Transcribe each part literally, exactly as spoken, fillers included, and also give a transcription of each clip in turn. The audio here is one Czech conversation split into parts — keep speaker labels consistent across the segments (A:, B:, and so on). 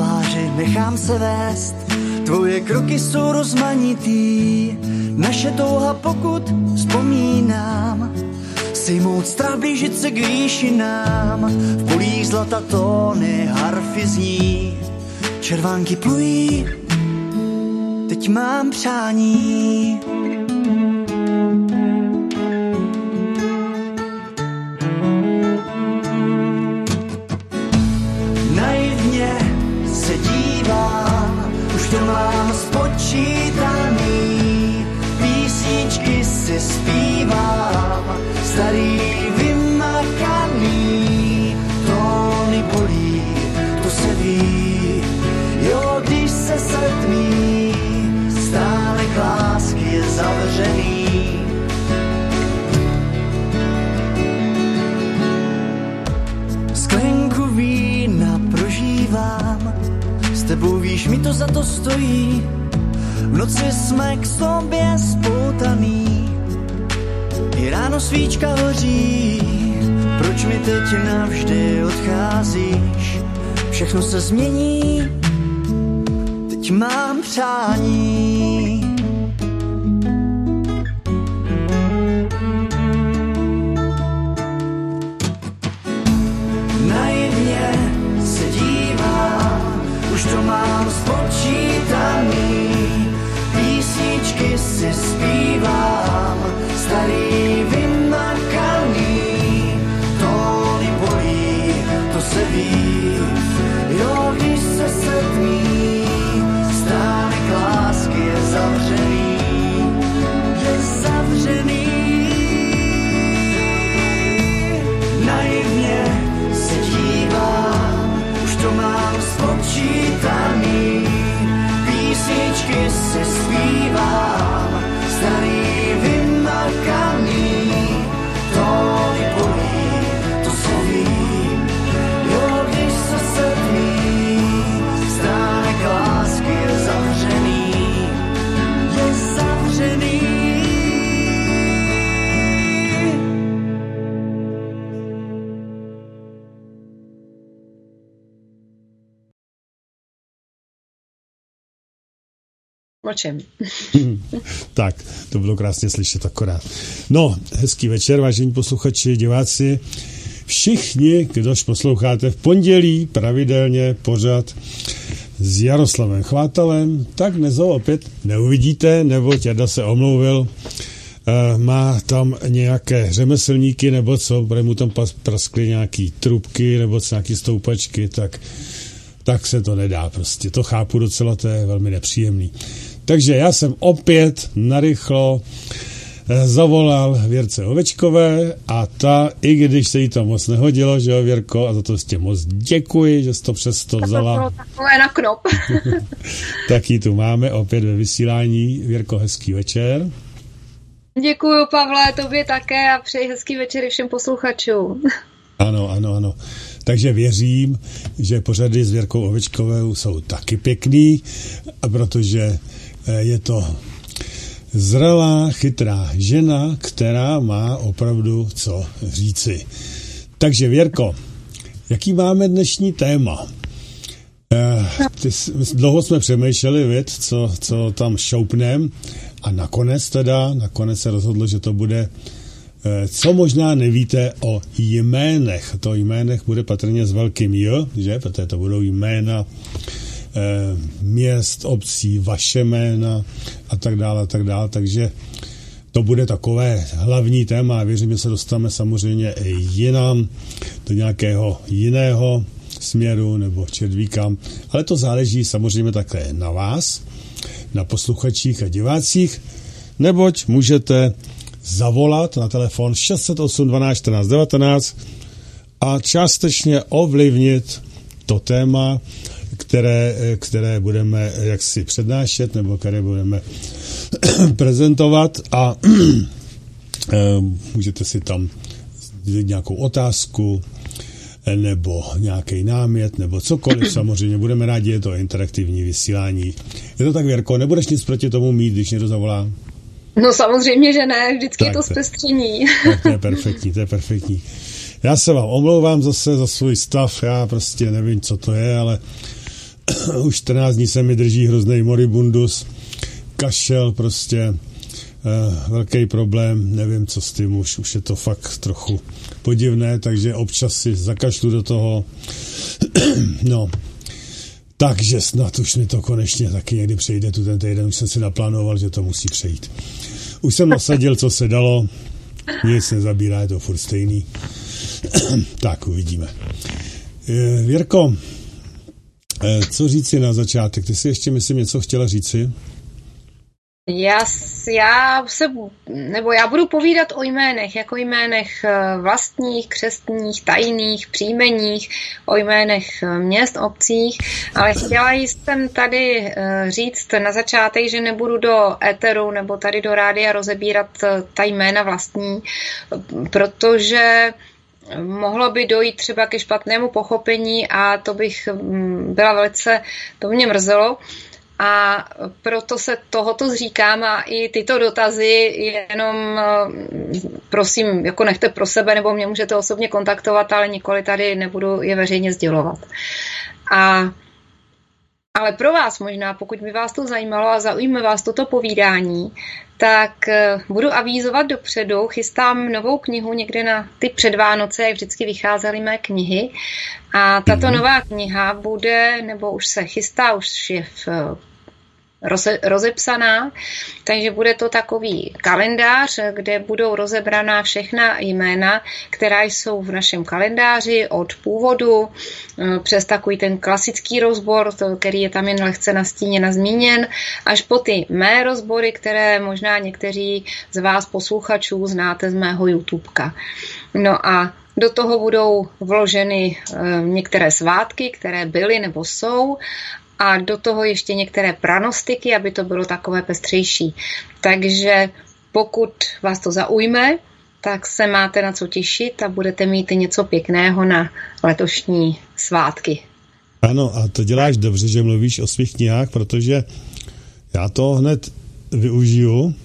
A: tváři nechám se vést, tvoje kroky jsou rozmanitý, naše touha pokud vzpomínám, sejmout strach blížit se k výšinám, v polích zlata tóny harfy zní, červánky plují, teď mám přání. Naivně se dívám, už to mám spočítaný, písničky si zpívám, starý vymakaný, tóny bolí, to se ví, jo, když se setmí, stánek lásky je zavřený. Sklenku vína prožívám, s tebou víš, mi to za to stojí, v noci jsme k sobě spoutaný, i ráno svíčka hoří, proč mi teď navždy odcházíš, všechno se změní, teď mám přání. Naivně se dívám, už to mám spočítaný, písničky si zpívám, starý vymakaný, tóny bolí, to se ví, jo, když se setmí, stánek lásky je zavřený, je zavřený. Naivně se dívám, už to mám spočítaný, písničky si zpívám, starý vymakaný, tóny bolí, to se ví, jo, když se setmí, stánek lásky je zavřený, je zavřený.
B: Mlčím.
C: Tak, to bylo krásně slyšet akorát. No, hezký večer, vážení posluchači, diváci. Všichni, kdož posloucháte v pondělí pravidelně pořad s Jaroslavem Chvátalem, tak dnes ho opět neuvidíte, nebo Jarda se omluvil. E, má tam nějaké řemeslníky, nebo co, bude mu tam praskly nějaký trubky, nebo co, nějaký stoupačky, tak, tak se to nedá prostě. To chápu docela, to je velmi nepříjemný. Takže já jsem opět narychlo zavolal Věrce Ovečkové a ta, i když se jí to moc nehodilo, že jo, Věrko, a za to tě moc děkuji, že jsi to přesto vzala.
B: Takové na knop.
C: Tak ji tu máme opět ve vysílání. Věrko, hezký večer.
B: Děkuju, Pavle, tobě také a přeji hezký večer všem posluchačům.
C: Ano, ano, ano. Takže věřím, že pořady s Věrkou Ovečkovou jsou taky pěkný, protože je to zralá, chytrá žena, která má opravdu co říci. Takže Věrko, jaký máme dnešní téma? Eh, ty, dlouho jsme přemýšleli, věc, co, co tam šoupnem a nakonec teda, nakonec se rozhodlo, že to bude eh, co možná nevíte o jménech. To jménech bude patrně s velkým J, že? Protože to budou jména měst, obcí, vaše jména a tak dále, a tak dále, takže to bude takové hlavní téma. Věřím, že se dostaneme samozřejmě i jinam, do nějakého jiného směru nebo červíkam, ale to záleží samozřejmě také na vás, na posluchačích a divácích, neboť můžete zavolat na telefon šest set osm dvanáct čtrnáct devatenáct a částečně ovlivnit to téma, Které, které budeme jaksi přednášet nebo které budeme prezentovat a můžete si tam vzít nějakou otázku nebo nějaký námět nebo cokoliv, samozřejmě budeme rádi, je to interaktivní vysílání. Je to tak, Věrko, nebudeš nic proti tomu mít, když někdo zavolá?
B: No samozřejmě, že ne, vždycky
C: tak,
B: je to zpestření.
C: Tak to je perfektní, to je perfektní. Já se vám omlouvám zase za svůj stav, já prostě nevím, co to je, ale už čtrnáct dní se mi drží hrozný moribundus, kašel prostě, Uh, velký problém, nevím, co s tím, už, už je to fakt trochu podivné, takže občas si zakašlu do toho. No, takže snad už mi to konečně taky někdy přejde tu ten týden, už jsem si naplánoval, že to musí přejít. Už jsem nasadil, co se dalo, nic nezabírá, je to furt stejný. Tak, uvidíme. Uh, Věrko, uh, co říci na začátek? Ty jsi ještě, myslím, něco chtěla říci?
B: Já, já se, nebo já budu povídat o jménech, jako jménech vlastních, křestních, tajných, příjmeních, o jménech měst, obcích, ale chtěla jsem tady říct na začátek, že nebudu do éteru nebo tady do rádia rozebírat ta jména vlastní, protože mohlo by dojít třeba ke špatnému pochopení a to bych byla velice, to mě mrzelo. A proto se tohoto zříkám a i tyto dotazy jenom prosím, jako nechte pro sebe, nebo mě můžete osobně kontaktovat, ale nikoli tady nebudu je veřejně sdělovat. A, ale pro vás možná, pokud by vás to zajímalo a zaujme vás toto povídání, tak budu avízovat dopředu, chystám novou knihu někde na ty předvánoce, jak vždycky vycházely mé knihy. A tato nová kniha bude, nebo už se chystá, už je v roze, rozepsaná, takže bude to takový kalendář, kde budou rozebraná všechna jména, která jsou v našem kalendáři od původu, přes takový ten klasický rozbor, který je tam jen lehce nastíněn a zmíněn, až po ty mé rozbory, které možná někteří z vás posluchačů znáte z mého YouTubeka. No a do toho budou vloženy některé svátky, které byly nebo jsou, a do toho ještě některé pranostiky, aby to bylo takové pestřejší. Takže pokud vás to zaujme, tak se máte na co těšit a budete mít něco pěkného na letošní svátky.
C: Ano, a to děláš dobře, že mluvíš o svých knihách, protože já to hned využiju,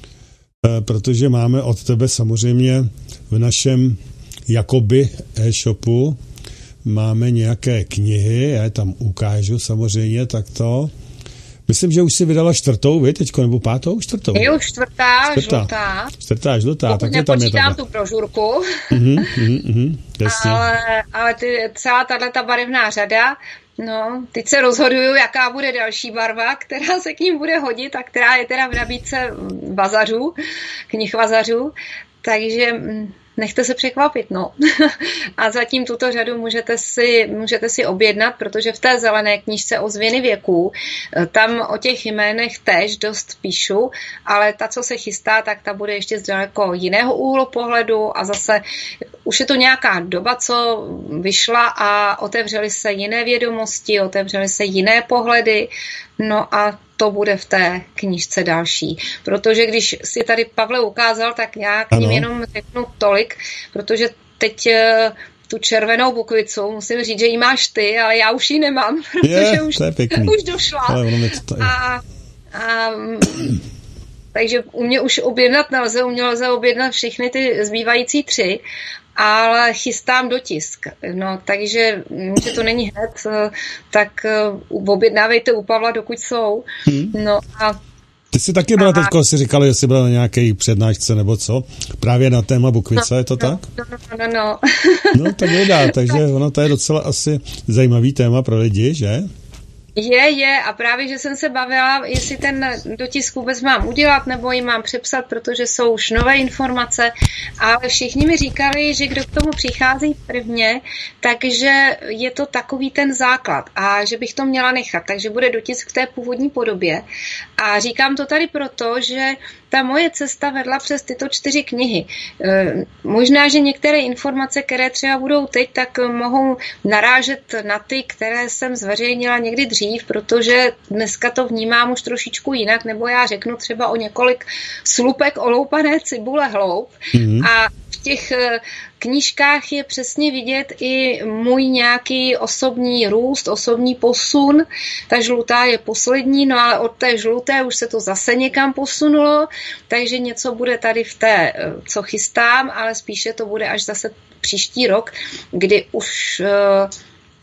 C: protože máme od tebe samozřejmě v našem jakoby e-shopu máme nějaké knihy, já je tam ukážu samozřejmě takto. Myslím, že už si vydala čtvrtou, vy teďko, nebo pátou? Čtvrtou?
B: Je už čtvrtá,
C: čtvrtá
B: žlutá.
C: Čtvrtá, žlutá.
B: Pokud
C: taky tam je
B: nepočítám tu brožurku.
C: Uh-huh, uh-huh, uh-huh, jasně.
B: Ale, ale ty, celá tato barevná řada, no, teď se rozhoduju, jaká bude další barva, která se k ním bude hodit a která je teda v nabídce vazařů, knih vazařů. Takže nechte se překvapit, no. A zatím tuto řadu můžete si, můžete si objednat, protože v té zelené knížce o zvěny věků, tam o těch jménech též dost píšu, ale ta, co se chystá, tak ta bude ještě z daleko jiného úhlu pohledu a zase už je to nějaká doba, co vyšla a otevřely se jiné vědomosti, otevřely se jiné pohledy, no a to bude v té knížce další. Protože když si tady Pavle ukázal, tak já k ním jenom řeknu tolik, protože teď tu červenou bukvicu, musím říct, že ji máš ty, ale já už ji nemám, protože
C: je,
B: už, už došla. A, a, takže u mě už objednat nelze, u mě lze objednat všechny ty zbývající tři, ale chystám dotisk. No, takže, že to není hned, tak objednávejte u Pavla, dokud jsou. Hmm. No a
C: ty jsi taky byla teďko, si říkala, že jsi byla na nějaké přednášce nebo co? Právě na téma bukvice,
B: no,
C: je to
B: no,
C: tak?
B: No, no, no, no.
C: No, tak nedá, takže ono to je docela asi zajímavý téma pro lidi, že?
B: Je, je a právě, že jsem se bavila, jestli ten dotisk vůbec mám udělat, nebo ji mám přepsat, protože jsou už nové informace, ale všichni mi říkali, že kdo k tomu přichází prvně, takže je to takový ten základ a že bych to měla nechat, takže bude dotisk v té původní podobě. A říkám to tady proto, že ta moje cesta vedla přes tyto čtyři knihy. E, možná, že některé informace, které třeba budou teď, tak mohou narážet na ty, které jsem zveřejnila někdy dřív, protože dneska to vnímám už trošičku jinak, nebo já řeknu třeba o několik slupek oloupané cibule hloub. Mm-hmm. A v těch knížkách je přesně vidět i můj nějaký osobní růst, osobní posun. Ta žlutá je poslední, no ale od té žluté už se to zase někam posunulo, takže něco bude tady v té, co chystám, ale spíše to bude až zase příští rok, kdy už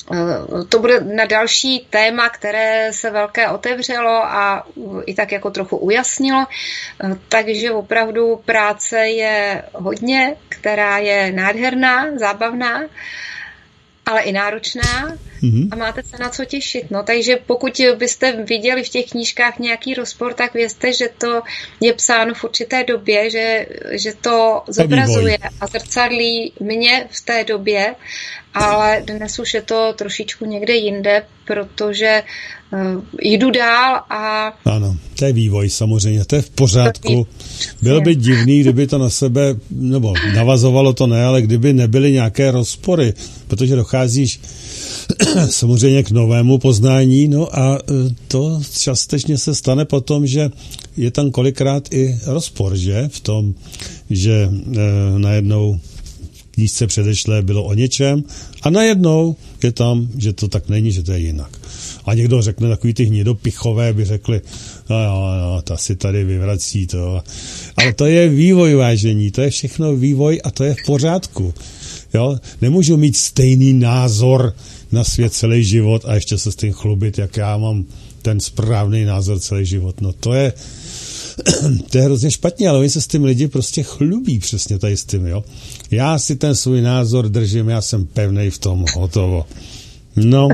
B: to bude na další téma, které se velké otevřelo a i tak jako trochu ujasnilo. Takže opravdu práce je hodně, která je nádherná, zábavná, ale i náročná mm-hmm. a máte se na co těšit. No, takže pokud byste viděli v těch knížkách nějaký rozpor, tak vězte, že to je psáno v určité době, že, že to zobrazuje a zrcadlí mě v té době, ale dnes už je to trošičku někde jinde, protože uh, jdu dál a...
C: Ano, to je vývoj samozřejmě, to je v pořádku. Bylo by divný, kdyby to na sebe, nebo navazovalo to ne, ale kdyby nebyly nějaké rozpory, protože docházíš samozřejmě k novému poznání, no a to částečně se stane potom, že je tam kolikrát i rozpor, že? V tom, že e, najednou knížce předešlé bylo o něčem a najednou je tam, že to tak není, že to je jinak. A někdo řekne, takový ty hnidopichové by řekli, no jo, no, ta si tady vyvrací to. Ale to je vývoj, vážení, to je všechno vývoj a to je v pořádku. Jo? Nemůžu mít stejný názor na svět celý život a ještě se s tím chlubit, jak já mám ten správný názor celý život. No to je to je hrozně špatně, ale oni se s tím lidi prostě chlubí přesně tady s tím, jo. Já si ten svůj názor držím, já jsem pevnej v tom, hotovo. No.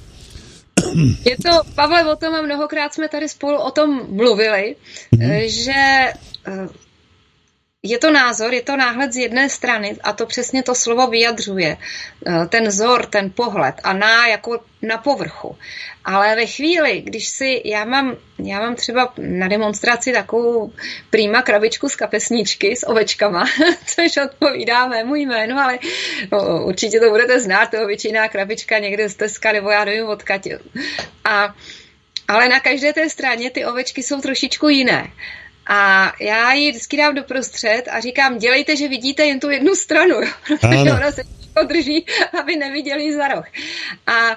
B: Je to, Pavle, o tom a mnohokrát jsme tady spolu o tom mluvili, mm-hmm. že je to názor, je to náhled z jedné strany a to přesně to slovo vyjadřuje. Ten vzor, ten pohled a na jako na povrchu. Ale ve chvíli, když si, já mám, já mám třeba na demonstraci takovou prýma krabičku z kapesničky s ovečkama, což odpovídá mému jménu, ale no, určitě to budete znát, to je obyčejná krabička někde z Teska, nebo já nevím odkud. A, ale na každé té straně ty ovečky jsou trošičku jiné. A já ji vždycky dám doprostřed a říkám, dělejte, že vidíte jen tu jednu stranu, protože ona se drží, aby neviděli za roh. A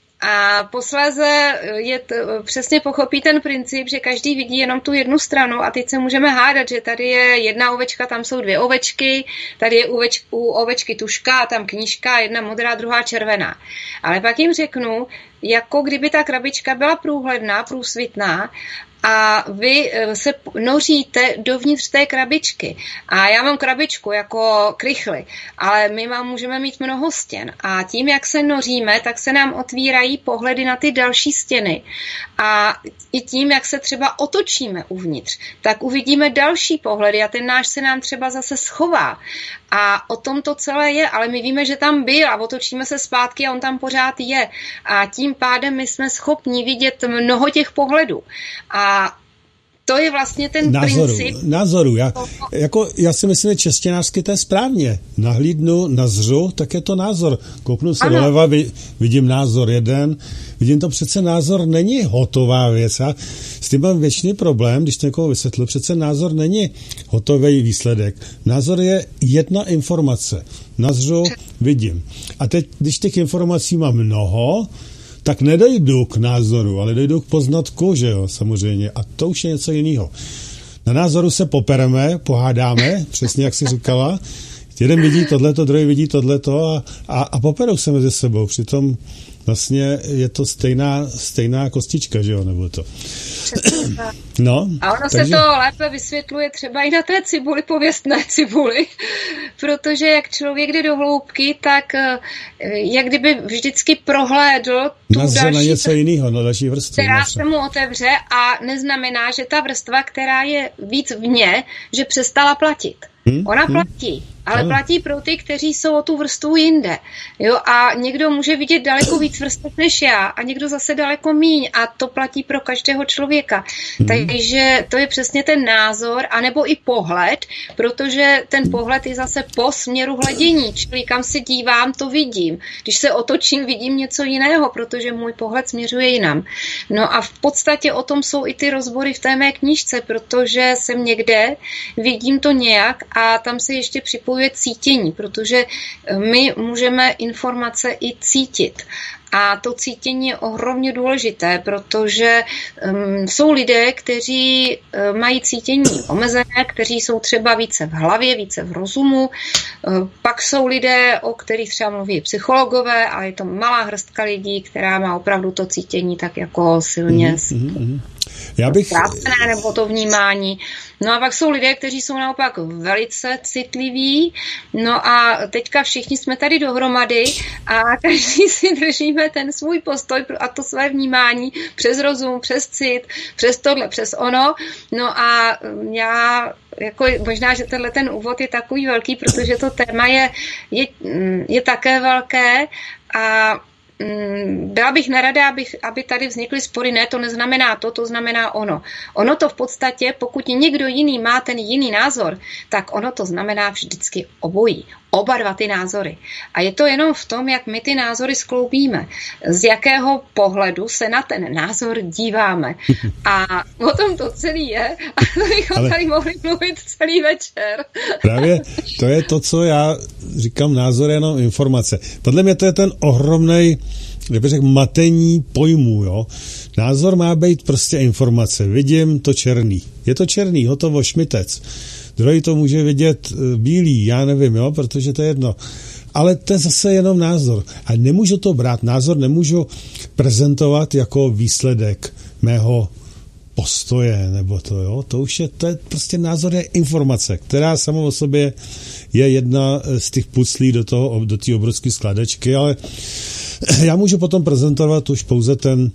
B: A posléze je t, přesně pochopí ten princip, že každý vidí jenom tu jednu stranu a teď se můžeme hádat, že tady je jedna ovečka, tam jsou dvě ovečky, tady je uveč, u ovečky tuška a tam knížka, jedna modrá, druhá červená. Ale pak jim řeknu, jako kdyby ta krabička byla průhledná, průsvitná a vy se noříte dovnitř té krabičky. A já mám krabičku jako krychly, ale my mám, můžeme mít mnoho stěn. A tím, jak se noříme, tak se nám otvírají pohledy na ty další stěny. A i tím, jak se třeba otočíme uvnitř, tak uvidíme další pohledy a ten náš se nám třeba zase schová. A o tom to celé je, ale my víme, že tam byl a otočíme se zpátky a on tam pořád je. A tím pádem my jsme schopni vidět mnoho těch pohledů. A to je vlastně ten
C: názoru,
B: princip.
C: Názoru. Já, jako, já si myslím, že češtěnářsky to je správně. Nahlídnu, nazřu, tak je to názor. Kouknu se doleva, vidím názor jeden. Vidím, to přece názor není hotová věc. A s tím mám věčný problém, když to někoho vysvětlu. Přece názor není hotový výsledek. Názor je jedna informace. Nazřu, vidím. A teď, když těch informací mám mnoho, tak nedojdu k názoru, ale dojdu k poznatku, že jo, samozřejmě. A to už je něco jiného. Na názoru se popereme, pohádáme, přesně jak jsi říkala. Jeden vidí tohleto, druhý vidí tohleto a, a, a poperou se mezi sebou. Přitom vlastně je to stejná, stejná kostička, že jo, nebo to. No,
B: a ono takže... se to lépe vysvětluje třeba i na té cibuli, pověstné cibuli, protože jak člověk jde do hloubky, tak jak kdyby vždycky prohlédl tu
C: Nazře
B: další
C: na něco jiného, na další vrstvu.
B: Která nazře. Se mu otevře a neznamená, že ta vrstva, která je víc vně, že přestala platit. Hmm? Ona hmm? platí. Ale ano. Platí pro ty, kteří jsou o tu vrstvu jinde. Jo? A někdo může vidět daleko víc vrstev než já a někdo zase daleko míň a to platí pro každého člověka. Hmm. Takže to je přesně ten názor, anebo i pohled, protože ten pohled je zase po směru hledění, čili kam se dívám, to vidím. Když se otočím, vidím něco jiného, protože můj pohled směřuje jinam. No a v podstatě o tom jsou i ty rozbory v té mé knížce, protože jsem někde, vidím to nějak a tam se ještě připojím cítění, protože my můžeme informace i cítit. A to cítění je ohromně důležité, protože um, jsou lidé, kteří um, mají cítění omezené, kteří jsou třeba více v hlavě, více v rozumu. Um, pak jsou lidé, o kterých třeba mluví psychologové, a je to malá hrstka lidí, která má opravdu to cítění tak jako silně
C: mm-hmm. Já bych...
B: ztrácené, nebo to vnímání. No a pak jsou lidé, kteří jsou naopak velice citliví. No a teďka všichni jsme tady dohromady a každý si držíme ten svůj postoj a to své vnímání přes rozum, přes cit, přes tohle, přes ono. No a já jako možná, že tenhle ten úvod je takový velký, protože to téma je, je, je také velké a byla bych nerada, abych, aby tady vznikly spory. Ne, to neznamená to, to znamená ono. Ono to v podstatě, pokud někdo jiný má ten jiný názor, tak ono to znamená vždycky obojí. Oba dva ty názory. A je to jenom v tom, jak my ty názory skloubíme. Z jakého pohledu se na ten názor díváme. A o tom to celý je. A to bychom Ale... tady mohli mluvit celý večer.
C: Právě to je to, co já říkám, názor je jenom informace. Podle mě to je ten ohromnej, kdybych řekl, matení pojmů, jo. Názor má být prostě informace. Vidím to černý. Je to černý, hotovo, šmitec. Druhý to může vidět bílý, já nevím, jo, protože to je jedno. Ale to je zase jenom názor. A nemůžu to brát, názor nemůžu prezentovat jako výsledek mého postoje, nebo to, jo. To už je, to je prostě názor, je informace, která sama o sobě je jedna z těch puclí do toho, do té obrovské skladačky, ale já můžu potom prezentovat už pouze ten,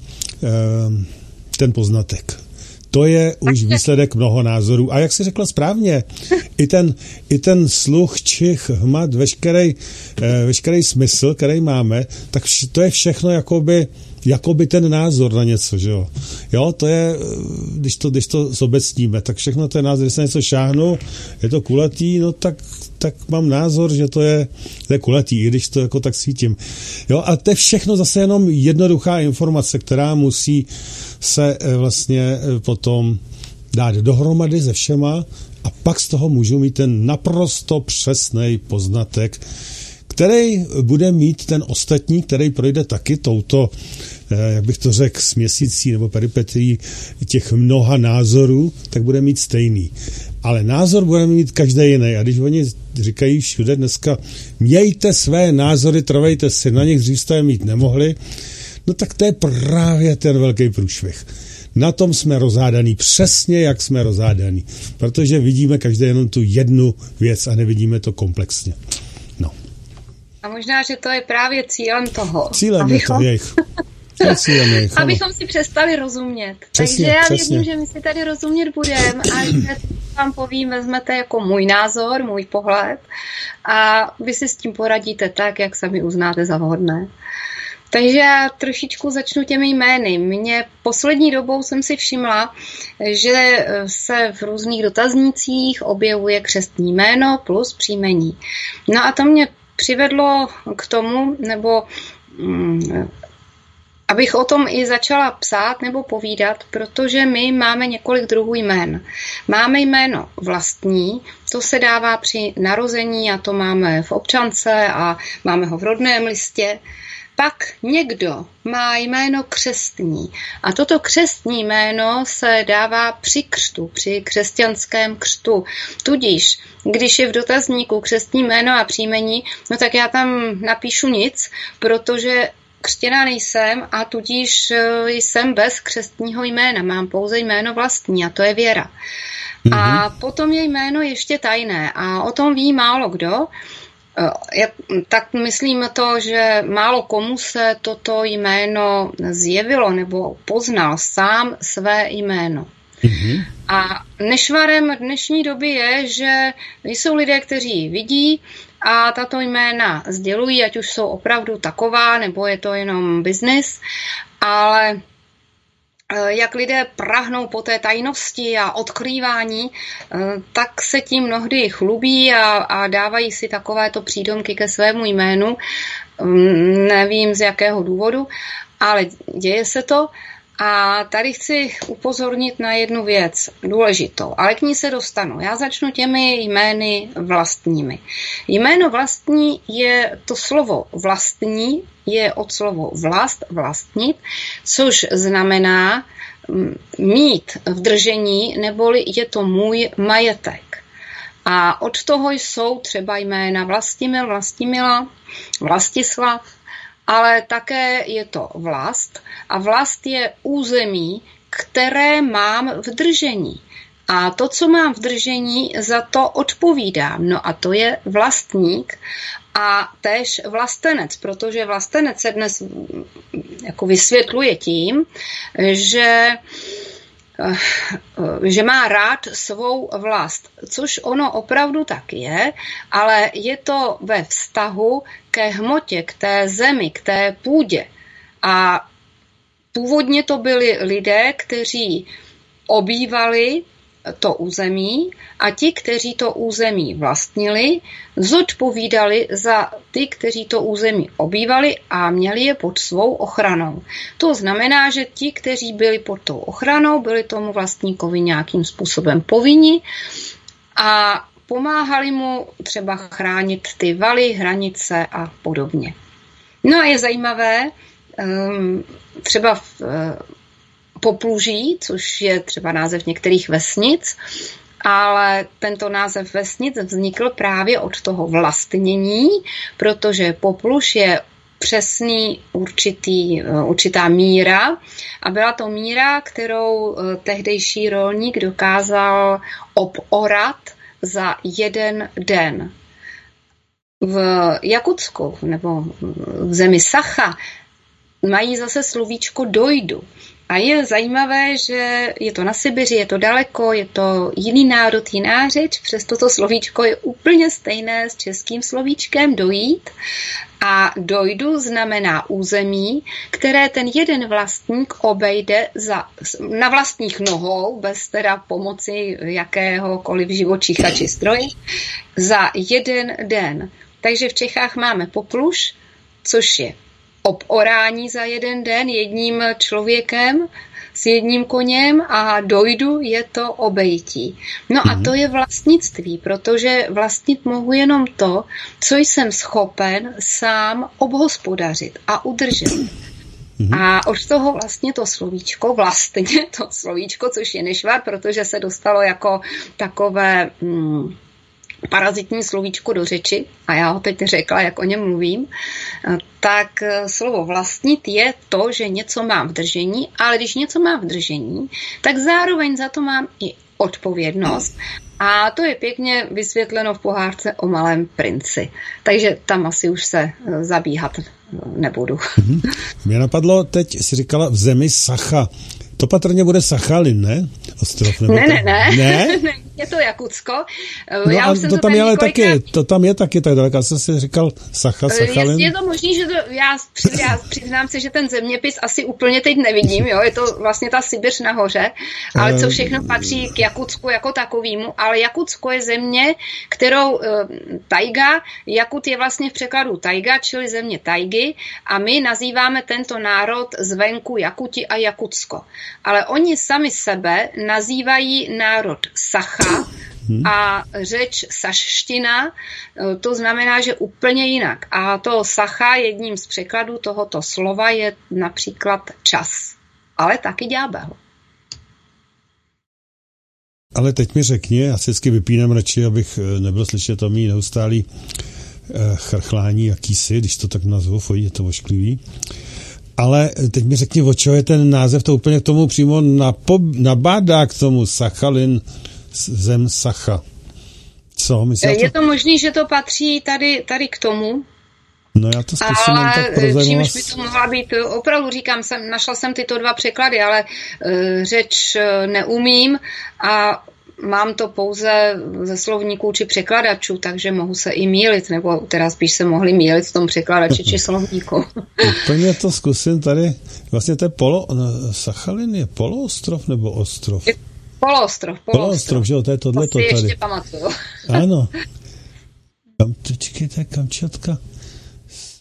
C: ten poznatek. To je už výsledek mnoho názorů. A jak jsi řekla správně, i ten, i ten sluch, čich, hmat, veškerý, veškerý smysl, který máme, tak vš- to je všechno jakoby, jakoby ten názor na něco, že jo. Jo, to je, když to, když to zobecníme, tak všechno to je názor. Když se něco šáhnu, je to kulatý, no tak, tak mám názor, že to je, to je kulatý, i když to jako tak svítím. Jo, a to je všechno zase jenom jednoduchá informace, která musí se vlastně potom dát dohromady se všema a pak z toho můžu mít ten naprosto přesný poznatek, který bude mít ten ostatní, který projde taky touto, jak bych to řekl, směsicí nebo peripetií těch mnoha názorů, tak bude mít stejný. Ale názor bude mít každý jiný. A když oni říkají všude dneska, mějte své názory, trvejte si, na nich dřív jste mít nemohli, no tak to je právě ten velký průšvih. Na tom jsme rozhádaný, přesně jak jsme rozhádaný, protože vidíme každý jenom tu jednu věc a nevidíme to komplexně. No.
B: A možná, že to je právě cílem toho.
C: Cílem abychom... je to, je cílem jejich,
B: abychom si přestali rozumět. Přesně, Takže já přesně. Věřím, že my si tady rozumět budeme a že vám povím, vezmete jako můj názor, můj pohled a vy si s tím poradíte tak, jak sami uznáte za vhodné. Takže já trošičku začnu těmi jmény. Mě poslední dobou jsem si všimla, že se v různých dotaznících objevuje křestní jméno plus příjmení. No a to mě přivedlo k tomu, nebo mm, abych o tom i začala psát nebo povídat, protože my máme několik druhů jmén. Máme jméno vlastní, to se dává při narození a to máme v občance a máme ho v rodném listě. Pak někdo má jméno křestní a toto křestní jméno se dává při křtu, při křesťanském křtu. Tudíž, když je v dotazníku křestní jméno a příjmení, no tak já tam napíšu nic, protože křtěná nejsem a tudíž jsem bez křestního jména. Mám pouze jméno vlastní a to je Věra. Mm-hmm. A potom je jméno ještě tajné a o tom ví málo kdo. Tak myslím to, že málo komu se toto jméno zjevilo nebo poznal sám své jméno. Mm-hmm. A nešvarem dnešní doby je, že jsou lidé, kteří vidí a tato jména sdělují, ať už jsou opravdu taková, nebo je to jenom biznis, ale jak lidé prahnou po té tajnosti a odkrývání, tak se tím mnohdy chlubí a, a dávají si takovéto přídomky ke svému jménu. Nevím z jakého důvodu, ale děje se to. A tady chci upozornit na jednu věc důležitou, ale k ní se dostanu. Já začnu těmi jmény vlastními. Jméno vlastní je to slovo vlastní, je od slovo vlast, vlastnit, což znamená mít v držení, neboli je to můj majetek. A od toho jsou třeba jména Vlastimil, Vlastimila, Vlastislav, ale také je to vlast a vlast je území, které mám v držení. A to, co mám v držení, za to odpovídám. No a to je vlastník a též vlastenec, protože vlastenec se dnes jako vysvětluje tím, že že má rád svou vlast, což ono opravdu tak je, ale je to ve vztahu ke hmotě, k té zemi, k té půdě. A původně to byli lidé, kteří obývali to území a ti, kteří to území vlastnili, zodpovídali za ty, kteří to území obývali a měli je pod svou ochranou. To znamená, že ti, kteří byli pod tou ochranou, byli tomu vlastníkovi nějakým způsobem povinni a pomáhali mu třeba chránit ty valy, hranice a podobně. No a je zajímavé, třeba v Popluží, což je třeba název některých vesnic, ale tento název vesnic vznikl právě od toho vlastnění, protože Popluž je přesný určitý, určitá míra a byla to míra, kterou tehdejší rolník dokázal oborat za jeden den. V Jakutsku nebo v zemi Sacha mají zase slovíčko dojdu. A je zajímavé, že je to na Sibiři, je to daleko, je to jiný národ, jiná řeč, přesto to slovíčko je úplně stejné s českým slovíčkem dojít. A dojdu znamená území, které ten jeden vlastník obejde za, na vlastních nohou, bez teda pomoci jakéhokoliv živočicha či stroje, za jeden den. Takže v Čechách máme Popluž, což je oborání za jeden den jedním člověkem s jedním koněm a dojdu je to obejití. No a to je vlastnictví, protože vlastnit mohu jenom to, co jsem schopen sám obhospodařit a udržet. A od toho vlastně to slovíčko, vlastně to slovíčko, což je nešvar, protože se dostalo jako takové Hmm, parazitní slovíčko do řeči, a já ho teď řekla, jak o něm mluvím, tak slovo vlastnit je to, že něco mám v držení, ale když něco mám v držení, tak zároveň za to mám i odpovědnost. A to je pěkně vysvětleno v pohádce o Malém princi. Takže tam asi už se zabíhat nebudu.
C: Mm-hmm. Mě napadlo, teď jsi říkala v zemi Sacha. To patrně bude Sachalin, ne? Ostrov, nebo
B: ne, ne, ne,
C: ne.
B: Ne? Je to Jakutsko.
C: No
B: já
C: a
B: už jsem
C: to,
B: to
C: tam je ale
B: několikrát...
C: taky, to tam je taky tak daleko. Já jsem si říkal Sacha, Sachalin.
B: Je, je to možný, že to, já, já přiznám se, že ten zeměpis asi úplně teď nevidím, jo? Je to vlastně ta Sibiř nahoře, ale co všechno patří k Jakutsku jako takovému, ale Jakutsko je země, kterou e, tajga, Jakut je vlastně v překladu tajga, čili země tajgy a my nazýváme tento národ zvenku Jakuti a Jakutsko. Ale oni sami sebe nazývají národ Sacha a řeč saština, to znamená, že úplně jinak. A to Sacha, jedním z překladů tohoto slova je například čas, ale taky ďábel.
C: Ale teď mi řekni, já si vždycky vypínám radši, abych nebyl slyšet to mý neustálý chrchlání jakýsi, když to tak nazvu, fojí, je to ošklivý. Ale teď mi řekni, o čeho je ten název, to úplně k tomu přímo nabádá k tomu Sachalin, zem Sacha. Co? Myslím,
B: je to možný, že to patří tady, tady k tomu.
C: No já to zkusím
B: ale
C: tak pro zajímavost.
B: čímž by to mohla být, opravdu říkám, jsem, našla jsem tyto dva překlady, ale uh, řeč neumím a mám to pouze ze slovníků či překladačů, takže mohu se i mýlit, nebo teda spíš se mohli mýlit v tom překladači či slovníku.
C: Úplně to zkusím tady. Vlastně to je polo... Sachalin je poloostrov nebo ostrov?
B: Je poloostrov, poloostrov.
C: Poloostrov, že jo, to je tohle to tady.
B: ještě pamatuju.
C: Ano. Kam, čekejte, Kamčatka.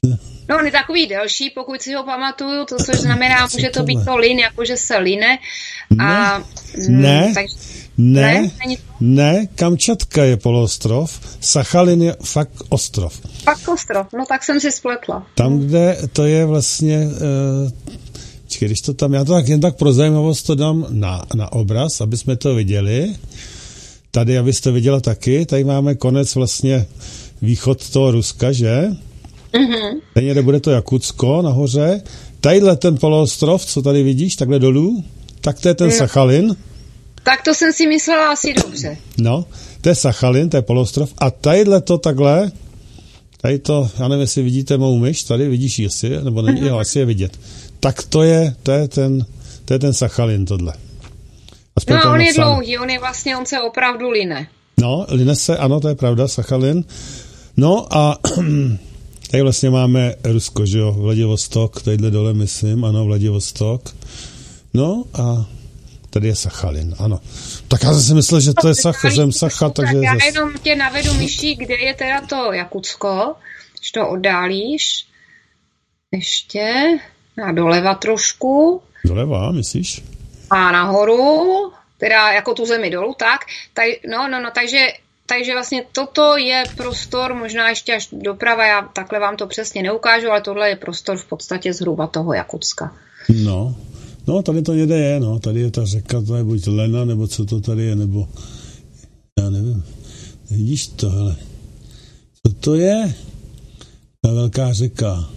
B: No, on je takový delší, pokud si ho pamatuju, to což znamená, může to být to lin, jakože se line. A,
C: ne,
B: tak,
C: ne, ne, ne, Kamčatka je poloostrov, Sachalin je fakt ostrov.
B: Fakt ostrov, no tak jsem si spletla.
C: Tam, kde to je vlastně, uh, čekaj, když to tam, já to tak jen tak pro zajímavost to dám na, na obraz, aby jsme to viděli. Tady, abyste viděla taky, tady máme konec vlastně východ toho Ruska, že? Mm-hmm. Tady někde bude to Jakutsko nahoře. Tadyhle ten poloostrov, co tady vidíš, takhle dolů, tak to je ten no. Sachalin.
B: Tak to jsem si myslela asi dobře.
C: No, to je Sachalin, to je poloostrov. A tadyhle to takhle, tady to, já nevím, jestli vidíte mou myš, tady vidíš ji asi, nebo není, mm-hmm. jo, asi je vidět. Tak to je, to je ten, to je ten Sachalin, tohle. Aspoň
B: no a on je dlouhý, on je vlastně, on se opravdu line.
C: No, line se, ano, to je pravda, Sachalin. No a tady vlastně máme Rusko, že jo, Vladivostok, tadyhle dole myslím, ano, Vladivostok. No a tady je Sachalin, ano. Tak já jsem si myslel, že to je Sacha, zem Sacha, takže...
B: Tak já jenom tě navedu, myší, kde je teda to Jakutsko, když to oddálíš. Ještě, a doleva trošku.
C: Doleva, myslíš?
B: A nahoru, teda jako tu zemi dolů, tak. Taj, no, no, no, takže... Takže vlastně toto je prostor, možná ještě až doprava, já takhle vám to přesně neukážu, ale tohle je prostor v podstatě zhruba toho Jakutska.
C: No, no tady to někde je, no, tady je ta řeka, to je buď Lena, nebo co to tady je, nebo já nevím, vidíš to, hele, co to je? Ta velká řeka.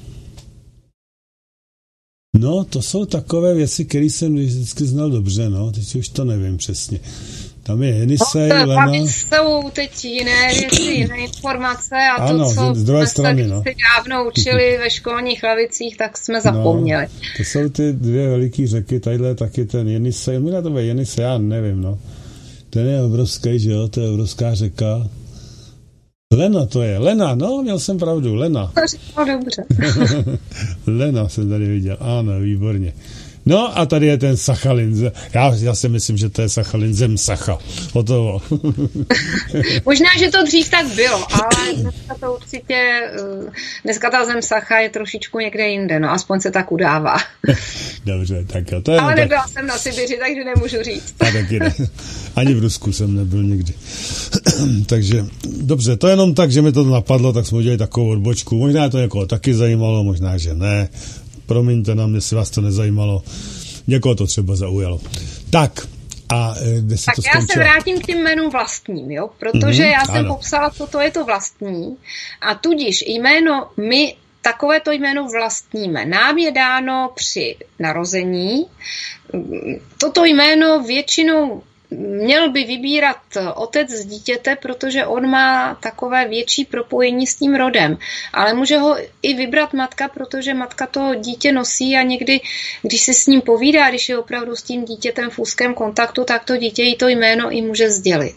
C: No, to jsou takové věci, které jsem vždycky znal dobře, no, teď už to nevím přesně. Tam je Jenisej, no,
B: Lena. Tam jsou teď jiné věci, jiné informace a
C: ano,
B: to, co
C: z druhé
B: jsme
C: strany,
B: se
C: no.
B: dávno učili ve školních lavicích, tak jsme zapomněli.
C: No, to jsou ty dvě veliké řeky, tadyhle taky ten Jenisej, možná to bude Jenisej, já nevím, no. Ten je obrovský, že jo, to je obrovská řeka. Lena to je, Lena, no, měl jsem pravdu, Lena.
B: To říkal dobře.
C: Lena jsem tady viděl, ano, výborně. No a tady je ten Sachalin. Já, já si myslím, že to je Sachalin, zem Sacha. Hotovo.
B: Možná, že to dřív tak bylo, ale dneska to určitě, dneska ta zem Sacha je trošičku někde jinde, no aspoň se tak udává.
C: Dobře, tak jo. To je
B: ale
C: tak...
B: nebyla jsem na Sibiři, takže nemůžu říct.
C: A taky ne. Ani v Rusku jsem nebyl nikdy. Takže, dobře, to jenom tak, že mi to napadlo, tak jsme udělali takovou odbočku. Možná to někoho taky zajímalo, možná, že ne. Promiňte nám, jestli vás to nezajímalo. Někoho to třeba zaujalo. Tak, a kde se
B: tak
C: to
B: skončilo? Já se vrátím k těm jménům vlastním, jo? Protože mm-hmm, já jsem ano. popsala, co to je to vlastní. A tudíž jméno, my takovéto jméno vlastníme. Nám je dáno při narození. Toto jméno většinou měl by vybírat otec z dítěte, protože on má takové větší propojení s tím rodem. Ale může ho i vybrat matka, protože matka to dítě nosí a někdy, když si s ním povídá, když je opravdu s tím dítětem v úzkém kontaktu, tak to dítě jí to jméno i může sdělit.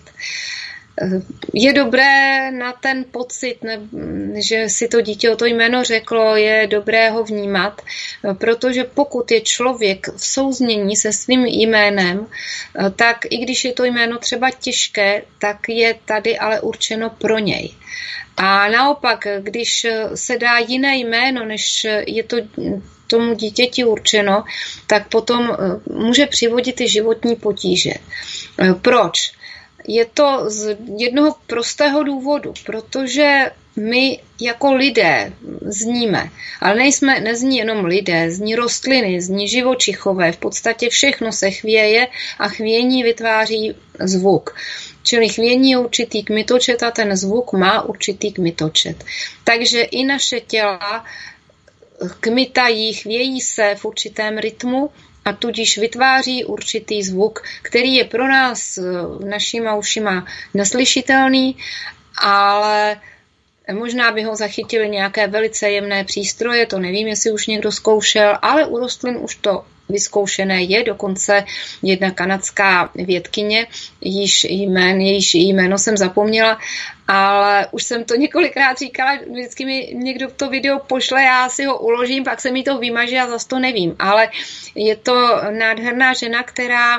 B: Je dobré na ten pocit, ne, že si to dítě o to jméno řeklo, je dobré ho vnímat, protože pokud je člověk v souznění se svým jménem, tak i když je to jméno třeba těžké, tak je tady ale určeno pro něj. A naopak, když se dá jiné jméno, než je to tomu dítěti určeno, tak potom může přivodit i životní potíže. Proč? Je to z jednoho prostého důvodu, protože my jako lidé zníme, ale nejsme, nezní jenom lidé, zní rostliny, zní živočichové, v podstatě všechno se chvěje a chvění vytváří zvuk. Čili chvění je určitý kmitočet a ten zvuk má určitý kmitočet. Takže i naše těla kmitají, chvějí se v určitém rytmu, a tudíž vytváří určitý zvuk, který je pro nás našima ušima neslyšitelný, ale možná by ho zachytili nějaké velice jemné přístroje, to nevím, jestli už někdo zkoušel, ale u rostlin už to vyzkoušené je, dokonce jedna kanadská vědkyně, jejíž jmén, jejíž jméno jsem zapomněla, ale už jsem to několikrát říkala, vždycky mi někdo to video pošle, já si ho uložím, pak se mi to vymaže a zase to nevím, ale je to nádherná žena, která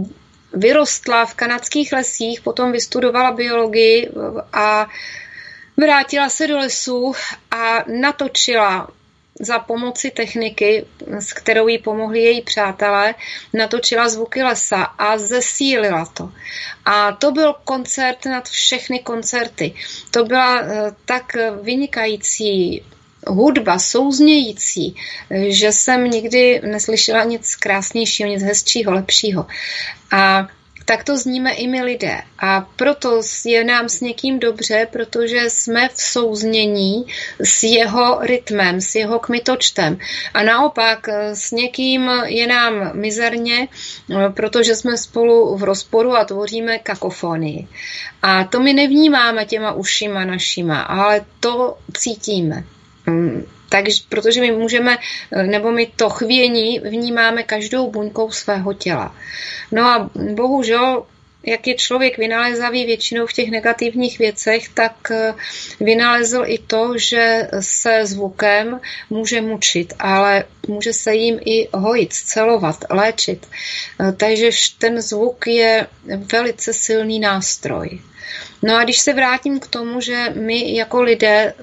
B: vyrostla v kanadských lesích, potom vystudovala biologii a Vrátila se do lesu a natočila za pomoci techniky, s kterou jí pomohli její přátelé, natočila zvuky lesa a zesílila to. A to byl koncert nad všechny koncerty. To byla tak vynikající hudba, souznějící, že jsem nikdy neslyšela nic krásnějšího, nic hezčího, lepšího. A tak to zníme i my lidé. A proto je nám s někým dobře, protože jsme v souznění s jeho rytmem, s jeho kmitočtem. A naopak s někým je nám mizerně, protože jsme spolu v rozporu a tvoříme kakofonii. A to my nevnímáme těma ušima našima, ale to cítíme. Takže, protože my můžeme, nebo my to chvění vnímáme každou buňkou svého těla. No a bohužel, jak je člověk vynalézavý většinou v těch negativních věcech, tak vynalezl i to, že se zvukem může mučit, ale může se jim i hojit, scelovat, léčit. Takže ten zvuk je velice silný nástroj. No a když se vrátím k tomu, že my jako lidé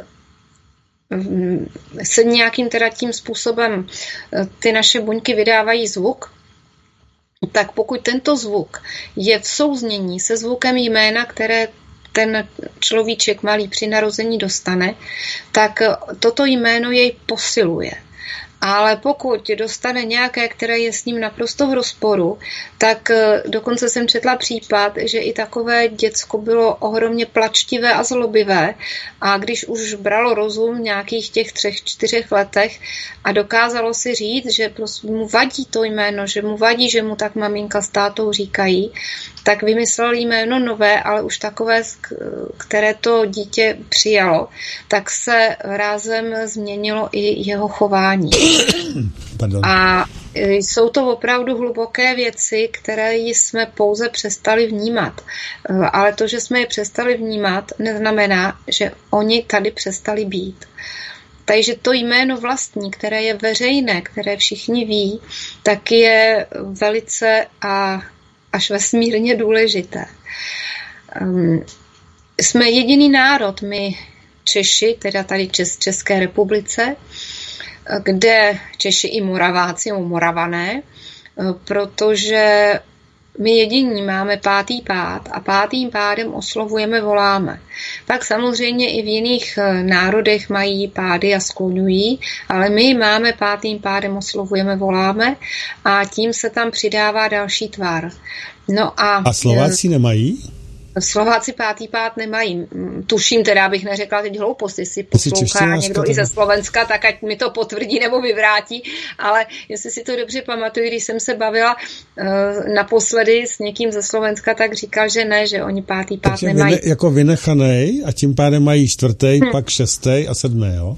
B: se nějakým teda tím způsobem ty naše buňky vydávají zvuk, tak pokud tento zvuk je v souznění se zvukem jména, které ten človíček malý při narození dostane, tak toto jméno jej posiluje. Ale pokud dostane nějaké, které je s ním naprosto v rozporu, tak dokonce jsem četla případ, že i takové děcko bylo ohromně plačtivé a zlobivé a když už bralo rozum v nějakých těch třech, čtyřech letech a dokázalo si říct, že prostě mu vadí to jméno, že mu vadí, že mu tak maminka s tátou říkají, tak vymyslel jméno nové, ale už takové, které to dítě přijalo, tak se rázem změnilo i jeho chování.
C: Pardon.
B: A jsou to opravdu hluboké věci, které jsme pouze přestali vnímat. Ale to, že jsme je přestali vnímat, neznamená, že oni tady přestali být. Takže to jméno vlastní, které je veřejné, které všichni ví, tak je velice a až vesmírně důležité. Um, jsme jediný národ, my Češi, teda tady v Čes- České republice, kde Češi i Moraváci, nebo Moravané, protože my jediní máme pátý pád a pátým pádem oslovujeme, voláme. Pak samozřejmě i v jiných národech mají pády a skloňují, ale my máme pátým pádem oslovujeme, voláme a tím se tam přidává další tvar. No a,
C: a Slováci nemají?
B: Slováci pátý pád nemají. Tuším, teda bych neřekla teď hloupost, jestli poslouchá někdo i ze Slovenska, tak ať mi to potvrdí nebo vyvrátí, ale jestli si to dobře pamatuju, když jsem se bavila uh, naposledy s někým ze Slovenska, tak říkal, že ne, že oni pátý pád
C: takže
B: nemají.
C: Takže jako vynechanej a tím pádem mají čtvrtý, hmm. pak šestý a sedmý, jo?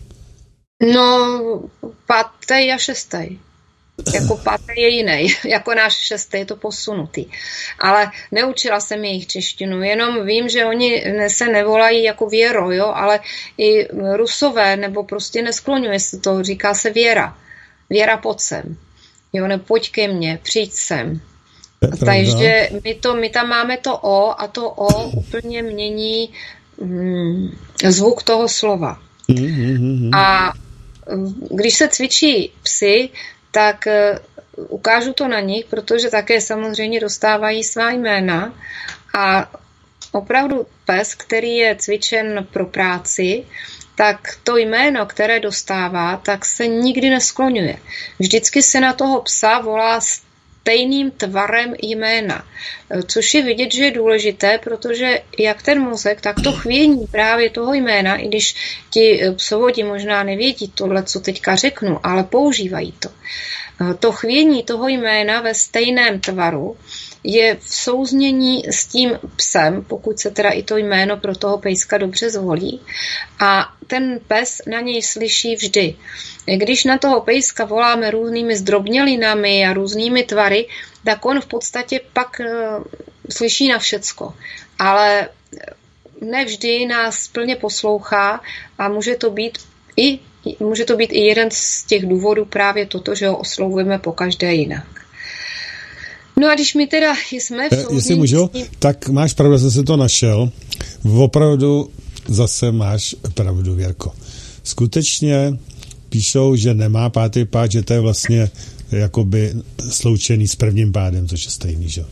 B: No, pátý a šestý. Jako pátý je jiný, jako náš šestý je to posunutý. Ale neučila jsem jejich češtinu, jenom vím, že oni se nevolají jako Věro, jo, ale i Rusové, nebo prostě neskloňuje se to, říká se Věra. Věra, pojď sem. Jo, ne, pojď ke mně, přijď sem. Takže my, to, my tam máme to O a to O úplně mění mm, zvuk toho slova. A když se cvičí psy, tak ukážu to na nich, protože také samozřejmě dostávají svá jména a opravdu pes, který je cvičen pro práci, tak to jméno, které dostává, tak se nikdy neskloňuje. Vždycky se na toho psa volá stejným tvarem jména, což je vidět, že je důležité, protože jak ten mozek, tak to chvění právě toho jména, i když ti psovodi možná nevědí tohle, co teďka řeknu, ale používají to. To chvění toho jména ve stejném tvaru je v souznění s tím psem, pokud se teda i to jméno pro toho pejska dobře zvolí. A ten pes na něj slyší vždy. Když na toho pejska voláme různými zdrobnělinami a různými tvary, tak on v podstatě pak uh, slyší na všecko. Ale nevždy nás plně poslouchá a může to být i, může to být i jeden z těch důvodů právě toto, že ho oslovujeme pokaždé jinak. No a když my teda jsme v souznění...
C: Jestli můžu, tak máš pravdu, jsem se to našel. Opravdu zase máš pravdu, Věrko. Skutečně píšou, že nemá pátý pád, že to je vlastně jakoby sloučený s prvním pádem, což je stejný, že?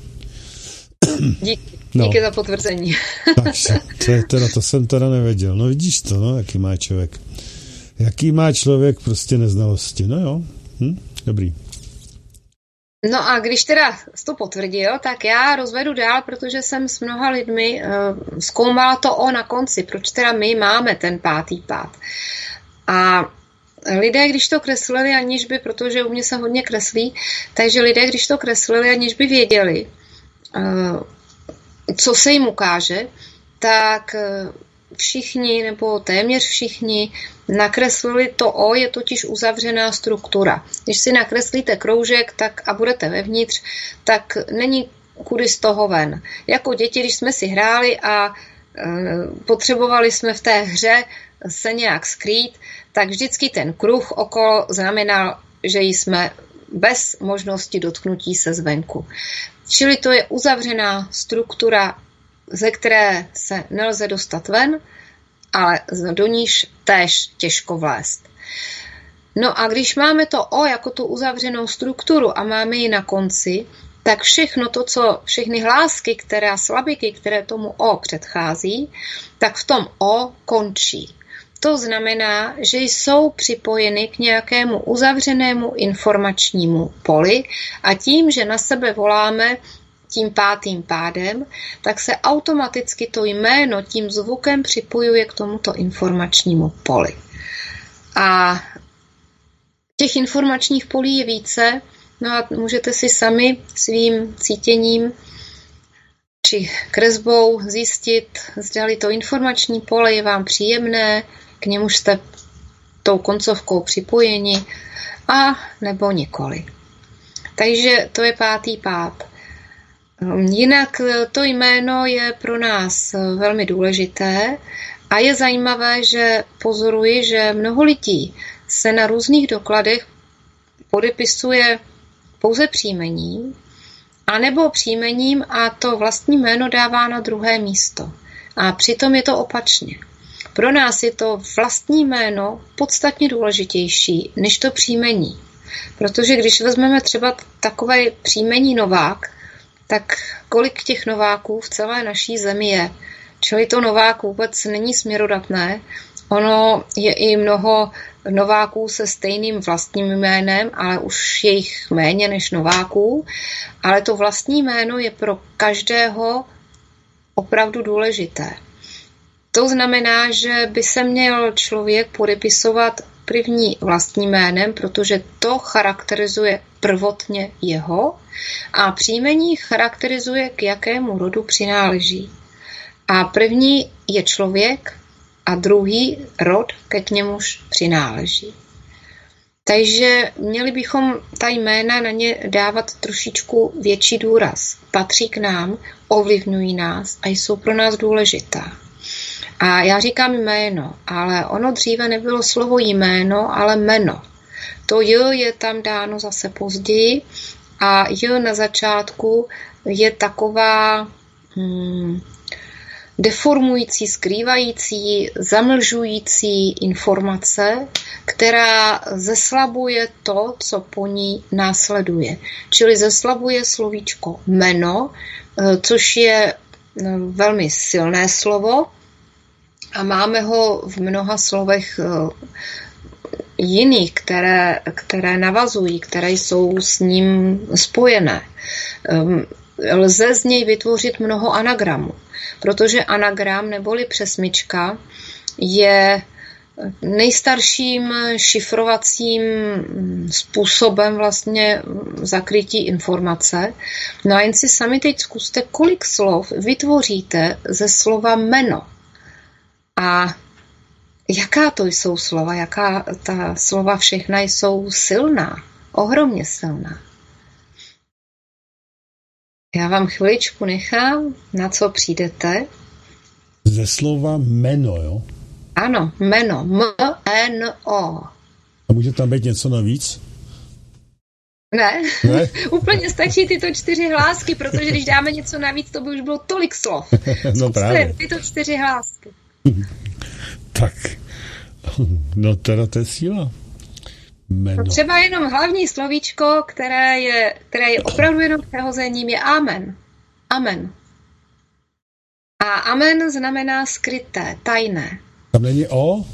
B: Díky,
C: no.
B: díky za potvrzení.
C: Takže, to, je teda, to jsem teda nevěděl. No vidíš to, no, jaký má člověk. Jaký má člověk prostě neznalosti. No jo, hm, dobrý.
B: No a když teda jsi to potvrdil, tak já rozvedu dál, protože jsem s mnoha lidmi uh, zkoumala to o na konci, proč teda my máme ten pátý pád. A lidé, když to kreslili, aniž by, protože u mě se hodně kreslí, takže lidé, když to kreslili, aniž by věděli, uh, co se jim ukáže, tak uh, všichni, nebo téměř všichni, nakreslili to O, je totiž uzavřená struktura. Když si nakreslíte kroužek tak a budete vevnitř, tak není kudy z toho ven. Jako děti, když jsme si hráli a e, potřebovali jsme v té hře se nějak skrýt, tak vždycky ten kruh okolo znamenal, že jsme bez možnosti dotknutí se zvenku. Čili to je uzavřená struktura, ze které se nelze dostat ven, ale do níž též těžko vlézt. No a když máme to O jako tu uzavřenou strukturu a máme ji na konci, tak všechno to, co, všechny hlásky, které a slabiky, které tomu O předchází, tak v tom O končí. To znamená, že jsou připojeny k nějakému uzavřenému informačnímu poli a tím, že na sebe voláme tím pátým pádem, tak se automaticky to jméno tím zvukem připojuje k tomuto informačnímu poli. A těch informačních polí je více, no a můžete si sami svým cítěním či kresbou zjistit, zdali to informační pole je vám příjemné, k němuž jste tou koncovkou připojeni, a nebo nikoli. Takže to je pátý pád. Jinak to jméno je pro nás velmi důležité a je zajímavé, že pozoruji, že mnoho lidí se na různých dokladech podepisuje pouze příjmením, anebo příjmením a to vlastní jméno dává na druhé místo. A přitom je to opačně. Pro nás je to vlastní jméno podstatně důležitější než to příjmení. Protože když vezmeme třeba takové příjmení Novák, tak kolik těch Nováků v celé naší zemi je. Čili to Novák vůbec není směrodatné. Ono je i mnoho Nováků se stejným vlastním jménem, ale už je jich méně než Nováků. Ale to vlastní jméno je pro každého opravdu důležité. To znamená, že by se měl člověk podepisovat první vlastním jménem, protože to charakterizuje prvotně jeho a příjmení charakterizuje, k jakému rodu přináleží. A první je člověk a druhý rod, ke k němuž přináleží. Takže měli bychom ta jména na ně dávat trošičku větší důraz. Patří k nám, ovlivňují nás a jsou pro nás důležitá. A já říkám jméno, ale ono dříve nebylo slovo jméno, ale jméno. To J je tam dáno zase později a J na začátku je taková hmm, deformující, skrývající, zamlžující informace, která zeslabuje to, co po ní následuje. Čili zeslabuje slovíčko jméno, což je velmi silné slovo, a máme ho v mnoha slovech jiných, které, které navazují, které jsou s ním spojené. Lze z něj vytvořit mnoho anagramů, protože anagram neboli přesmyčka je nejstarším šifrovacím způsobem vlastně zakrytí informace. No a jen si sami teď zkuste, kolik slov vytvoříte ze slova jméno. A jaká to jsou slova, jaká ta slova všechna jsou silná, ohromně silná. Já vám chviličku nechám, na co přijdete.
C: Ze slova jméno, jo?
B: Ano, jméno, M-N-O.
C: A může tam být něco navíc?
B: Ne,
C: ne?
B: Úplně stačí tyto čtyři hlásky, protože když dáme něco navíc, to by už bylo tolik slov.
C: No právě.
B: Tyto čtyři hlásky.
C: Tak, no teda to je síla. Jméno.
B: No třeba jenom hlavní slovíčko, které je, které je opravdu jenom přehozením, je amen. Amen. A amen znamená skryté, tajné.
C: Tam není o?
B: Uh,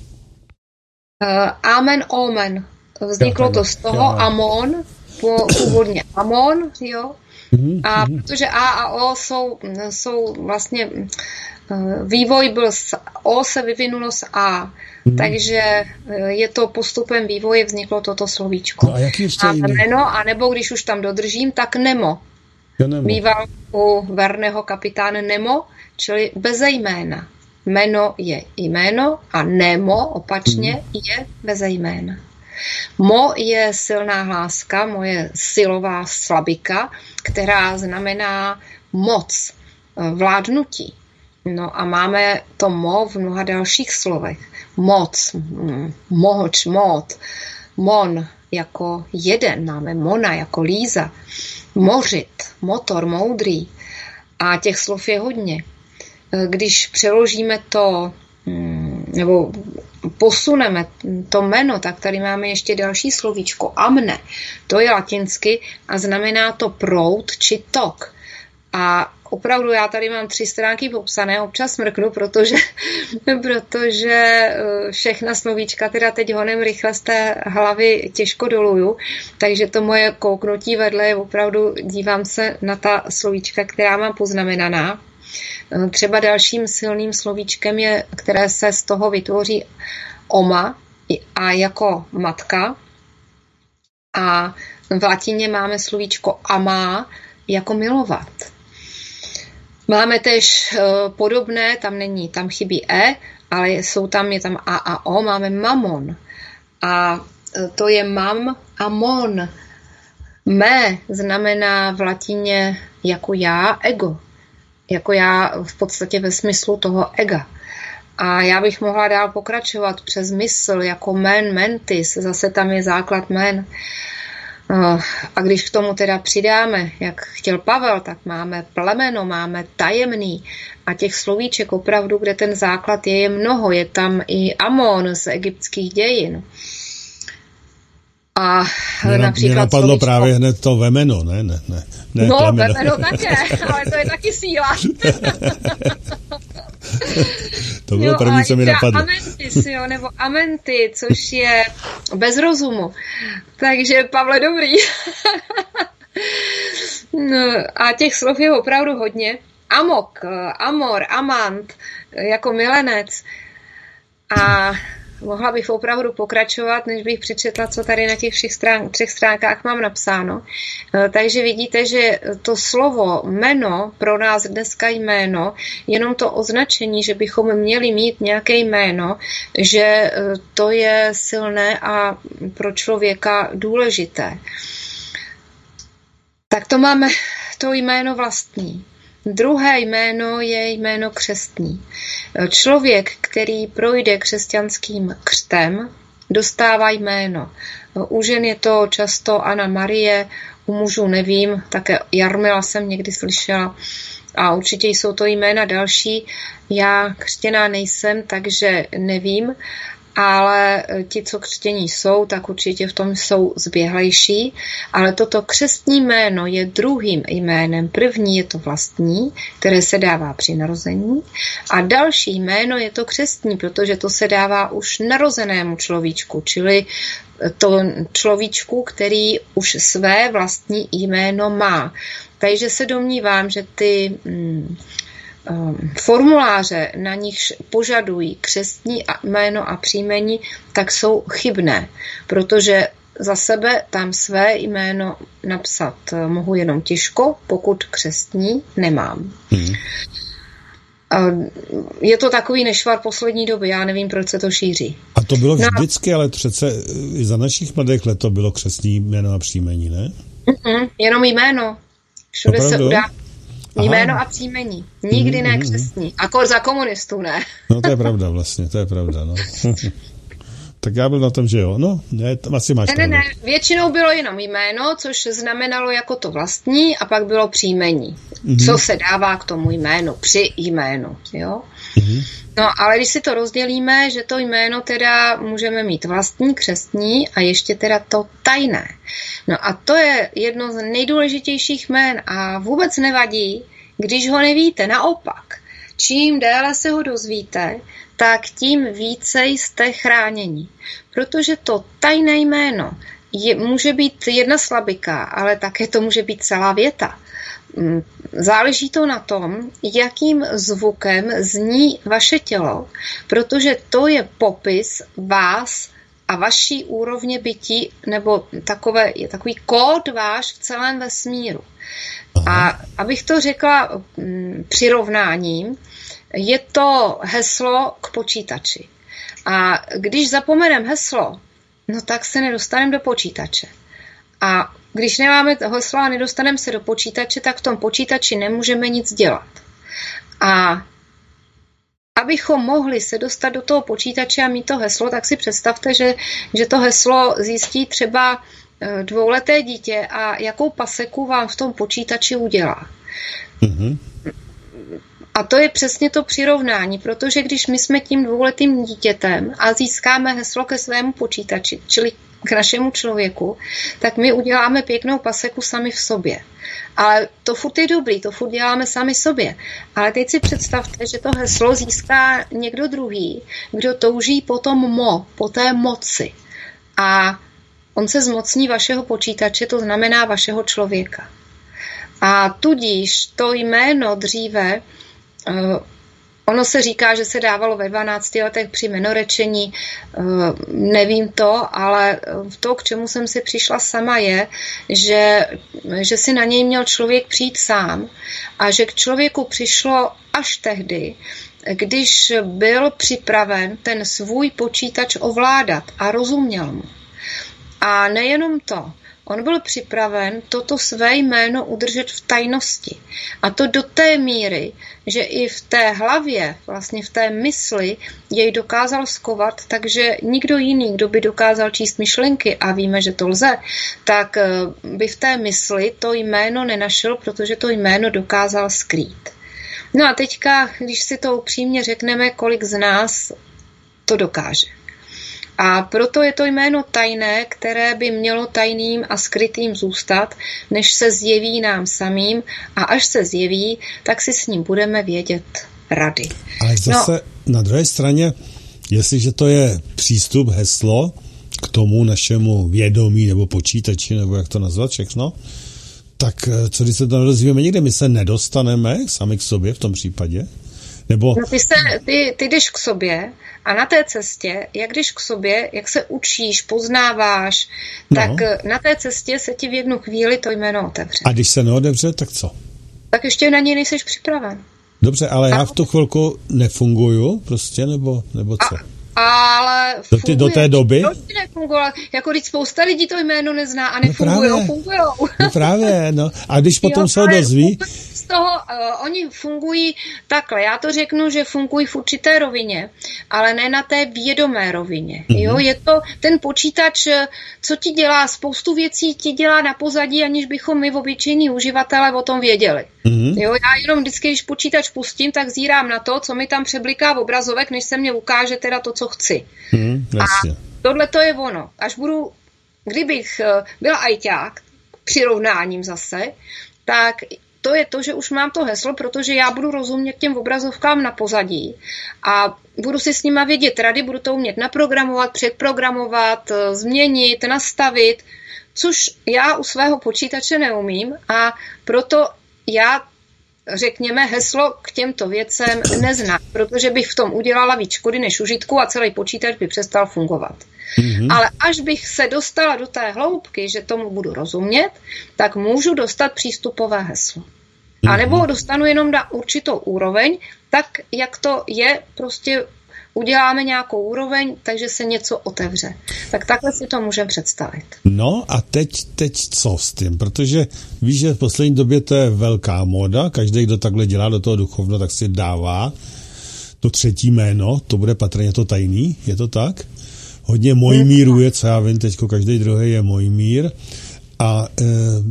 B: amen, omen. Vzniklo to z toho, amon, původně amon, jo. A protože a a o jsou, jsou vlastně, vývoj byl z o se vyvinulo z a, hmm. takže je to postupem vývoje vzniklo toto slovíčko.
C: No a jaký ještě
B: a
C: jiný?
B: Meno, a nebo když už tam dodržím, tak Nemo.
C: Nemo.
B: Býval u Verneho kapitán Nemo, čili beze jména. Meno je jméno a Nemo opačně hmm. je beze jména. Mo je silná hláska, moje silová slabika, která znamená moc, vládnutí. No a máme to mo v mnoha dalších slovech. Moc, mohoč, mot, mon jako jeden, máme mona jako Líza, mořit, motor, moudrý. A těch slov je hodně. Když přeložíme to, nebo posuneme to jméno, tak tady máme ještě další slovíčko, amne. To je latinsky a znamená to proud či tok. A opravdu já tady mám tři stránky popsané, občas mrknu, protože, protože všechna slovíčka teda teď honem rychle z té hlavy těžko doluju, takže to moje kouknutí vedle je opravdu, dívám se na ta slovíčka, která mám poznamenaná. Třeba dalším silným slovíčkem je, které se z toho vytvoří oma a jako matka. A v latině máme slovíčko amá jako milovat. Máme tež podobné, tam není, tam chybí e, ale jsou tam, je tam a a o, máme mamon. A to je mam a mon. Mé znamená v latině jako já, ego. Jako já v podstatě ve smyslu toho ega. A já bych mohla dál pokračovat přes mysl, jako men, mentis, zase tam je základ men. A když k tomu teda přidáme, jak chtěl Pavel, tak máme plemeno, máme tajemný a těch slovíček opravdu, kde ten základ je, je mnoho. Je tam i Amon z egyptských dějin. A
C: mě,
B: například
C: mě napadlo
B: slovíčko...
C: právě hned to vemeno, ne? ne, ne, ne
B: no,
C: plemeno.
B: vemeno také, ale to je taky síla.
C: To bylo jo, první, co mi napadlo.
B: Amentis, jo, nebo amenty, což je bez rozumu. Takže, Pavle, dobrý. No, a těch slov je opravdu hodně. Amok, amor, amant, jako milenec. A mohla bych opravdu pokračovat, než bych přečetla, co tady na těch všech strán, třech stránkách mám napsáno. Takže vidíte, že to slovo jméno, pro nás dneska jméno, jenom to označení, že bychom měli mít nějaké jméno, že to je silné a pro člověka důležité. Tak to máme to jméno vlastní. Druhé jméno je jméno křestní. Člověk, který projde křesťanským křtem, dostává jméno. U žen je to často Anna Marie, u mužů nevím, také Jarmila jsem někdy slyšela a určitě jsou to jména další. Já křtěná nejsem, takže nevím, ale ti, co křtění jsou, tak určitě v tom jsou zběhlejší. Ale toto křestní jméno je druhým jménem. První je to vlastní, které se dává při narození. A další jméno je to křestní, protože to se dává už narozenému človíčku, čili to človíčku, který už své vlastní jméno má. Takže se domnívám, že ty... Hmm, formuláře, na nichž požadují křestní jméno a příjmení, tak jsou chybné, protože za sebe tam své jméno napsat mohu jenom těžko, pokud křestní nemám. Hmm. Je to takový nešvar poslední doby, já nevím, proč se to šíří.
C: A to bylo vždycky, no, ale přece i za našich mladých let to bylo křestní jméno a příjmení, ne?
B: Mm-mm, jenom jméno. Všude
C: Opravdu?
B: Se udá
C: Aha.
B: Jméno a příjmení. Nikdy mm, ne křestní. Akor za komunistů ne.
C: No to je pravda vlastně, to je pravda. No. Tak já byl na tom, že jo. No, ne, tam asi máš
B: Ne, ne, ne, většinou bylo jenom jméno, což znamenalo jako to vlastní a pak bylo příjmení. Mm-hmm. Co se dává k tomu jménu, při jménu, jo. Mm-hmm. No, ale když si to rozdělíme, že to jméno teda můžeme mít vlastní, křestní a ještě teda to tajné. No a to je jedno z nejdůležitějších jmén a vůbec nevadí, když ho nevíte, naopak. Čím déle se ho dozvíte, tak tím více jste chráněni. Protože to tajné jméno je, může být jedna slabika, ale také to může být celá věta. Záleží to na tom, jakým zvukem zní vaše tělo, protože to je popis vás a vaší úrovně bytí, nebo takové, je takový kód váš v celém vesmíru. A abych to řekla m, přirovnáním, je to heslo k počítači. A když zapomeneme heslo, no tak se nedostaneme do počítače. A když nemáme heslo a nedostaneme se do počítače, tak v tom počítači nemůžeme nic dělat. A abychom mohli se dostat do toho počítače a mít to heslo, tak si představte, že, že to heslo zjistí třeba dvouleté dítě a jakou paseku vám v tom počítači udělá. Mm-hmm. A to je přesně to přirovnání, protože když my jsme tím dvouletým dítětem a získáme heslo ke svému počítači, čili k našemu člověku, tak my uděláme pěknou paseku sami v sobě. Ale to furt je dobrý, to furt děláme sami sobě. Ale teď si představte, že to heslo získá někdo druhý, kdo touží po tom mo, po té moci. A on se zmocní vašeho počítače, to znamená vašeho člověka. A tudíž to jméno dříve, ono se říká, že se dávalo ve dvanácti letech při jmenorečení, nevím to, ale to, k čemu jsem si přišla sama, je, že, že si na něj měl člověk přijít sám a že k člověku přišlo až tehdy, když byl připraven ten svůj počítač ovládat a rozuměl mu. A nejenom to, on byl připraven toto své jméno udržet v tajnosti. A to do té míry, že i v té hlavě, vlastně v té mysli, jej dokázal skovat, takže nikdo jiný, kdo by dokázal číst myšlenky, a víme, že to lze, tak by v té mysli to jméno nenašel, protože to jméno dokázal skrýt. No a teďka, když si to upřímně řekneme, kolik z nás to dokáže. A proto je to jméno tajné, které by mělo tajným a skrytým zůstat, než se zjeví nám samým, a až se zjeví, tak si s ním budeme vědět rady.
C: Ale zase no, na druhé straně, jestliže to je přístup, heslo k tomu našemu vědomí nebo počítači, nebo jak to nazvat všechno, tak co když se to nedozvíme někde, my se nedostaneme sami k sobě v tom případě? Nebo...
B: No ty, se, ty, ty jdeš k sobě a na té cestě, jak jdeš k sobě, jak se učíš, poznáváš, no. tak na té cestě se ti v jednu chvíli to jméno otevře.
C: A když se neotevře, tak co?
B: Tak ještě na něj nejseš připraven.
C: Dobře, ale a... já v tu chvilku nefunguju prostě, nebo, nebo co? A...
B: Ale
C: do, ty, do té doby?
B: Proč nefungovala? Jako když spousta lidí to jméno nezná a nefungujou, no fungujou.
C: No právě, no. A když potom jo, se ho dozví...
B: Z toho, uh, oni fungují takhle. Já to řeknu, že fungují v určité rovině, ale ne na té vědomé rovině. Mm-hmm. Jo, je to ten počítač, co ti dělá, spoustu věcí ti dělá na pozadí, aniž bychom my, obyčejní uživatelé, o tom věděli. Mm-hmm. Jo, já jenom vždycky, když počítač pustím, tak zírám na to, co mi tam přebliká v obrazovek, než se mě ukáže teda to, co chci. Mm, a tohle to je ono. Až budu, kdybych byl ajťák, přirovnáním zase, tak to je to, že už mám to heslo, protože já budu rozumět těm obrazovkám na pozadí a budu si s nima vědět rady, budu to umět naprogramovat, předprogramovat, změnit, nastavit, což já u svého počítače neumím, a proto já, řekněme, heslo k těmto věcem neznám, protože bych v tom udělala víc škody než užitku a celý počítač by přestal fungovat. Mm-hmm. Ale až bych se dostala do té hloubky, že tomu budu rozumět, tak můžu dostat přístupové heslo. Mm-hmm. A nebo dostanu jenom na určitou úroveň, tak jak to je, prostě uděláme nějakou úroveň, takže se něco otevře. Tak takhle si to můžeme představit.
C: No a teď, teď co s tím? Protože víš, že v poslední době to je velká móda, každý, kdo takhle dělá do toho duchovno, tak si dává to třetí jméno, to bude patrně to tajný, je to tak? hodně Mojmírů je, co já vím, teďko každý druhý je Mojmír. A e,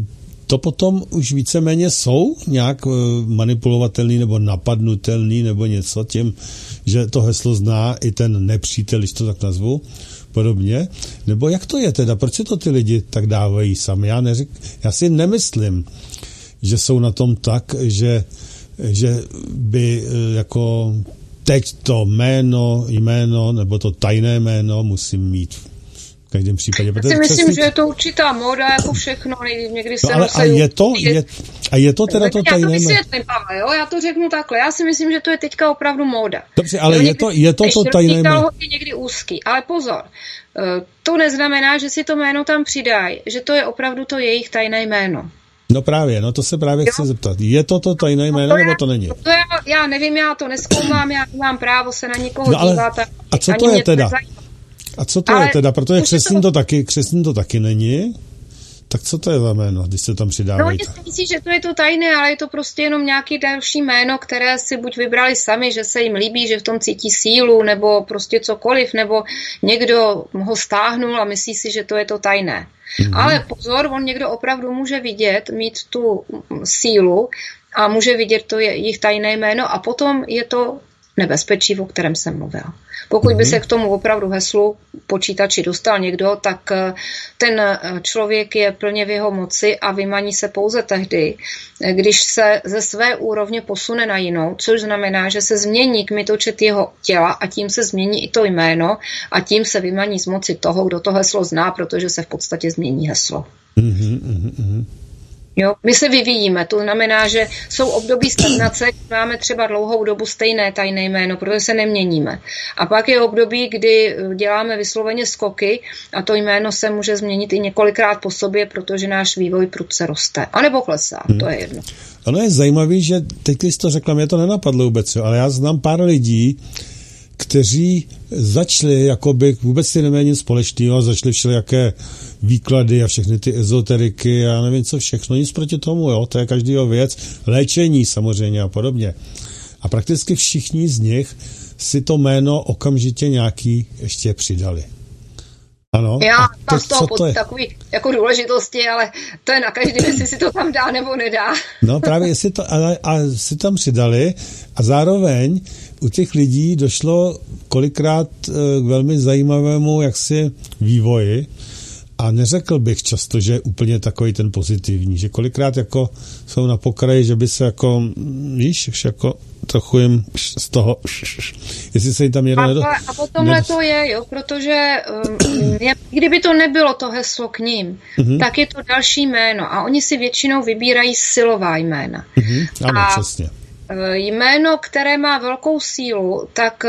C: to potom už víceméně jsou nějak e, manipulovatelný nebo napadnutelný nebo něco tím, že to heslo zná i ten nepřítel, když to tak nazvu, podobně. Nebo jak to je teda? Proč si to ty lidi tak dávají sami? Já, neřík, já si nemyslím, že jsou na tom tak, že, že by jako teď to jméno, jméno nebo to tajné jméno musím mít v každém případě.
B: Já si myslím, přesně... že je to určitá móda, jako všechno, někdy se
C: no, ale a je to, je, a je to teda to tajné jméno?
B: Já to vysvětlím, Pavel, jo? Já to řeknu takhle. Já si myslím, že to je teďka opravdu móda.
C: Dobře, ale jo, je, to, je to to tajné jméno?
B: Je někdy úzký, ale pozor. To neznamená, že si to jméno tam přidají, že to je opravdu to jejich tajné jméno.
C: No právě, no to se právě jo? chci zeptat. Je to to tajné jméno, no to nebo to není?
B: To já, já nevím, já to nezkoumám, já nemám právo se na někoho no, ale, dívat. A,
C: a co to je teda? A co to ale je teda? Protože křesní to... to taky, křesní to taky není. Tak co to je za jméno, když se tam přidávají?
B: No, oni si myslí, že to je to tajné, ale je to prostě jenom nějaký další jméno, které si buď vybrali sami, že se jim líbí, že v tom cítí sílu, nebo prostě cokoliv, nebo někdo ho stáhnul a myslí si, že to je to tajné. Mm-hmm. Ale pozor, on někdo opravdu může vidět, mít tu sílu a může vidět to je jejich tajné jméno a potom je to nebezpečí, o kterém jsem mluvil. Pokud by se k tomu opravdu heslu počítači dostal někdo, tak ten člověk je plně v jeho moci a vymaní se pouze tehdy, když se ze své úrovně posune na jinou, což znamená, že se změní kmitočet jeho těla a tím se změní i to jméno a tím se vymaní z moci toho, kdo to heslo zná, protože se v podstatě změní heslo.
C: Mm-hmm, mm-hmm.
B: Jo, my se vyvíjíme, to znamená, že jsou období stagnace, máme třeba dlouhou dobu stejné tajné jméno, protože se neměníme. A pak je období, kdy děláme vysloveně skoky a to jméno se může změnit i několikrát po sobě, protože náš vývoj prudce roste. A nebo klesá, hmm. to je jedno.
C: Ono je zajímavý, že teď, když to řekla, mě to nenapadlo vůbec, ale já znám pár lidí, kteří začali, jakoby vůbec si neměli nic společného, začali všelijaké výklady a všechny ty ezoteriky a já nevím co všechno, nic proti tomu, jo, to je každýho věc, léčení samozřejmě a podobně. A prakticky všichni z nich si to jméno okamžitě nějaký ještě přidali. Ano.
B: Já mám z toho pod takový jako důležitosti, ale to je na každém, jestli si to tam dá nebo nedá.
C: No právě, jestli to, a, a si tam přidali a zároveň u těch lidí došlo kolikrát k velmi zajímavému jaksi vývoji a neřekl bych často, že je úplně takový ten pozitivní, že kolikrát jako jsou na pokraji, že by se jako, víš, už jako trochu jim z toho, jestli se jim tam jedno nedo...
B: A potomhle nedo... to je, jo, protože um, je, kdyby to nebylo to heslo k ním, mm-hmm. tak je to další jméno a oni si většinou vybírají silová jména.
C: Mm-hmm. Ano,
B: a
C: přesně.
B: Jméno, které má velkou sílu, tak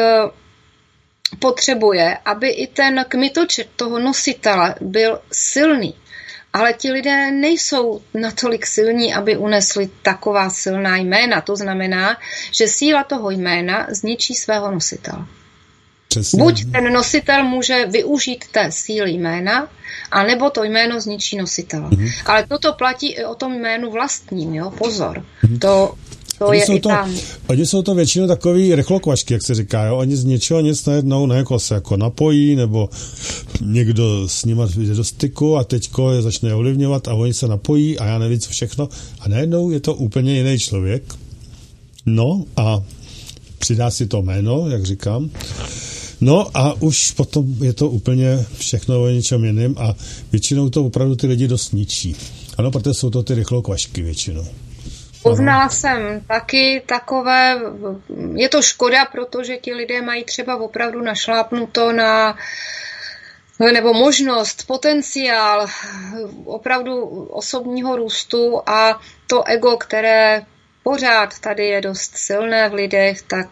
B: potřebuje, aby i ten kmitočet toho nositele byl silný. Ale ti lidé nejsou natolik silní, aby unesli taková silná jména. To znamená, že síla toho jména zničí svého nositele. Přesně. Buď ten nositel může využít té síly jména, anebo to jméno zničí nositele. Mm-hmm. Ale toto platí i o tom jménu vlastním, jo? Pozor. Mm-hmm. To To
C: oni,
B: je
C: jsou
B: i
C: to,
B: tam.
C: oni jsou to většinou takový rychlokvašky, jak se říká. Jo? Oni z něčeho nic najednou ne, jako se jako napojí, nebo někdo s nima jde do styku a teďko je začne ovlivňovat a oni se napojí a já nevím co všechno. A najednou je to úplně jiný člověk. No a přidá si to jméno, jak říkám. No a už potom je to úplně všechno o něčem jiném a většinou to opravdu ty lidi dost ničí. Ano, protože jsou to ty rychlokvašky většinou.
B: Poznala jsem taky takové, je to škoda, protože ti lidé mají třeba opravdu našlápnuto na, nebo možnost, potenciál opravdu osobního růstu a to ego, které pořád tady je dost silné v lidech, tak,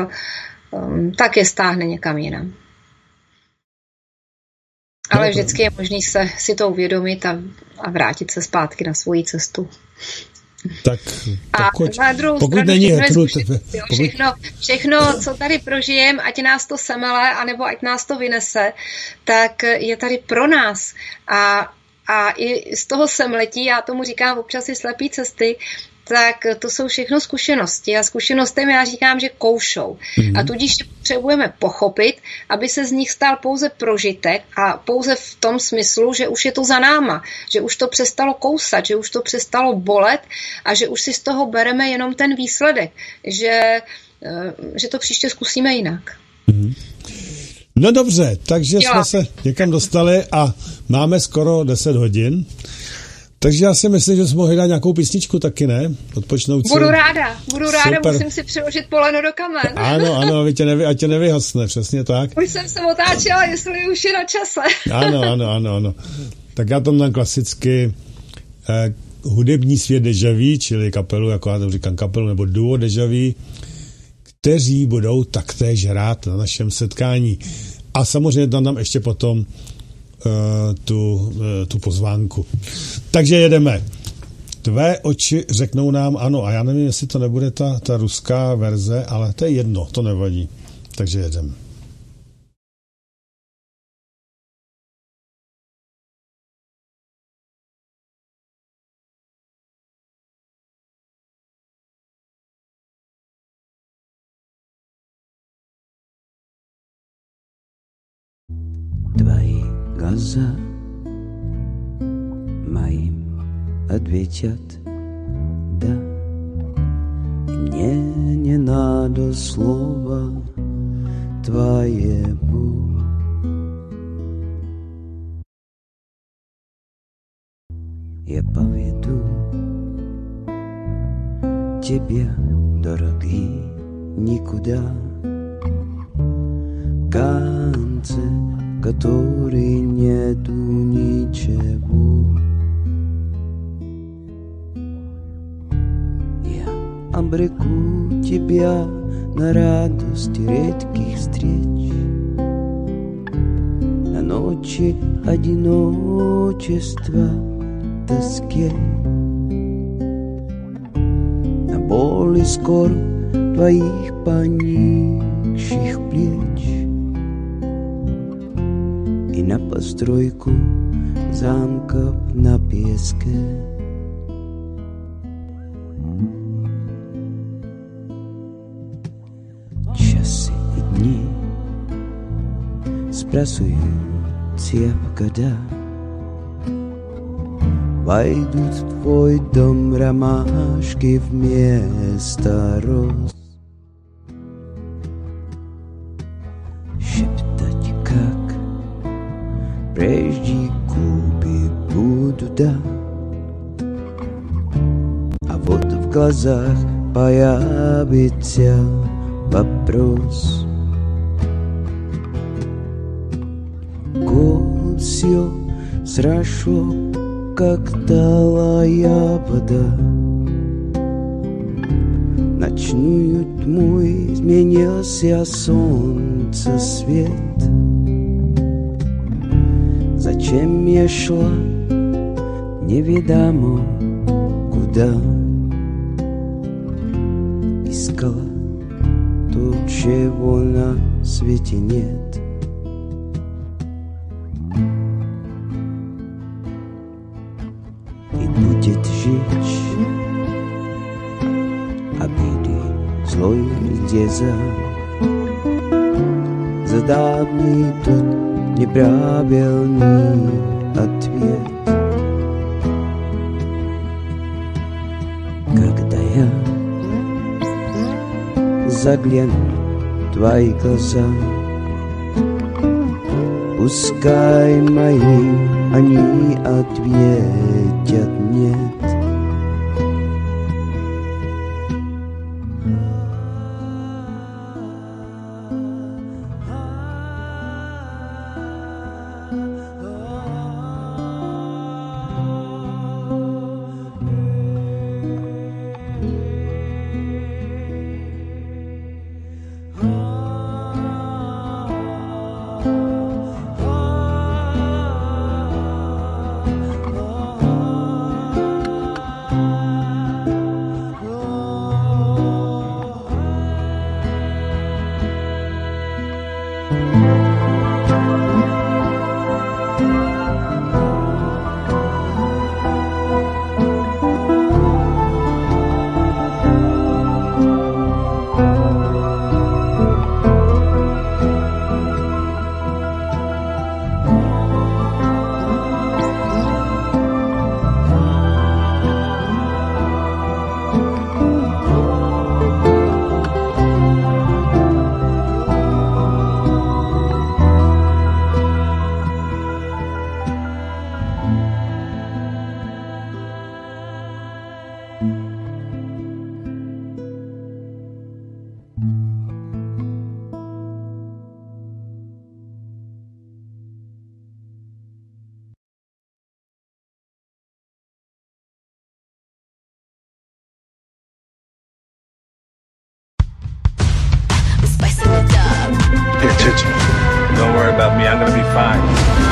B: tak je stáhne někam jinam. Ale vždycky je možný se, si to uvědomit a, a vrátit se zpátky na svoji cestu.
C: Tak,
B: a
C: pokud,
B: na druhou
C: pokud
B: stranu
C: není
B: všechno,
C: hetru,
B: zkušit, jo, všechno, všechno, co tady prožijeme, ať nás to semele, anebo ať nás to vynese, tak je tady pro nás. A, a i z toho semletí, já tomu říkám občas i slepý cesty, tak to jsou všechno zkušenosti a zkušenostem já říkám, že koušou. Mm-hmm. A tudíž potřebujeme pochopit, aby se z nich stal pouze prožitek a pouze v tom smyslu, že už je to za náma, že už to přestalo kousat, že už to přestalo bolet a že už si z toho bereme jenom ten výsledek, že, že to příště zkusíme jinak.
C: Mm-hmm. No dobře, takže Dělá. jsme se někam dostali a máme skoro deset hodin. Takže já si myslím, že jsme mohli dát nějakou písničku taky, ne? Odpočnout si.
B: Budu ráda, budu ráda, Super. Musím si přiložit poleno do kamen.
C: Ano, ano, ať tě, nevy, ať tě nevyhasne, přesně tak.
B: Už jsem se otáčela, jestli už je na čase.
C: Ano, ano, ano, ano. Tak já tam dám klasicky eh, hudební svět Deja Vu, čili kapelu, jako já tam říkám kapelu, nebo duo Deja Vu, kteří budou taktéž hrát na našem setkání. A samozřejmě tam dám ještě potom Uh, tu, uh, tu pozvánku. Takže jedeme. Tvé oči řeknou nám ano. A já nevím, jestli to nebude ta, ta ruská verze, ale to je jedno, to nevadí. Takže jedeme.
A: Твои глаза моим ответят да. И мне не надо слова твоего. Я поведу тебя, дорогий, никуда. В конце который нету ничего. Я обреку тебя на радость редких встреч, на ночи одиночества, тоске, на боли скорбь твоих поникших плеч и на постройку замков на песке. Часы и дни сбрасываются в года, войдут в твой дом ромашки вместо роз. Шептать как прежде губы буду, да, а вот в глазах появится вопрос. Год все срашу, как талая вода. Ночную тьму изменился солнце свет. Зачем я шла неведомо куда? Искала то, чего на свете нет. И будет жечь обиды злой деза за давний тот неправильный ответ. Когда я загляну в твои глаза, пускай мои они ответят нет.
D: pay attention. Don't worry about me, I'm gonna be fine.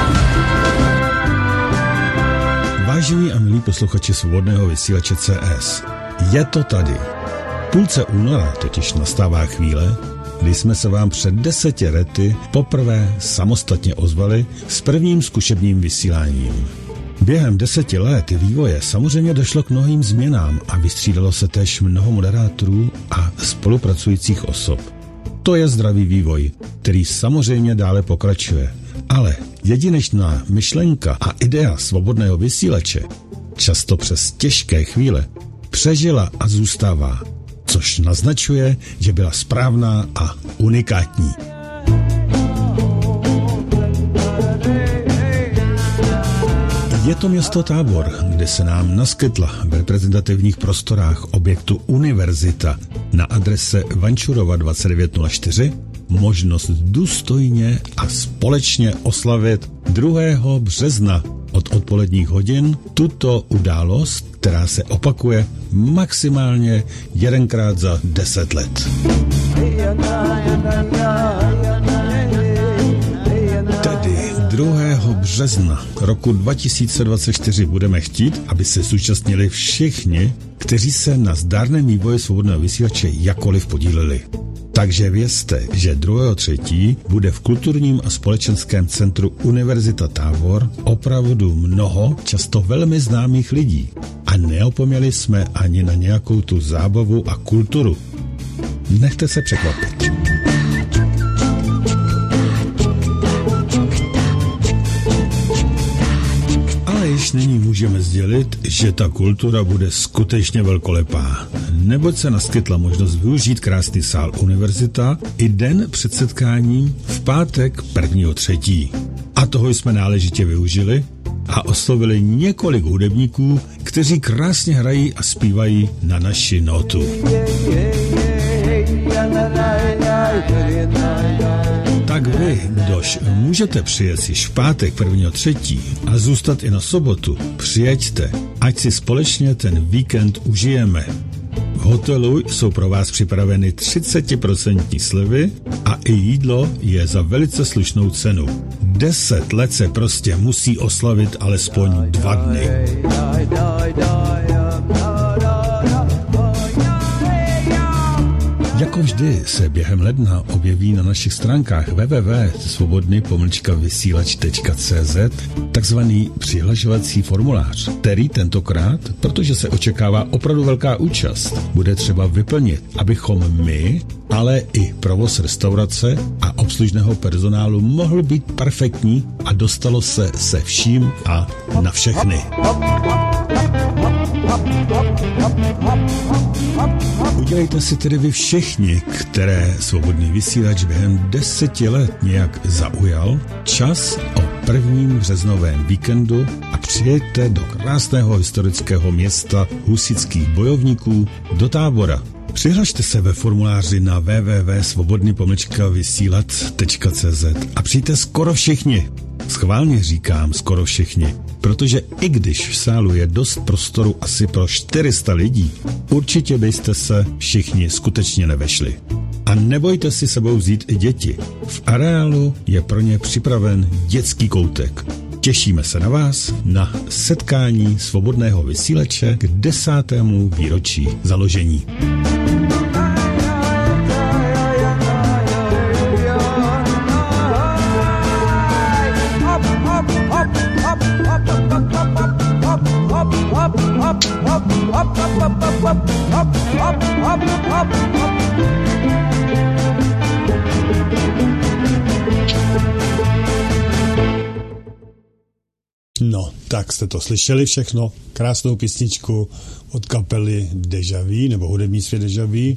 C: Vážení a milí posluchači Svobodného vysílače C S, je to tady. V půlce února totiž nastává chvíle, kdy jsme se vám před deseti lety poprvé samostatně ozvali s prvním zkušebním vysíláním. Během deseti let vývoje samozřejmě došlo k mnohým změnám a vystřídalo se též mnoho moderátorů a spolupracujících osob. To je zdravý vývoj, který samozřejmě dále pokračuje. Ale jedinečná myšlenka a idea Svobodného vysílače, často přes těžké chvíle, přežila a zůstává, což naznačuje, že byla správná a unikátní. Je to město Tábor, kde se nám naskytla v reprezentativních prostorách objektu Univerzita na adrese Vančurova dvacet devět nula čtyři možnost důstojně a společně oslavit druhého března od odpoledních hodin tuto událost, která se opakuje maximálně jedenkrát za deset let. Tedy druhého března roku dva tisíce dvacet čtyři budeme chtít, aby se zúčastnili všichni, kteří se na zdárném vývoji Svobodného vysílače jakkoliv podíleli. Takže vězte, že druhého třetího bude v kulturním a společenském centru Univerzita Tábor opravdu mnoho, často velmi známých lidí. A neopomněli jsme ani na nějakou tu zábavu a kulturu. Nechte se překvapit. Již nyní můžeme sdělit, že ta kultura bude skutečně velkolepá. Neboť se naskytla možnost využít krásný sál Univerzita i den před setkáním v pátek prvního třetího A toho jsme náležitě využili a oslovili několik hudebníků, kteří krásně hrají a zpívají na naši notu. Tak vy, kdož můžete přijet již v pátek prvního třetího a zůstat i na sobotu, přijeďte, ať si společně ten víkend užijeme. V hotelu jsou pro vás připraveny třicet procent slevy a i jídlo je za velice slušnou cenu. Deset let se prostě musí oslavit alespoň dva dny. Jako vždy se během ledna objeví na našich stránkách w w w tečka svobodný pomlčka vysílač tečka c z takzvaný přihlašovací formulář, který tentokrát, protože se očekává opravdu velká účast, bude třeba vyplnit, abychom my, ale i provoz restaurace a obslužného personálu mohl být perfektní a dostalo se se vším a na všechny. Udělejte si tedy vy všichni, které Svobodný vysílač během deseti let nějak zaujal, čas o prvním březnovém víkendu a přijeďte do krásného historického města husitských bojovníků do Tábora. Přihlašte se ve formuláři na w w w tečka svobodný pomlčka vysílat tečka c z a přijďte skoro všichni. Schválně říkám skoro všichni, protože i když v sálu je dost prostoru asi pro čtyři sta lidí, určitě byste se všichni skutečně nevešli. A nebojte si sebou vzít i děti. V areálu je pro ně připraven dětský koutek. Těšíme se na vás na setkání Svobodného vysílače k desátému výročí založení. No, tak jste to slyšeli všechno. Krásnou písničku od kapely Deja Vu, nebo hudební svět Deja Vu.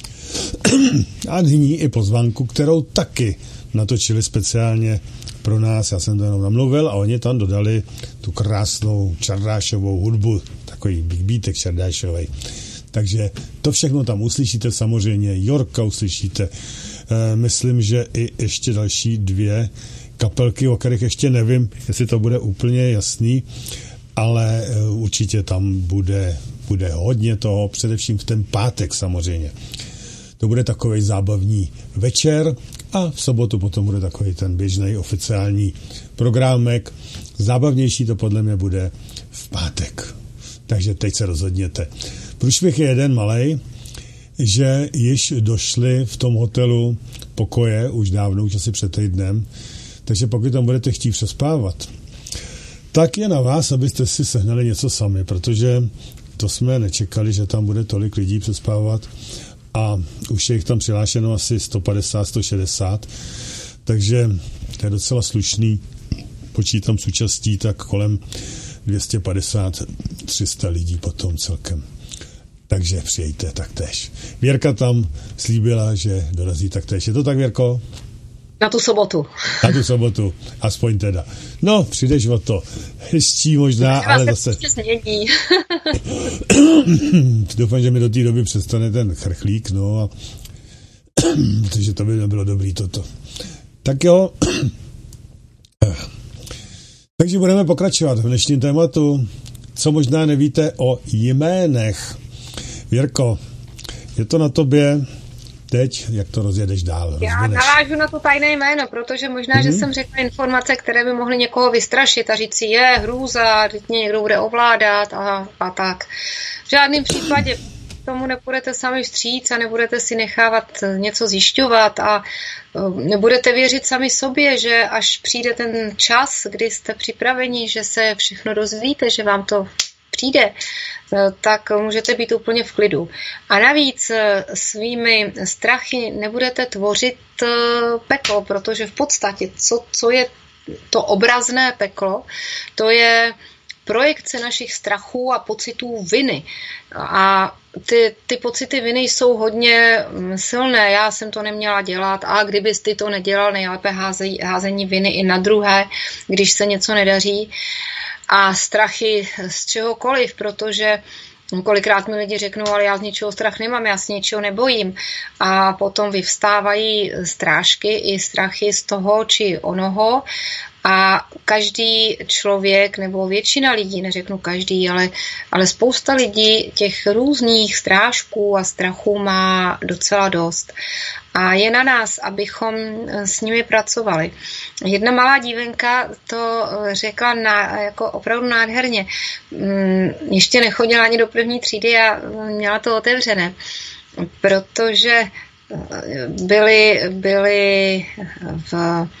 C: A nyní i pozvánku, kterou taky natočili speciálně pro nás. Já jsem to jenom namluvil a oni tam dodali tu krásnou čardášovou hudbu, takový big beatek čardášovej. Takže to všechno tam uslyšíte, samozřejmě Jorka uslyšíte. E, myslím, že i ještě další dvě kapelky, o kterých ještě nevím, jestli to bude úplně jasný, ale e, určitě tam bude, bude hodně toho, především v ten pátek samozřejmě. To bude takovej zábavní večer a v sobotu potom bude takový ten běžný oficiální programek. Zábavnější to podle mě bude v pátek. Takže teď se rozhodněte. Průšvih je jeden malej, že již došli v tom hotelu pokoje už dávno, už asi před týdnem, takže pokud tam budete chtít přespávat, tak je na vás, abyste si sehnali něco sami, protože to jsme nečekali, že tam bude tolik lidí přespávat a už je jich tam přihlášeno asi sto padesát, sto šedesát, takže to je docela slušný, počítám s účastí, tak kolem dvě stě padesát, tři sta lidí potom celkem. Takže přijďte taktéž. Věrka tam slíbila, že dorazí taktéž. Je to tak, Věrko?
B: Na tu sobotu.
C: Na tu sobotu, aspoň teda. No, přijdeš o to. Hezčí možná, ale zase...
B: změní.
C: Doufám, že mi do té doby přestane ten chrchlík, no a... protože to by nebylo dobrý toto. Tak jo. Takže budeme pokračovat v dnešním tématu. Co možná nevíte o jménech. Věrko, je to na tobě teď, jak to rozjedeš dál?
B: Rozvineš. Já navážu na to tajné jméno, protože možná, mm-hmm. že jsem řekla informace, které by mohly někoho vystrašit a říct si, je hrůza, teď mě někdo bude ovládat a, a tak. V žádném případě tomu nepůjdete sami vstříc a nebudete si nechávat něco zjišťovat a nebudete věřit sami sobě, že až přijde ten čas, kdy jste připraveni, že se všechno dozvíte, že vám to přijde, tak můžete být úplně v klidu. A navíc svými strachy nebudete tvořit peklo, protože v podstatě, co, co je to obrazné peklo, to je projekce našich strachů a pocitů viny. A ty, ty pocity viny jsou hodně silné. Já jsem to neměla dělat a kdybys ty to nedělal, nejlépe házení, házení viny i na druhé, když se něco nedaří. A strachy z čehokoliv, protože kolikrát mi lidi řeknou, ale já z ničeho strach nemám, já se ničeho nebojím. A potom vyvstávají strážky i strachy z toho či onoho. A každý člověk, nebo většina lidí, neřeknu každý, ale, ale spousta lidí těch různých strážků a strachů má docela dost. A je na nás, abychom s nimi pracovali. Jedna malá dívenka to řekla na, jako opravdu nádherně. Ještě nechodila ani do první třídy a měla to otevřené, protože byly, byly v...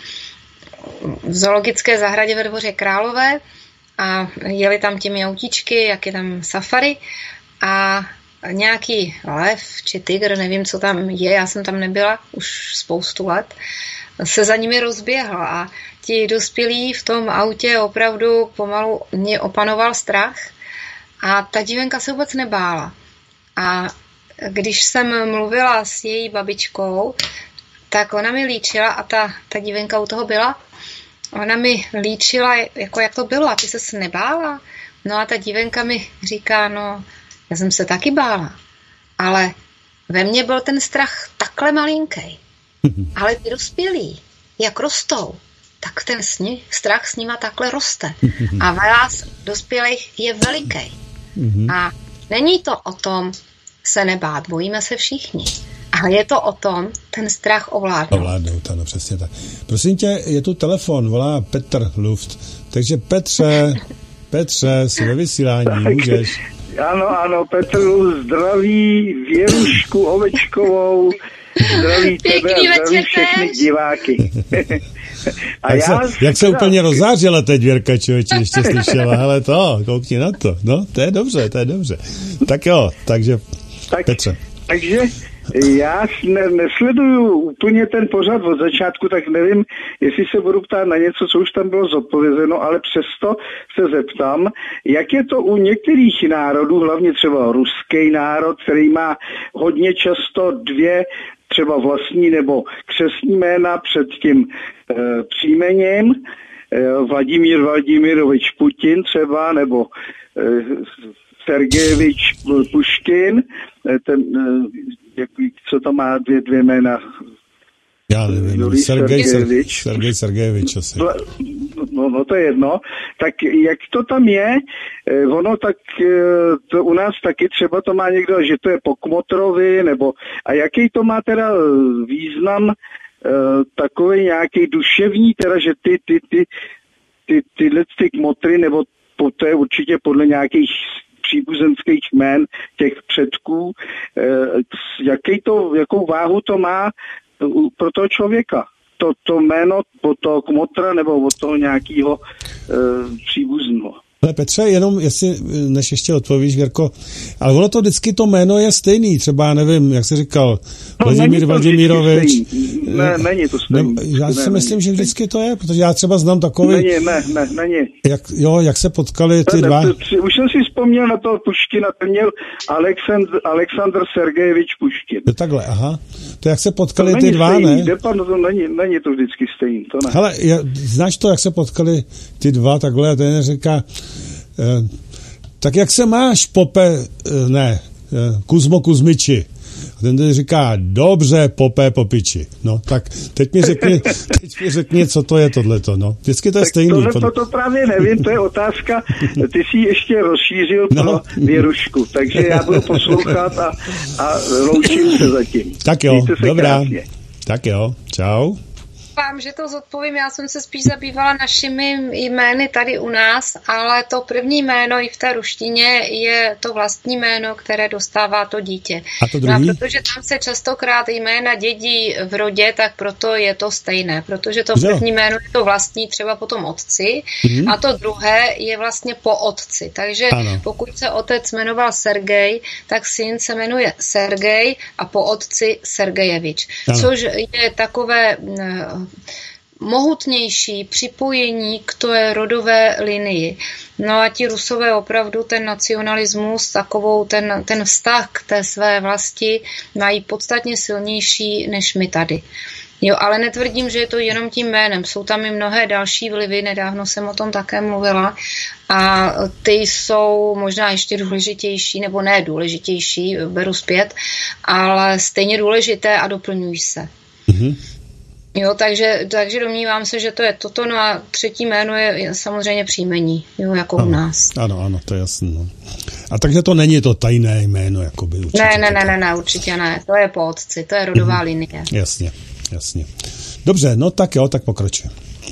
B: v zoologické zahradě ve Dvoře Králové a jeli tam těmi autíčky, jak je tam safari a nějaký lev či tygr, nevím, co tam je, já jsem tam nebyla už spoustu let, se za nimi rozběhl a ti dospělí v tom autě opravdu pomalu mě opanoval strach a ta dívenka se vůbec nebála. A když jsem mluvila s její babičkou, tak ona mi líčila a ta, ta dívenka u toho byla. Ona mi líčila, jako jak to bylo a ty ses nebála. No a ta dívenka mi říká, no já jsem se taky bála, ale ve mně byl ten strach takhle malinký. Ale ty dospělí, jak rostou, tak ten sni, strach s nima takhle roste. A vás dospělých je veliký. A není to o tom se nebát, bojíme se všichni. Ale je to o tom, ten strach ovládnout.
C: Ovládnout, ano, přesně tak. Prosím tě, je tu telefon, volá Petr Luft. Takže Petře, Petře, jsi ve vysílání, tak, můžeš.
E: Ano, ano, Petr Luft zdraví Věrušku Ovečkovou, zdraví tebe a zdraví všechny diváky. A
C: jak, já se, jak se teda... úplně rozzářila teď Věrka, člověče, ještě slyšela, hele to, koukni na to, no, to je dobře, to je dobře. Tak jo, takže tak, Petře.
E: Takže já ne, nesleduju úplně ten pořad od začátku, tak nevím, jestli se budu ptát na něco, co už tam bylo zodpovězeno, ale přesto se zeptám, jak je to u některých národů, hlavně třeba ruský národ, který má hodně často dvě třeba vlastní nebo křestní jména před tím e, příjmením, e, Vladimír Vladimirovič Putin třeba, nebo e, Sergejevič Puškin, ten, jak, co tam má dvě, dvě jména?
C: Já nevím, Sergej Sergejevič. Sergej Sergejevič asi.
E: No, no to je jedno. Tak jak to tam je, ono tak to u nás taky třeba to má někdo, že to je po Kmotrovi, nebo a jaký to má teda význam takový nějaký duševní, teda, že ty, ty, ty, ty, tyhle ty kmotry, nebo po, to je určitě podle nějakých příbuzenských jmén těch předků, jaký to, jakou váhu to má pro toho člověka. To, to jméno od toho kmotra nebo od toho nějakého příbuzného.
C: Ale Petře, jenom jestli, než ještě odpovíš, Věrko, ale ono to vždycky to jméno je stejný, třeba, nevím, jak jsi říkal,
E: no,
C: Vladimír Vladimirovič.
E: Ne, není to stejný.
C: Ne, já si ne, myslím, není. Že vždycky to je, protože já třeba znám takový...
E: Není, ne, ne, není.
C: Jak, jo, jak se potkali ty
E: ne,
C: dva...
E: Ne, už jsem si vzpomněl na toho Puškina, ten měl Aleksandr, Aleksandr Sergejevič Puškin.
C: To takhle, aha. To jak se potkali
E: to
C: ty dva,
E: stejný,
C: ne?
E: Depan, to není, není to vždycky stejný, to ne.
C: Hele, já, znáš to, jak se potkali ty dva takhle a ten říká... Eh, tak jak se máš, Pope, eh, ne, eh, Kuzmo Kuzmiči? A ten říká, dobře, Pope Popiči. No, tak teď mi řekni, teď mi řekni, co to je tohleto, no. Vždycky to je
E: tak
C: stejný.
E: Tohle, to, to právě nevím, to je otázka, ty jsi ještě rozšířil no. pro Věrušku, takže já budu poslouchat a, a loučím se zatím.
C: Tak jo, dobrá.
E: Krásně.
C: Tak jo, čau.
B: Vám, že to zodpovím, já jsem se spíš zabývala našimi jmény tady u nás, ale to první jméno i v té ruštině je to vlastní jméno, které dostává to dítě.
C: A to druhý?
B: No a protože tam se častokrát jména dědí v rodě, tak proto je to stejné, protože to první jméno je to vlastní třeba po tom otci mm-hmm. a to druhé je vlastně po otci. Takže ano. Pokud se otec jmenoval Sergej, tak syn se jmenuje Sergej a po otci Sergejevič, ano. Což je takové mohutnější připojení k té rodové linii. No a ti Rusové opravdu ten nacionalismus, takovou ten, ten vztah k té své vlasti mají podstatně silnější než my tady. Jo, ale netvrdím, že je to jenom tím jménem. Jsou tam i mnohé další vlivy, nedávno jsem o tom také mluvila a ty jsou možná ještě důležitější, nebo ne důležitější, beru zpět, ale stejně důležité a doplňují se. Mhm. Jo, takže, takže domnívám se, že to je toto, no a třetí jméno je, je samozřejmě příjmení, jo, jako
C: ano,
B: u nás.
C: Ano, ano, to je jasné. No. A takže to není to tajné jméno, jakoby určitě.
B: Ne, ne, ne, ne, ne, určitě ne, to je po otci, to je rodová mm-hmm. linie.
C: Jasně, jasně. Dobře, no tak jo, tak pokračuj.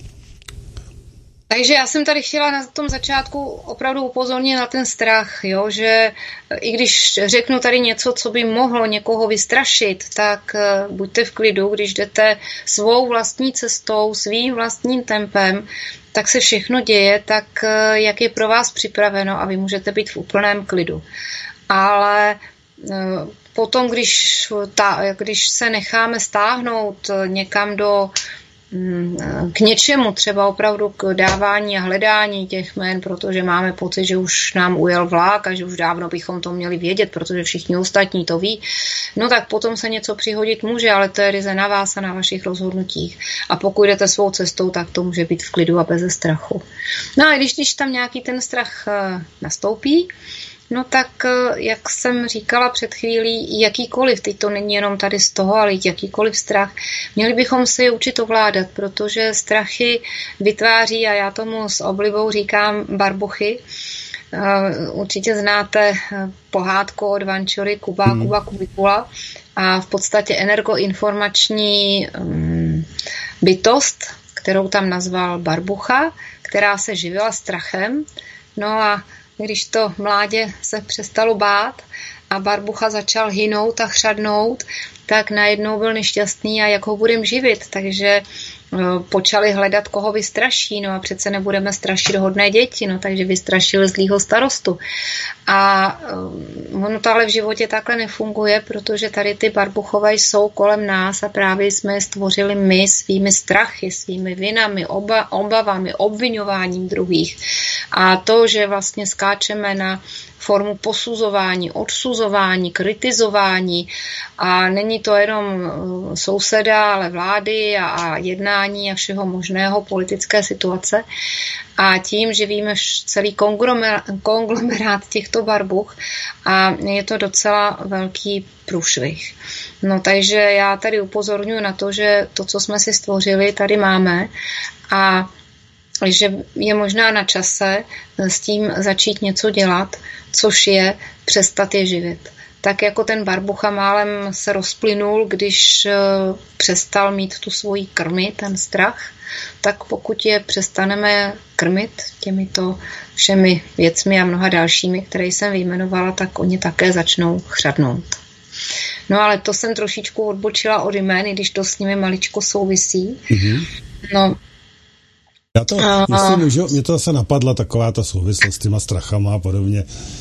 B: Takže já jsem tady chtěla na tom začátku opravdu upozornit na ten strach, jo, že i když řeknu tady něco, co by mohlo někoho vystrašit, tak buďte v klidu, když jdete svou vlastní cestou, svým vlastním tempem, tak se všechno děje tak, jak je pro vás připraveno a vy můžete být v úplném klidu. Ale potom, když, ta, když se necháme stáhnout někam do k něčemu, třeba opravdu k dávání a hledání těch jmén, protože máme pocit, že už nám ujel vlák a že už dávno bychom to měli vědět, protože všichni ostatní to ví, no tak potom se něco přihodit může, ale to je ryze na vás a na vašich rozhodnutích. A pokud jdete svou cestou, tak to může být v klidu a bez strachu. No a když, když tam nějaký ten strach nastoupí, no tak, jak jsem říkala před chvílí, jakýkoliv, teď to není jenom tady z toho, ale jakýkoliv strach, měli bychom se je učit ovládat, protože strachy vytváří, a já tomu s oblibou říkám, barbuchy. Určitě znáte pohádku od Vančury Kuba, hmm. Kuba Kubikula a v podstatě energoinformační um, bytost, kterou tam nazval barbucha, která se živila strachem. No a když to mládě se přestalo bát a barbucha začal hynout a chřadnout, tak najednou byl nešťastný a jak ho budeme živit. Takže počali hledat, koho vystraší, no a přece nebudeme strašit hodné děti, no takže vystrašili zlýho starostu. A ono to ale v životě takhle nefunguje, protože tady ty barbuchové jsou kolem nás a právě jsme je stvořili my svými strachy, svými vinami, oba, obavami, obvinováním druhých. A to, že vlastně skáčeme na formu posuzování, odsuzování, kritizování a není to jenom souseda, ale vlády a, a jednání a všeho možného, politické situace. A tím, že víme celý konglomerát těchto barbuch a je to docela velký průšvih. No takže já tady upozorňuji na to, že to, co jsme si stvořili, tady máme a že je možná na čase s tím začít něco dělat, což je přestat je živit. tak jako ten barbucha málem se rozplynul, když přestal mít tu svoji krmi, ten strach, tak pokud je přestaneme krmit těmito všemi věcmi a mnoha dalšími, které jsem vyjmenovala, tak oni také začnou chřadnout. No ale to jsem trošičku odbočila od jmén, když to s nimi maličko souvisí. Mm-hmm. No,
C: Já to, a, jestli můžu, mě to zase napadla taková ta souvislost s těma strachama a podobně.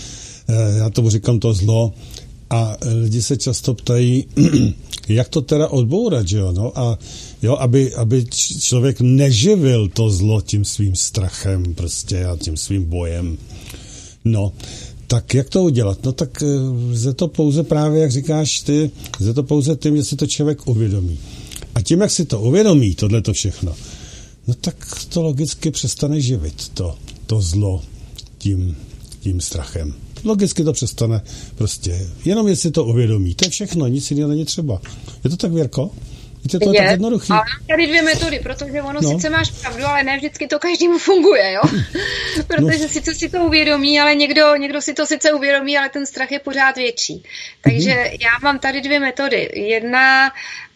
C: Já tomu říkám to zlo a lidi se často ptají, jak to teda odbourat, že jo, no a jo, aby, aby člověk neživil to zlo tím svým strachem prostě a tím svým bojem. No, tak jak to udělat? No tak lze to pouze právě, jak říkáš ty, lze to pouze tím, že si to člověk uvědomí. A tím, jak si to uvědomí, tohleto všechno, no tak to logicky přestane živit, to, to zlo tím, tím strachem. Logicky to přestane prostě, jenom jestli to uvědomí. To je všechno, nic jiného není třeba. Je to tak, Věrko? Víte, to je, je tak jednoduchý.
B: Ale tady dvě metody, protože ono no. sice máš pravdu, ale ne vždycky to každému funguje, jo? Protože no. sice si to uvědomí, ale někdo, někdo si to sice uvědomí, ale ten strach je pořád větší. Takže mm-hmm. já mám tady dvě metody. Jedna,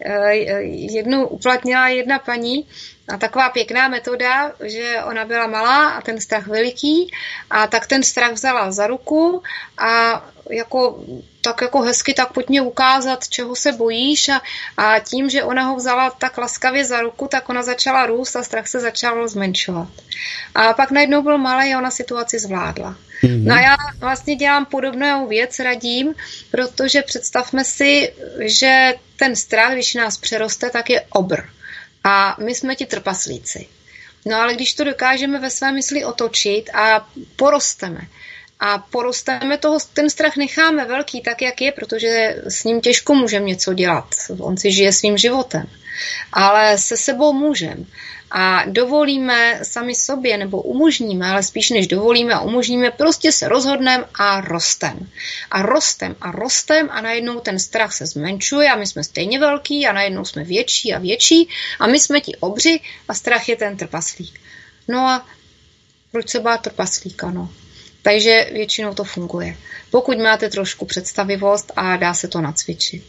B: jednu uplatnila jedna paní, a taková pěkná metoda, že ona byla malá a ten strach veliký a tak ten strach vzala za ruku a jako, tak jako hezky tak pojď mě ukázat, čeho se bojíš a, a tím, že ona ho vzala tak laskavě za ruku, tak ona začala růst a strach se začal zmenšovat. A pak najednou byl malý a ona situaci zvládla. Mm-hmm. No a já vlastně dělám podobnou věc, radím, protože představme si, že ten strach, když nás přeroste, tak je obr. A my jsme ti trpaslíci. No ale když to dokážeme ve své mysli otočit a porosteme, a porosteme toho, ten strach necháme velký tak, jak je, protože s ním těžko můžeme něco dělat. On si žije svým životem. Ale se sebou můžeme. A dovolíme sami sobě, nebo umožníme, ale spíš než dovolíme a umožníme, prostě se rozhodneme a rostem. A rostem a rostem a najednou ten strach se zmenšuje a my jsme stejně velký a najednou jsme větší a větší a my jsme ti obři a strach je ten trpaslík. No a proč se bát trpaslíka, no? Takže většinou to funguje. Pokud máte trošku představivost a dá se to nacvičit.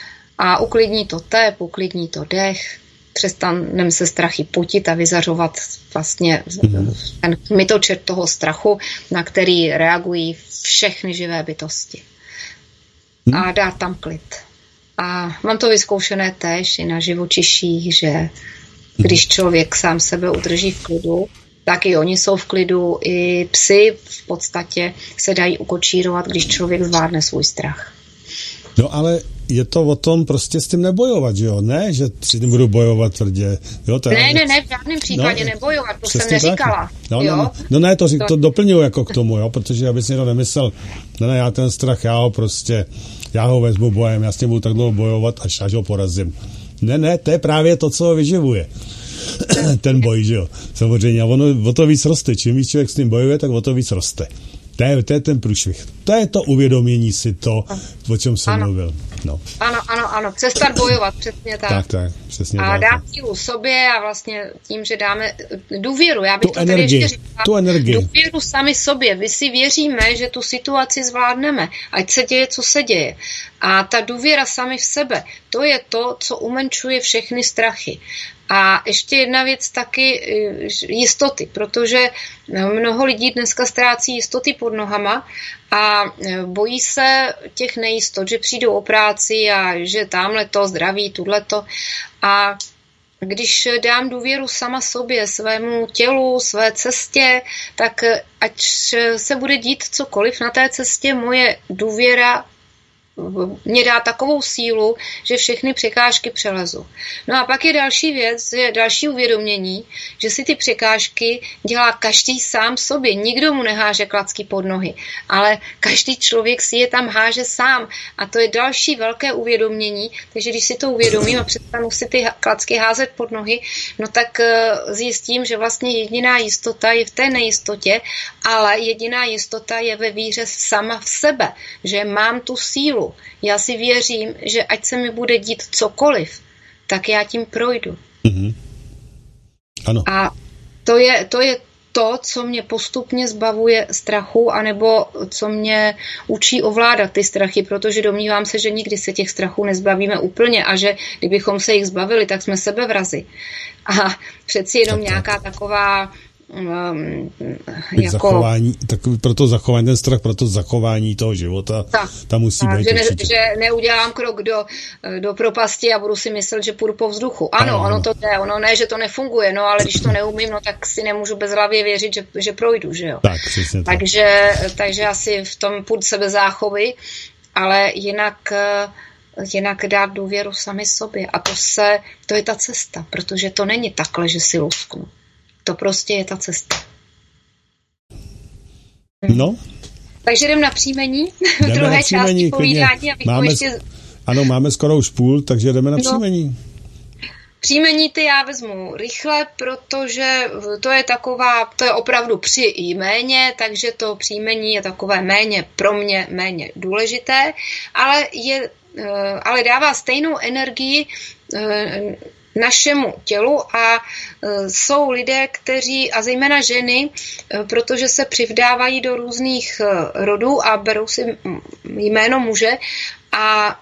B: A uklidní to tep, uklidní to dech, přestaneme se strachy potit a vyzařovat vlastně ten kmitočet toho strachu, na který reagují všechny živé bytosti. A dát tam klid. A mám to vyzkoušené též i na živočiších, že když člověk sám sebe udrží v klidu, tak i oni jsou v klidu, i psy v podstatě se dají ukočírovat, když člověk zvládne svůj strach.
C: No ale je to o tom prostě s tím nebojovat, že jo? Ne, že si tím budu bojovat tvrdě. Jo, to
B: ne, ne, ne, v žádném případě no, nebojovat, to jsem neříkala.
C: No,
B: jo?
C: No, no ne, to, to, to doplňuji jako k tomu, jo, protože aby si někdo nemyslel, ne, ne, já ten strach, já ho prostě, já ho vezmu bojem, já s tím budu tak dlouho bojovat, až, až ho porazím. Ne, ne, to je právě to, co ho vyživuje. Ten boj, že jo, samozřejmě. A ono o to víc roste. Čím víc člověk s tím bojuje, tak o to víc roste. To je, to je ten průšvih. To je to uvědomění si to, o čem jsem ano. mluvil. No.
B: Ano, ano, ano. Přestat bojovat, přesně tak.
C: Tak, tak, přesně
B: a
C: tak.
B: dát sílu sobě a vlastně tím, že dáme důvěru. Já bych
C: tu
B: to
C: energii,
B: tady ještě říkala.
C: Tu energii.
B: Důvěru sami sobě. My si věříme, že tu situaci zvládneme. Ať se děje, co se děje. A ta důvěra sami v sebe, to je to, co umenšuje všechny strachy. A ještě jedna věc taky jistoty, protože mnoho lidí dneska ztrácí jistoty pod nohama a bojí se těch nejistot, že přijdou o práci a že tamhle to zdraví, tudleto. A když dám důvěru sama sobě, svému tělu, své cestě, tak ať se bude dít cokoliv na té cestě, moje důvěra mě dá takovou sílu, že všechny překážky přelezu. No a pak je další věc, je další uvědomění, že si ty překážky dělá každý sám sobě. Nikdo mu neháže klacky pod nohy, ale každý člověk si je tam háže sám. A to je další velké uvědomění, takže když si to uvědomím a přestanu si ty klacky házet pod nohy, no tak zjistím, že vlastně jediná jistota je v té nejistotě, ale jediná jistota je ve víře sama v sebe, že mám tu sílu. Já si věřím, že ať se mi bude dít cokoliv, tak já tím projdu.
C: Mm-hmm. Ano.
B: A to je, to je to, co mě postupně zbavuje strachu, anebo co mě učí ovládat ty strachy, protože domnívám se, že nikdy se těch strachů nezbavíme úplně a že kdybychom se jich zbavili, tak jsme sebevrazi. A přeci jenom tak, nějaká tak. taková Um, jako...
C: zachování, takový proto zachování, ten strach, proto zachování toho života,
B: tak,
C: tam musí
B: tak,
C: být
B: že, ne,
C: určitě.
B: že neudělám krok do, do propasti a budu si myslet, že půjdu po vzduchu. Ano, ano, ono to jde, ono ne, že to nefunguje, no ale když to neumím, no tak si nemůžu bezhlavě věřit, že, že projdu, že jo.
C: Tak, přesně tak.
B: Takže, takže asi v tom půjdu sebezáchovy, ale jinak jinak dát důvěru sami sobě. A to se, to je ta cesta, protože to není takhle, že si lusknu. To prostě je ta cesta.
C: No.
B: Takže jdem na příjmení v
C: jdeme
B: druhé
C: příjmení,
B: části povídání.
C: Máme,
B: ještě...
C: Ano, máme skoro už půl, takže jdeme na příjmení. No.
B: Příjmení ty já vezmu rychle, protože to je taková, to je opravdu při jméně, takže to příjmení je takové méně pro mě méně důležité, ale, je, ale dává stejnou energii našemu tělu a jsou lidé, kteří, a zejména ženy, protože se přivdávají do různých rodů a berou si jméno muže a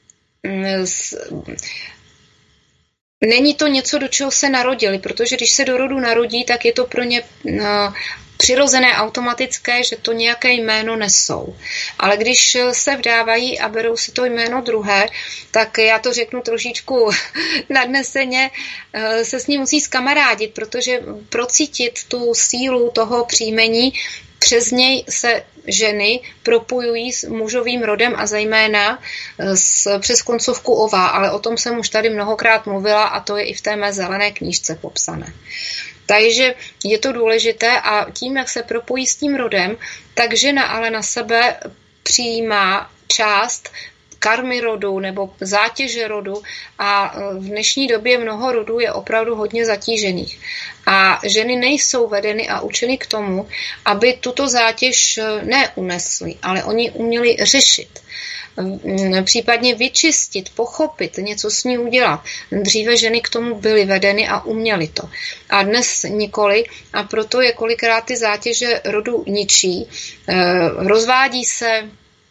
B: není to něco, do čeho se narodili, protože když se do rodu narodí, tak je to pro ně přirozené, automatické, že to nějaké jméno nesou. Ale když se vdávají a berou si to jméno druhé, tak já to řeknu trošičku nadneseně, se s ním musí zkamarádit, protože procítit tu sílu toho příjmení, přes něj se ženy propojují s mužovým rodem a zejména s, přes koncovku ová, ale o tom jsem už tady mnohokrát mluvila a to je i v té mé zelené knížce popsané. Takže je to důležité a tím, jak se propojí s tím rodem, tak žena ale na sebe přijímá část karmy rodu nebo zátěže rodu a v dnešní době mnoho rodů je opravdu hodně zatížených. A ženy nejsou vedeny a učeny k tomu, aby tuto zátěž neunesly, ale oni uměli řešit. Případně vyčistit, pochopit, něco s ní udělat. Dříve ženy k tomu byly vedeny a uměly to. A dnes nikoli a proto je kolikrát ty zátěže rodu ničí, rozvádí se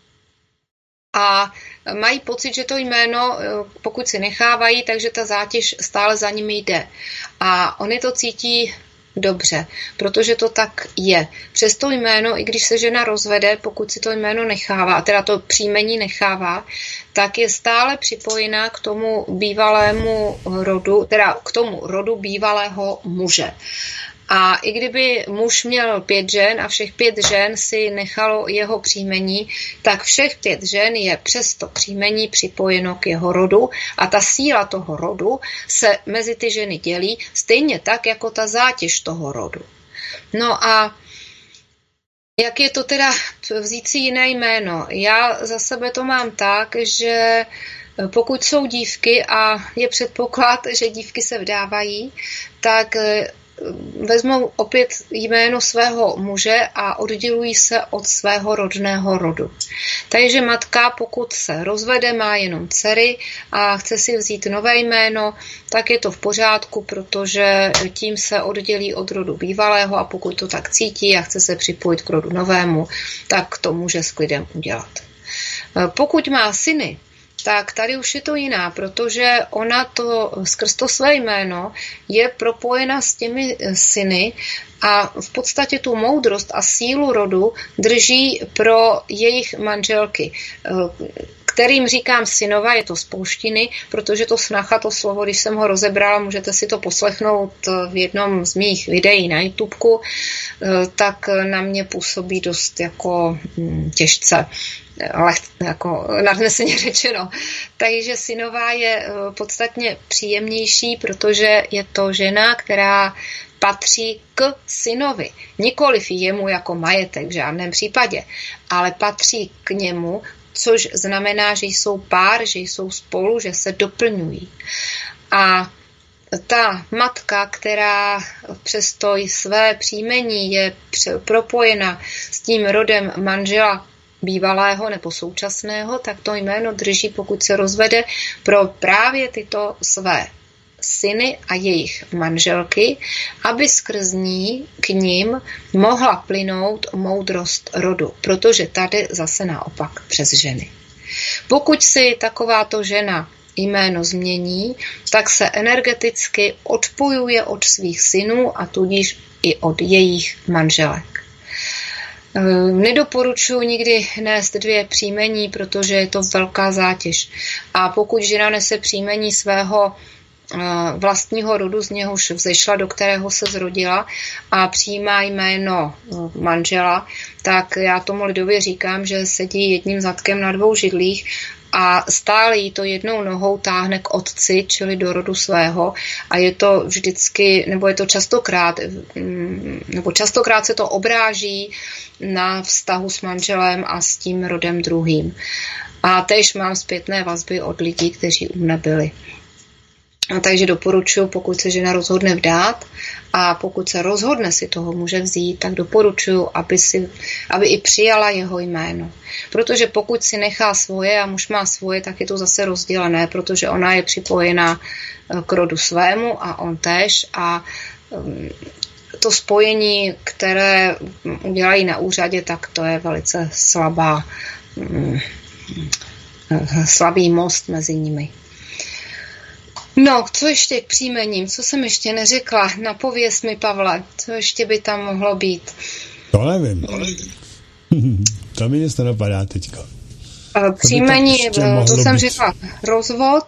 B: a mají pocit, že to jméno, pokud si nechávají, takže ta zátěž stále za nimi jde. A oni to cítí dobře, protože to tak je. Přes to jméno, i když se žena rozvede, pokud si to jméno nechává, a teda to příjmení nechává, tak je stále připojená k tomu bývalému rodu, teda k tomu rodu bývalého muže. A i kdyby muž měl pět žen a všech pět žen si nechalo jeho příjmení, tak všech pět žen je přes to příjmení připojeno k jeho rodu a ta síla toho rodu se mezi ty ženy dělí stejně tak, jako ta zátěž toho rodu. No a jak je to teda vzít si jiné jméno? Já za sebe to mám tak, že pokud jsou dívky a je předpoklad, že dívky se vdávají, tak vezmou opět jméno svého muže a oddělují se od svého rodného rodu. Takže matka, pokud se rozvede, má jenom dcery a chce si vzít nové jméno, tak je to v pořádku, protože tím se oddělí od rodu bývalého a pokud to tak cítí a chce se připojit k rodu novému, tak to může s klidem udělat. Pokud má syny, tak tady už je to jiná, protože ona to skrz to své jméno je propojena s těmi syny a v podstatě tu moudrost a sílu rodu drží pro jejich manželky, kterým říkám synova, je to z polštiny, protože to snacha, to slovo, když jsem ho rozebrala, můžete si to poslechnout v jednom z mých videí na YouTubeku, tak na mě působí dost jako těžce. Leht, jako nadneseně řečeno. Takže synová je podstatně příjemnější, protože je to žena, která patří k synovi. Nikoliv jemu jako majetek v žádném případě, ale patří k němu, což znamená, že jsou pár, že jsou spolu, že se doplňují. A ta matka, která přes to své příjmení je propojena s tím rodem manžela bývalého nebo současného, tak to jméno drží, pokud se rozvede, pro právě tyto své syny a jejich manželky, aby skrz ní k ním mohla plynout moudrost rodu, protože tady zase naopak přes ženy. Pokud si takováto žena jméno změní, tak se energeticky odpojuje od svých synů a tudíž i od jejich manželek. Nedoporučuji nikdy nést dvě příjmení, protože je to velká zátěž. A pokud žena nese příjmení svého vlastního rodu, z něhož vzešla, do kterého se zrodila a přijímá jméno manžela, tak já tomu lidově říkám, že sedí jedním zadkem na dvou židlích a stále jí to jednou nohou táhne k otci, čili do rodu svého, a je to vždycky, nebo je to častokrát, nebo častokrát se to obráží na vztahu s manželem a s tím rodem druhým. A též mám zpětné vazby od lidí, kteří u mne byli. A takže doporučuji, pokud se žena rozhodne vdát a pokud se rozhodne si toho muže vzít, tak doporučuji, aby, si, aby i přijala jeho jméno. Protože pokud si nechá svoje a muž má svoje, tak je to zase rozdělené, protože ona je připojená k rodu svému a on též. A to spojení, které udělají na úřadě, tak to je velice slabá, slabý most mezi nimi. No, co ještě k příjmením? Co jsem ještě neřekla? Napověz mi, Pavle, co ještě by tam mohlo být?
C: To nevím. To mi nic nenapadá teďka.
B: Příjmení, to jsem řekla, rozvod.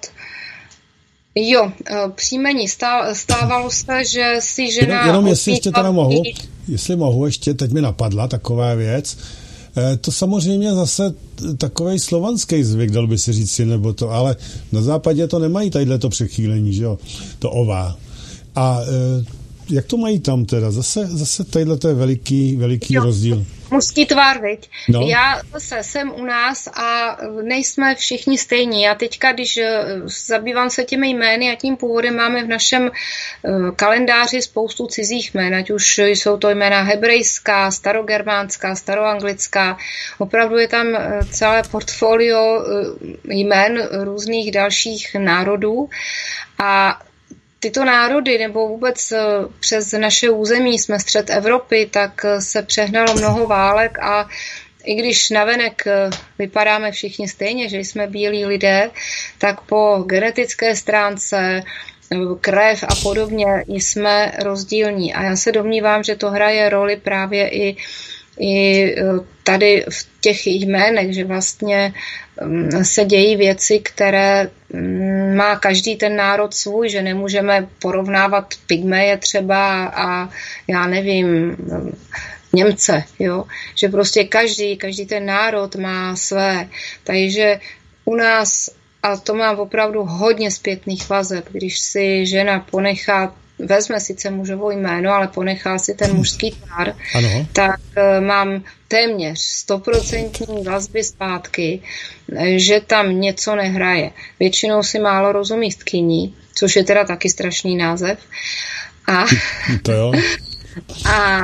B: Jo, příjmení. Stávalo se, že si žena...
C: Jenom, jenom jestli ještě teda mohu, jestli mohu ještě, teď mi napadla taková věc. To samozřejmě zase takovej slovanský zvyk, dal by se říct, nebo to, ale na západě to nemají tadyhle to přechýlení, že jo, to ová. A e, jak to mají tam teda? Zase, zase tadyhle to je veliký, veliký jo. rozdíl.
B: Mužský tvar, viď? No. Já zase jsem u nás a nejsme všichni stejní. Já teďka, když zabývám se těmi jmény a tím původem, máme v našem kalendáři spoustu cizích jmén, ať už jsou to jména hebrejská, starogermánská, staroanglická. Opravdu je tam celé portfolio jmén různých dalších národů a tyto národy, nebo vůbec přes naše území, jsme střed Evropy, tak se přehnalo mnoho válek a i když navenek vypadáme všichni stejně, že jsme bílí lidé, tak po genetické stránce, krev a podobně jsme rozdílní. A já se domnívám, že to hraje roli právě i i tady v těch jménech, že vlastně se dějí věci, které má každý ten národ svůj, že nemůžeme porovnávat pygmeje třeba a já nevím, Němce, jo? Že prostě každý, každý ten národ má své. Takže u nás, a to má opravdu hodně zpětných vazeb, když si žena ponechá, vezme sice mužovo jméno, ale ponechá si ten mužský tvar, ano. tak mám téměř stoprocentní vazby zpátky, že tam něco nehraje. Většinou si málo rozumí s tkyní, což je teda taky strašný název. A,
C: to jo.
B: A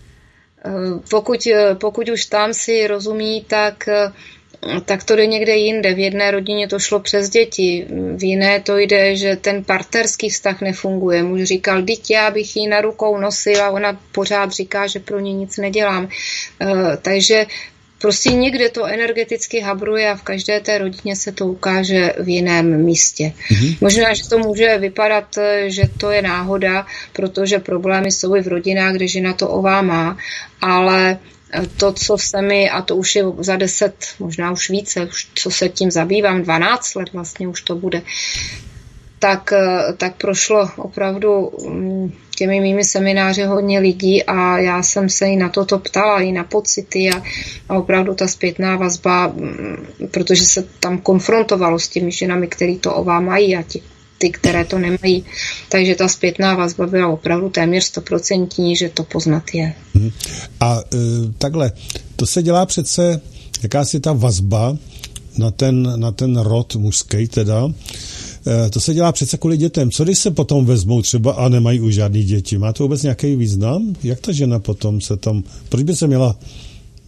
B: pokud, pokud už tam si rozumí, tak tak to jde někde jinde. V jedné rodině to šlo přes děti, v jiné to jde, že ten partnerský vztah nefunguje. Muž říkal, dítě, já bych jí na rukou nosil a ona pořád říká, že pro ní nic nedělám. Takže prostě někde to energeticky habruje a v každé té rodině se to ukáže v jiném místě. Mm-hmm. Možná, že to může vypadat, že to je náhoda, protože problémy jsou i v rodinách, kde žena to ová má, ale to, co se mi, a to už je za deset, možná už více, už co se tím zabývám, dvanáct let vlastně už to bude, tak, tak prošlo opravdu těmi mými semináři hodně lidí a já jsem se i na toto ptala, i na pocity a, a opravdu ta zpětná vazba, protože se tam konfrontovalo s těmi ženami, který to ová mají a ti, ty, které to nemají. Takže ta zpětná vazba byla opravdu téměř stoprocentní, že to poznat je.
C: A e, takhle, to se dělá přece jakási ta vazba na ten, na ten rod mužský teda, e, to se dělá přece kvůli dětem. Co když se potom vezmou třeba a nemají už žádný děti? Má to vůbec nějaký význam? Jak ta žena potom se tam, proč by se měla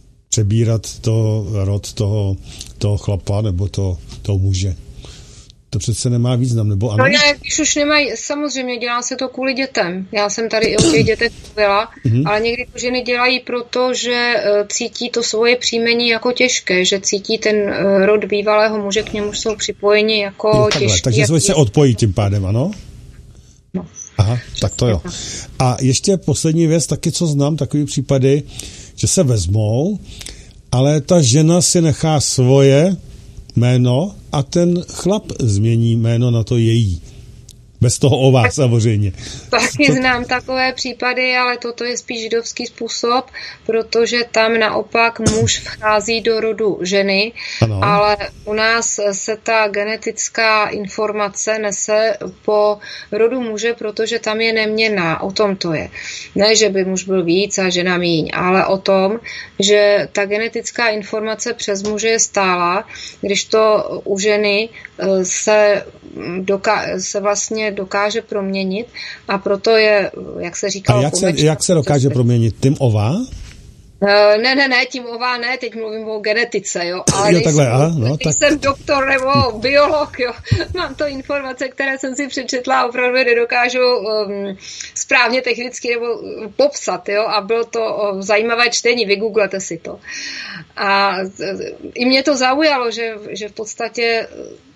C: přebírat to rod toho, toho chlapa nebo to, toho muže? To přece nemá význam, nebo ano?
B: No ne, když už nemají, samozřejmě dělá se to kvůli dětem. Já jsem tady i o těch dětech mluvila, mm-hmm. ale někdy to ženy dělají proto, že cítí to svoje příjmení jako těžké, že cítí ten rod bývalého muže, k němu jsou připojeni jako no, těžký.
C: Takže jak... se odpojí tím pádem, ano?
B: No.
C: Aha, tak to jo. A ještě poslední věc, taky co znám, takový případy, že se vezmou, ale ta žena si nechá svoje jméno a ten chlap změní jméno na to její. Bez toho o vás samozřejmě.
B: Taky znám takové případy, ale toto je spíš židovský způsob, protože tam naopak muž vchází do rodu ženy, ano. Ale u nás se ta genetická informace nese po rodu muže, protože tam je neměnná. O tom to je. Ne, že by muž byl víc a žena míň, ale o tom, že ta genetická informace přes muže je stálá, když to u ženy se, doká- se vlastně dokáže proměnit a proto je, jak se říkalo...
C: A jak se, jak se dokáže proměnit? Tím ová?
B: Uh, ne, ne, ne, tím ová ne, teď mluvím o genetice, jo, ale
C: jo, takhle, aha, no,
B: tak... jsem doktor nebo biolog, jo, mám to informace, které jsem si přečetla a opravdu nedokážu um, správně technicky nebo popsat, jo, a bylo to uh, zajímavé čtení, vygooglete si to. A uh, i mě to zaujalo, že, že v podstatě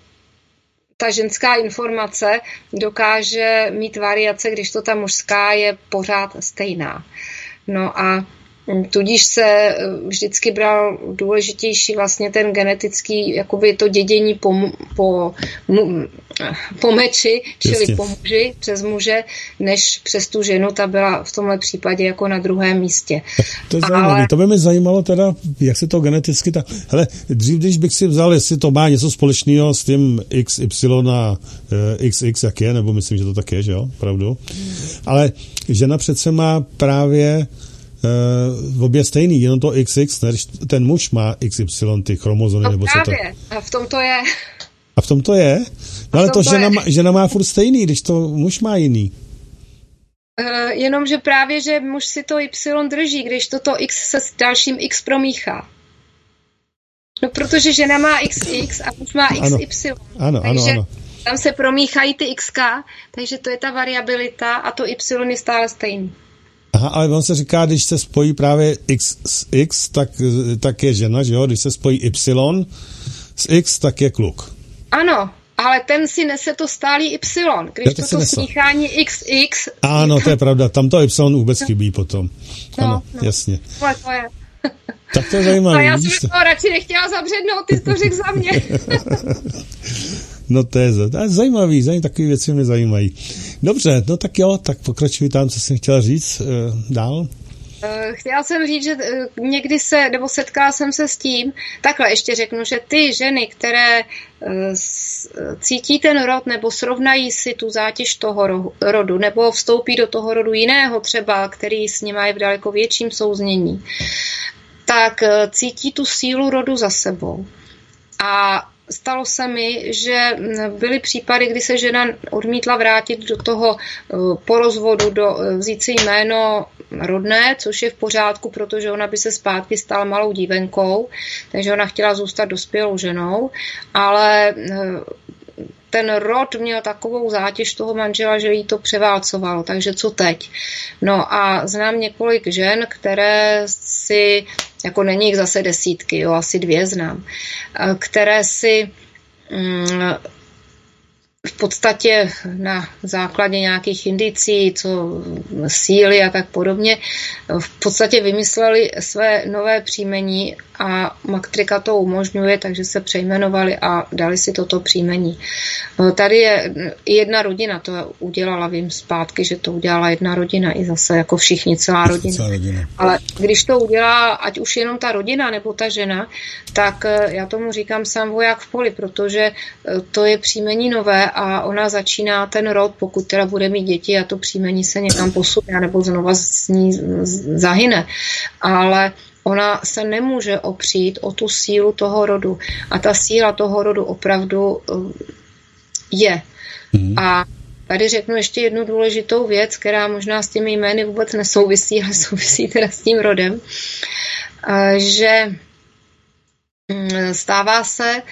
B: ta ženská informace dokáže mít variace, když to ta mužská je pořád stejná. No a tudíž se vždycky bral důležitější vlastně ten genetický, jakoby to dědění po, po, po meči, čili Jistě. po muži, přes muže, než přes tu ženu, ta byla v tomhle případě jako na druhém místě.
C: To je zajímavé. Ale... To by mi zajímalo teda, jak se to geneticky... Ta... Hele, dřív, když bych si vzal, jestli to má něco společného s tím X Y a e, X X, jak je, nebo myslím, že to tak je, že jo, pravdu. Ale žena přece má právě v obě stejný, jenom to X X, než ten muž má X Y, ty chromozomy,
B: no
C: nebo
B: právě.
C: co to...
B: A v tom to je.
C: A v tom to je? No ale to, to žena, má, žena má furt stejný, když to muž má jiný.
B: Uh, jenomže právě, že muž si to Y drží, když toto X se s dalším X promíchá. No protože žena má X X a muž má X Y.
C: Ano, ano,
B: takže
C: ano.
B: Tam se promíchají ty X K, takže to je ta variabilita a to Y je stále stejný.
C: Aha, ale on se říká, když se spojí právě X s X, tak, tak je žena, že jo? Když se spojí Y s X, tak je kluk.
B: Ano, ale ten si nese to stálý Y. Když to, to smíchání X X...
C: Ano, to je pravda, tam to Y vůbec
B: no.
C: chybí potom.
B: No,
C: ano,
B: no.
C: jasně.
B: Ale to je...
C: Tak to je zajímavé.
B: A já jsem to radši nechtěla zabřednout, ty to řekl za mě.
C: No to je zajímavý, zajímavý, takové věci mě zajímají. Dobře, no tak jo, tak pokračuj tam, co jsem chtěla říct uh, dál.
B: Chtěla jsem říct, že někdy se, nebo setkala jsem se s tím, takhle ještě řeknu, že ty ženy, které cítí ten rod nebo srovnají si tu zátěž toho rodu, nebo vstoupí do toho rodu jiného třeba, který s nimi je v daleko větším souznění, tak cítí tu sílu rodu za sebou. A stalo se mi, že byly případy, kdy se žena odmítla vrátit do toho po rozvodu, do, vzít si jméno rodné, což je v pořádku, protože ona by se zpátky stala malou dívenkou, takže ona chtěla zůstat dospělou ženou, ale ten rod měl takovou zátěž toho manžela, že jí to převálcovalo, takže co teď? No a znám několik žen, které si, jako není jich zase desítky, jo, asi dvě znám, které si mm, v podstatě na základě nějakých indicí, co síly a tak podobně, v podstatě vymysleli své nové příjmení a matrika to umožňuje, takže se přejmenovali a dali si toto příjmení. Tady je jedna rodina, to udělala, vím zpátky, že to udělala jedna rodina i zase jako všichni, celá rodina.
C: Celá rodina.
B: Ale když to udělá, ať už jenom ta rodina nebo ta žena, tak já tomu říkám sám voják v poli, protože to je příjmení nové a ona začíná ten rod, pokud teda bude mít děti a to příjmení se někam posune nebo znova z ní zahyne. Ale ona se nemůže opřít o tu sílu toho rodu. A ta síla toho rodu opravdu je. Mm. A tady řeknu ještě jednu důležitou věc, která možná s těmi jmény vůbec nesouvisí, ale souvisí teda s tím rodem, že stává se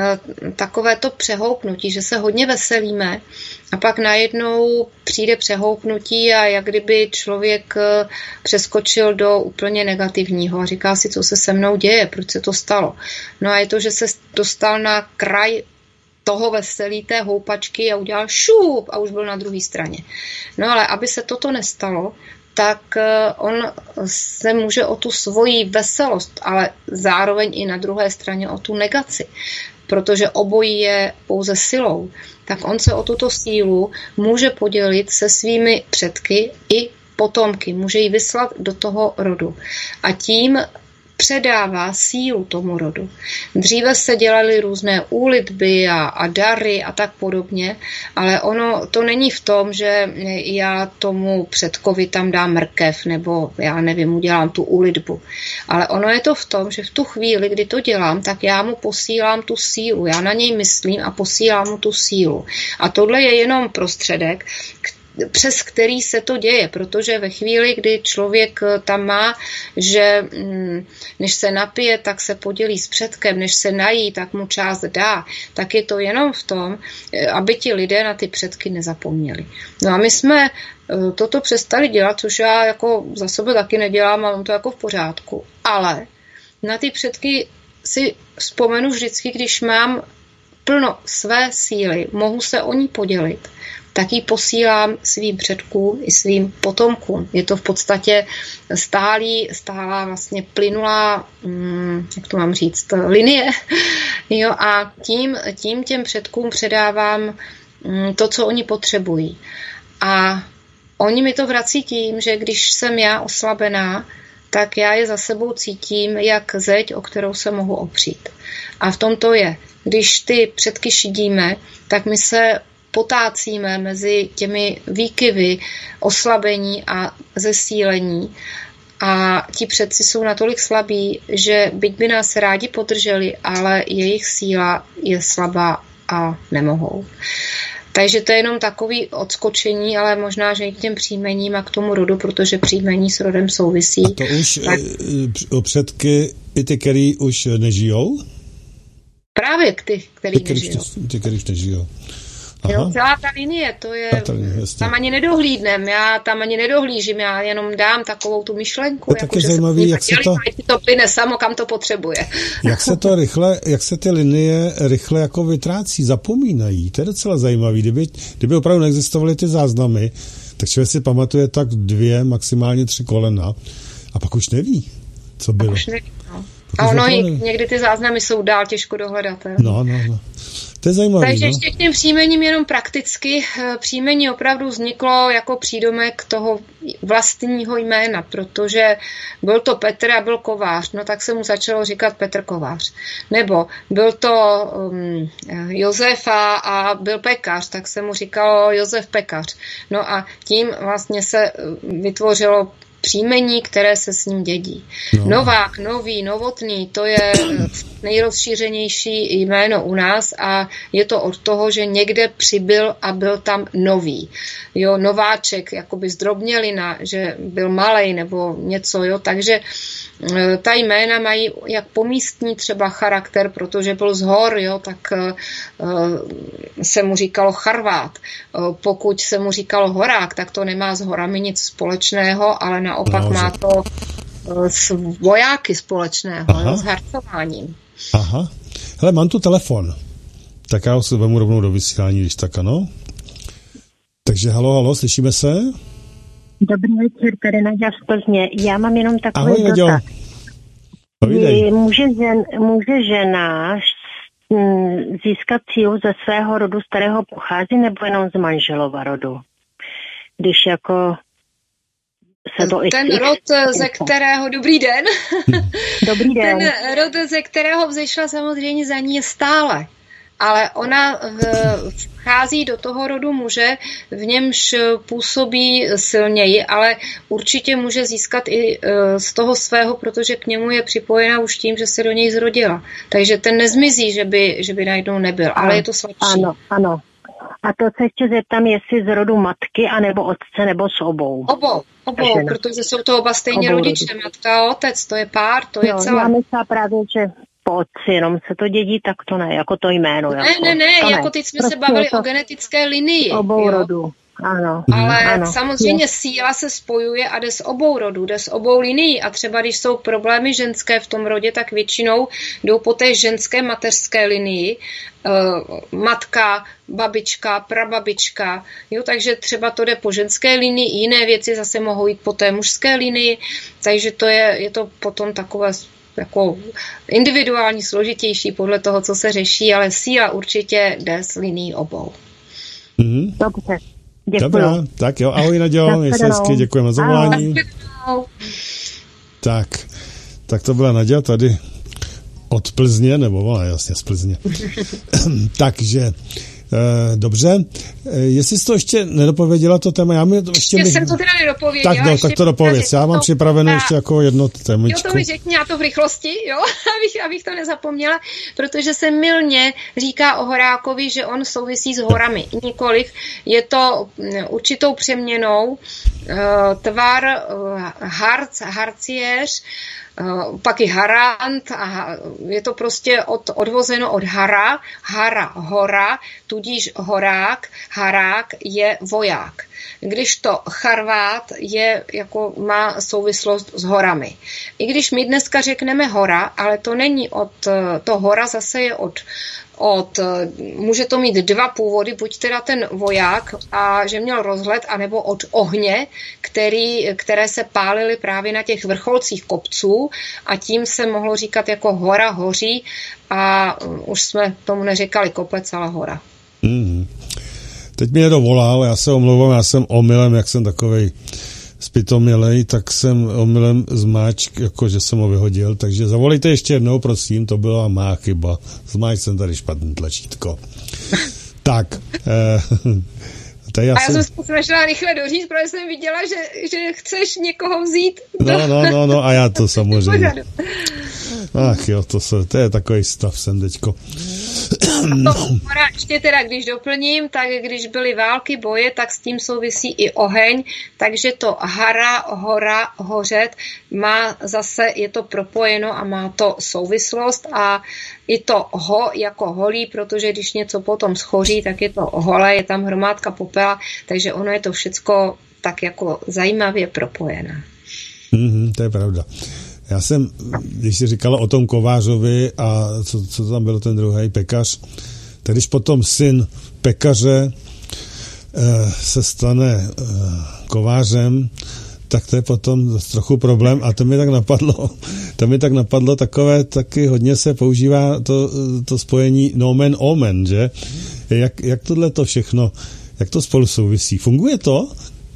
B: takovéto přehoupnutí, že se hodně veselíme a pak najednou přijde přehoupnutí a jak kdyby člověk přeskočil do úplně negativního a říká si, co se se mnou děje, proč se to stalo. No a je to, že se dostal na kraj toho veselí, té houpačky a udělal šup a už byl na druhé straně. No ale aby se toto nestalo, tak on se může o tu svoji veselost, ale zároveň i na druhé straně o tu negaci, protože obojí je pouze silou, tak on se o tuto sílu může podělit se svými předky i potomky, může ji vyslat do toho rodu. A tím předává sílu tomu rodu. Dříve se dělaly různé úlitby a, a dary a tak podobně, ale ono to není v tom, že já tomu předkovi tam dám mrkev nebo já nevím, udělám tu úlitbu. Ale ono je to v tom, že v tu chvíli, kdy to dělám, tak já mu posílám tu sílu. Já na něj myslím a posílám mu tu sílu. A tohle je jenom prostředek, přes který se to děje, protože ve chvíli, kdy člověk tam má, že než se napije, tak se podělí s předkem, než se nají, tak mu část dá, tak je to jenom v tom, aby ti lidé na ty předky nezapomněli. No a my jsme toto přestali dělat, což já jako za sebe taky nedělám a mám to jako v pořádku. Ale na ty předky si vzpomenu vždycky, když mám plno své síly, mohu se o ní podělit, tak ji posílám svým předkům i svým potomkům. Je to v podstatě stálý, stálá vlastně plynulá, hm, jak to mám říct, linie. Jo, a tím, tím těm předkům předávám hm, to, co oni potřebují. A oni mi to vrací tím, že když jsem já oslabená, tak já je za sebou cítím jak zeď, o kterou se mohu opřít. A v tom to je. Když ty předky šidíme, tak my se potácíme mezi těmi výkyvy, oslabení a zesílení. A ti předci jsou natolik slabí, že byť by nás rádi podrželi, ale jejich síla je slabá a nemohou. Takže to je jenom takový odskočení, ale možná, že i k těm příjmením a k tomu rodu, protože příjmení s rodem souvisí.
C: A to už
B: tak...
C: o předky i ty, který už nežijou?
B: Právě ty, který
C: ty,
B: nežijou.
C: Ty, který už nežijou. Aha.
B: Jo, celá ta linie, to je, tam ani nedohlídnem, já tam ani nedohlížím, já jenom dám takovou tu myšlenku,
C: je jako, že zajímavý, jak se to...
B: to plyne samo, kam to potřebuje.
C: Jak se to rychle, jak se ty linie rychle jako vytrácí, zapomínají, to je docela zajímavý, kdyby, kdyby opravdu neexistovaly ty záznamy, tak člověk si pamatuje tak dvě, maximálně tři kolena a pak už neví, co bylo.
B: Už neví, no. A ono i někdy ty záznamy jsou dál těžko dohledatelné.
C: No, no, no. To je zajímavé.
B: Takže
C: no?
B: ještě k těm příjmením jenom prakticky. Příjmení opravdu vzniklo jako přídomek toho vlastního jména, protože byl to Petr a byl kovář, no tak se mu začalo říkat Petr Kovář. Nebo byl to um, Josef a, a byl pekař, tak se mu říkalo Josef Pekař. No a tím vlastně se vytvořilo příjmení, které se s ním dědí. No. Novák, nový, novotný, to je nejrozšířenější jméno u nás a je to od toho, že někde přibyl a byl tam nový. Jo, nováček, jakoby zdrobnělina, že byl malej nebo něco, jo, takže ta jména mají jak pomístní třeba charakter, protože byl z hor, jo, tak uh, se mu říkalo Charvát. Uh, pokud se mu říkalo Horák, tak to nemá s horami nic společného, ale naopak no, má to uh, s vojáky společného, jo, s harcováním.
C: Aha. Hele, mám tu telefon. Tak já ho se vemu rovnou do vysílání, když tak ano. Takže halo, halo, slyšíme se?
F: Dobrý večer, tady Naďa z Plzně. Já mám jenom takový
C: Ahoj,
F: dotaz.
C: Ahoj,
F: může, žen, může žena získat sílu ze svého rodu, z kterého pochází, nebo jenom z manželova rodu? Když jako se to...
B: Ten i, rod, i, ze kterého... Dobrý den.
F: Dobrý den.
B: Ten rod, ze kterého vzešla, samozřejmě za ní je stále. Ale ona vchází do toho rodu muže, v němž působí silněji, ale určitě může získat i z toho svého, protože k němu je připojena už tím, že se do něj zrodila. Takže ten nezmizí, že by, že by najednou nebyl, ale je to slabší.
F: Ano, ano. A to se ještě zeptám, jestli z rodu matky, anebo otce, nebo s obou.
B: Obou, obou, protože jsou to oba stejně rodiče, matka a otec, to je pár, to je
F: jo,
B: celé.
F: Já myslím právě, že po otci, jenom se to dědí, tak to ne, jako to jméno.
B: Ne,
F: jako,
B: ne, ne,
F: to
B: jako
F: ne.
B: teď jsme
F: prostě
B: se bavili
F: to
B: o genetické linii.
F: obou
B: jo?
F: rodů. Ano,
B: Ale
F: ano.
B: samozřejmě
F: Je.
B: síla se spojuje a jde z obou rodů, jde z obou linií. A třeba když jsou problémy ženské v tom rodě, tak většinou jdou po té ženské mateřské linii. Uh, matka, babička, prababička. Jo, takže třeba to jde po ženské linii, jiné věci zase mohou jít po té mužské linii. Takže to je, je to potom takové jako individuální, složitější podle toho, co se řeší, ale síla určitě jde z linií obou.
C: Mm-hmm.
F: Dobře. Děkuju.
C: Dobrá, tak jo, ahoj Nadělo, měj se hezky, děkujeme za volání. Tak, tak to byla Naděla tady od Plzně, nebo ona jasně z Plzně. Takže, e, dobře, e, jestli jsi to ještě nedopověděla to téma, já mi to ještě...
B: Ještě
C: bych...
B: jsem to teda nedopověděla.
C: Tak, no, tak to dopovědět, já mám připravenou ještě jako jedno témičko.
B: Jo, to mi řekni, já to v rychlosti, jo, abych, abych to nezapomněla, protože se mylně říká o Horákovi, že on souvisí s horami. Nikoliv, je to určitou přeměnou, uh, tvar, uh, harc, harciéř, Uh, pak i harant a je to prostě od, odvozeno od hara, hara, hora, tudíž horák, harák je voják. Když to charvát je, jako má souvislost s horami. I když my dneska řekneme hora, ale to není od, to hora zase je od Od, může to mít dva původy, buď teda ten voják, a že měl rozhled, anebo od ohně, který, které se pálily právě na těch vrcholcích kopců a tím se mohlo říkat jako hora, hoří a už jsme tomu neříkali kopec, ale hora.
C: Mm. Teď mě někdo volal, já se omlouvám, já jsem omylem, jak jsem takovej spitomělej, tak jsem omylem zmáčk, jako že jsem ho vyhodil, takže zavolejte ještě jednou, prosím, to byla má chyba. Zmáčk jsem tady špatný tlačítko. Tak. Eh, tady já
B: a já
C: jsem
B: se snažila rychle doříct, protože jsem viděla, že, že chceš někoho vzít.
C: No, no, no, no, a já to samozřejmě. Ach jo, to, se, to je takový stav jsem teďko.
B: No. A ještě teda, když doplním, tak když byly války, boje, tak s tím souvisí i oheň, takže to hara, hora, hořet má zase, je to propojeno a má to souvislost a i to ho jako holí, protože když něco potom schoří, tak je to holé, je tam hromádka popela, takže ono je to všecko tak jako zajímavě propojené.
C: Mm-hmm, to je pravda. Já jsem, když jsi říkala o tom kovářovi a co, co tam byl ten druhý pekař, tak když potom syn pekaře eh, se stane eh, kovářem, tak to je potom trochu problém a to mi tak napadlo, to mi tak napadlo takové, taky hodně se používá to, to spojení nomen omen, že? Jak, jak tohle to všechno, jak to spolu souvisí? Funguje to?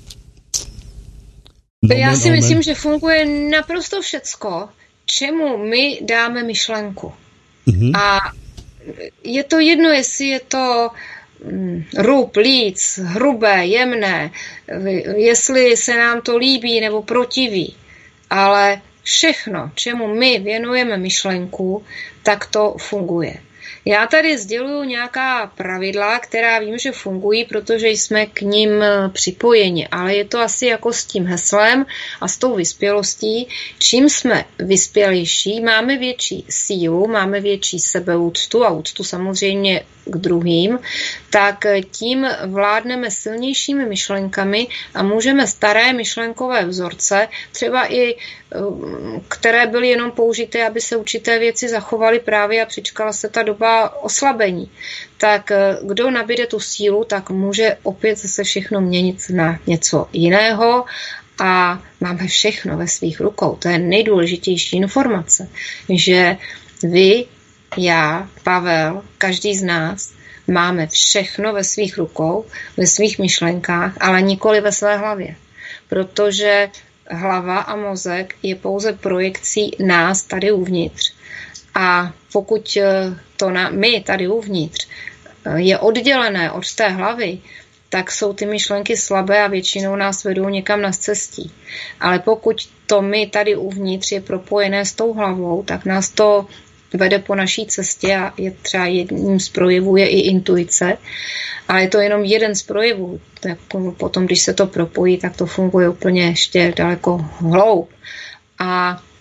B: No, já si myslím, omen. Že funguje naprosto všecko, čemu my dáme myšlenku. Mm-hmm. A je to jedno, jestli je to rub, líc, hrubé, jemné, jestli se nám to líbí nebo protiví, ale všechno, čemu my věnujeme myšlenku, tak to funguje. Já tady sděluju nějaká pravidla, která vím, že fungují, protože jsme k nim připojeni, ale je to asi jako s tím heslem a s tou vyspělostí. Čím jsme vyspělejší, máme větší sílu, máme větší sebeúctu a úctu samozřejmě k druhým, tak tím vládneme silnějšími myšlenkami a můžeme staré myšlenkové vzorce, třeba i které byly jenom použité, aby se určité věci zachovaly právě a přičkala se ta doba oslabení. Tak kdo nabíde tu sílu, tak může opět zase všechno měnit na něco jiného a máme všechno ve svých rukou. To je nejdůležitější informace, že vy, já, Pavel, každý z nás máme všechno ve svých rukou, ve svých myšlenkách, ale nikoli ve své hlavě. Protože hlava a mozek je pouze projekcí nás tady uvnitř. A pokud to na, my tady uvnitř je oddělené od té hlavy, tak jsou ty myšlenky slabé a většinou nás vedou někam na cestí. Ale pokud to my tady uvnitř je propojené s tou hlavou, tak nás to vede po naší cestě a je třeba jedním z projevů je i intuice, ale je to jenom jeden z projevů. Tak potom, když se to propojí, tak to funguje úplně ještě daleko hloub. A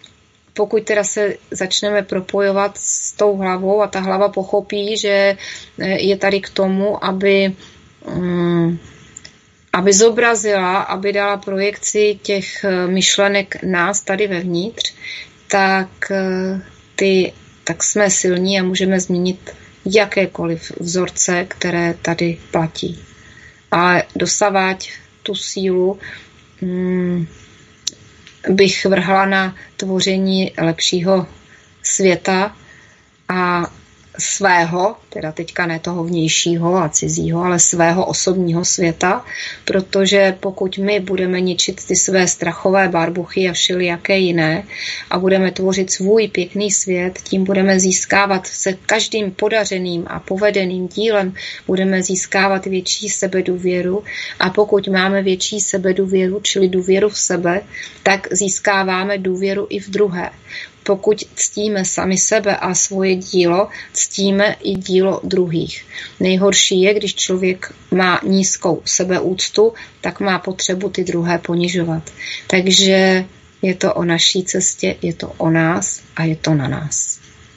B: pokud teda se začneme propojovat s tou hlavou a ta hlava pochopí, že je tady k tomu, aby, um, aby zobrazila, aby dala projekci těch myšlenek nás tady vevnitř, tak, ty, tak jsme silní a můžeme změnit jakékoliv vzorce, které tady platí. Ale dosavať tu sílu um, bych vrhla na tvoření lepšího světa a svého, teda teďka ne toho vnějšího a cizího, ale svého osobního světa, protože pokud my budeme ničit ty své strachové barbuchy a všelijaké jiné a budeme tvořit svůj pěkný svět, tím budeme získávat se každým podařeným a povedeným dílem, budeme získávat větší sebedůvěru a pokud máme větší sebedůvěru, čili důvěru v sebe, tak získáváme důvěru i v druhé. Pokud ctíme sami sebe a svoje dílo, ctíme i dílo druhých. Nejhorší je, když člověk má nízkou sebeúctu, tak má potřebu ty druhé ponižovat. Takže je to o naší cestě, je to o nás a je to na nás.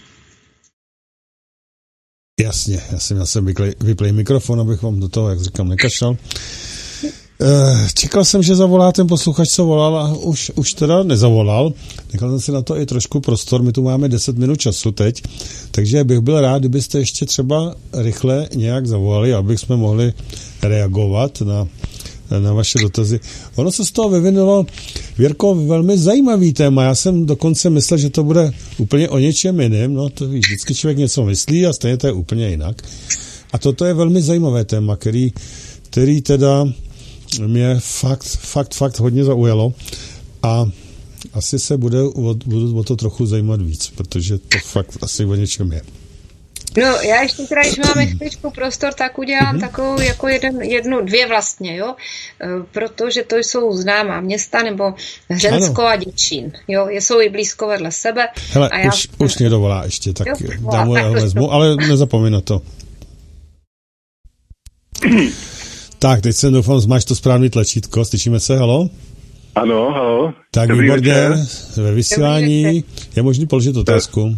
C: Jasně, já jsem, já jsem vyplej mikrofon, abych vám do toho, jak říkám, nekašlal. Čekal jsem, že zavolá ten posluchač, co volal a už, už teda nezavolal. Nechal jsem si na to i trošku prostor, my tu máme deset minut času teď, takže bych byl rád, kdybyste ještě třeba rychle nějak zavolali, abych jsme mohli reagovat na, na vaše dotazy. Ono se z toho vyvinulo, Věrko, velmi zajímavý téma. Já jsem dokonce myslel, že to bude úplně o něčem jiném. No to víš, vždycky člověk něco myslí a stejně to je úplně jinak. A toto je velmi zajímavé téma, který, který teda mě fakt, fakt, fakt hodně zaujalo a asi se bude o, budu o to trochu zajímat víc, protože to fakt asi o něčem je.
B: No, já ještě teda, když máme chvíličku prostor, tak udělám mm-hmm. takovou jako jeden, jednu, dvě vlastně, jo, protože to jsou známá města, nebo Hřensko ano. a Děčín, jo, jsou i blízko vedle sebe.
C: Hele,
B: a já...
C: už, už mě dovolá ještě, tak
B: jo,
C: dám mu, já vezmu, ale nezapomeň na to. Tak, teď jsem doufám, máš to správný tlačítko, slyšíme se, halo?
G: Ano, halo.
C: Tak
G: dobrý
C: výborně,
G: večer.
C: Ve vysílání je možný položit otázku.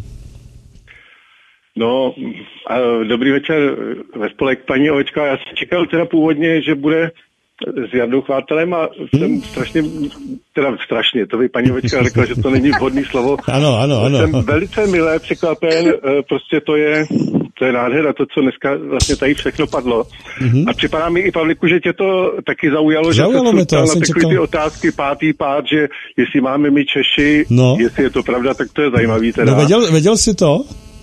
G: No, dobrý večer ve spolek paní Ovečka. Já jsem čekal teda původně, že bude s Jardou Chvátelem a jsem hmm. strašně, teda strašně, to by paní Ovečka řekla, že to není vhodný slovo.
C: Ano, ano, ano.
G: Jsem velice milé překvapen, prostě to je, to je nádhera, to, co dneska vlastně tady všechno padlo. Mm-hmm. A připadá mi i, Pavliku, že tě to taky zaujalo,
C: Zaujalo
G: že se
C: to,
G: na takové ty otázky pátý pád, že jestli máme my Češi, no. jestli je to pravda, tak to je zajímavý teda.
C: No, věděl, věděl jsi to?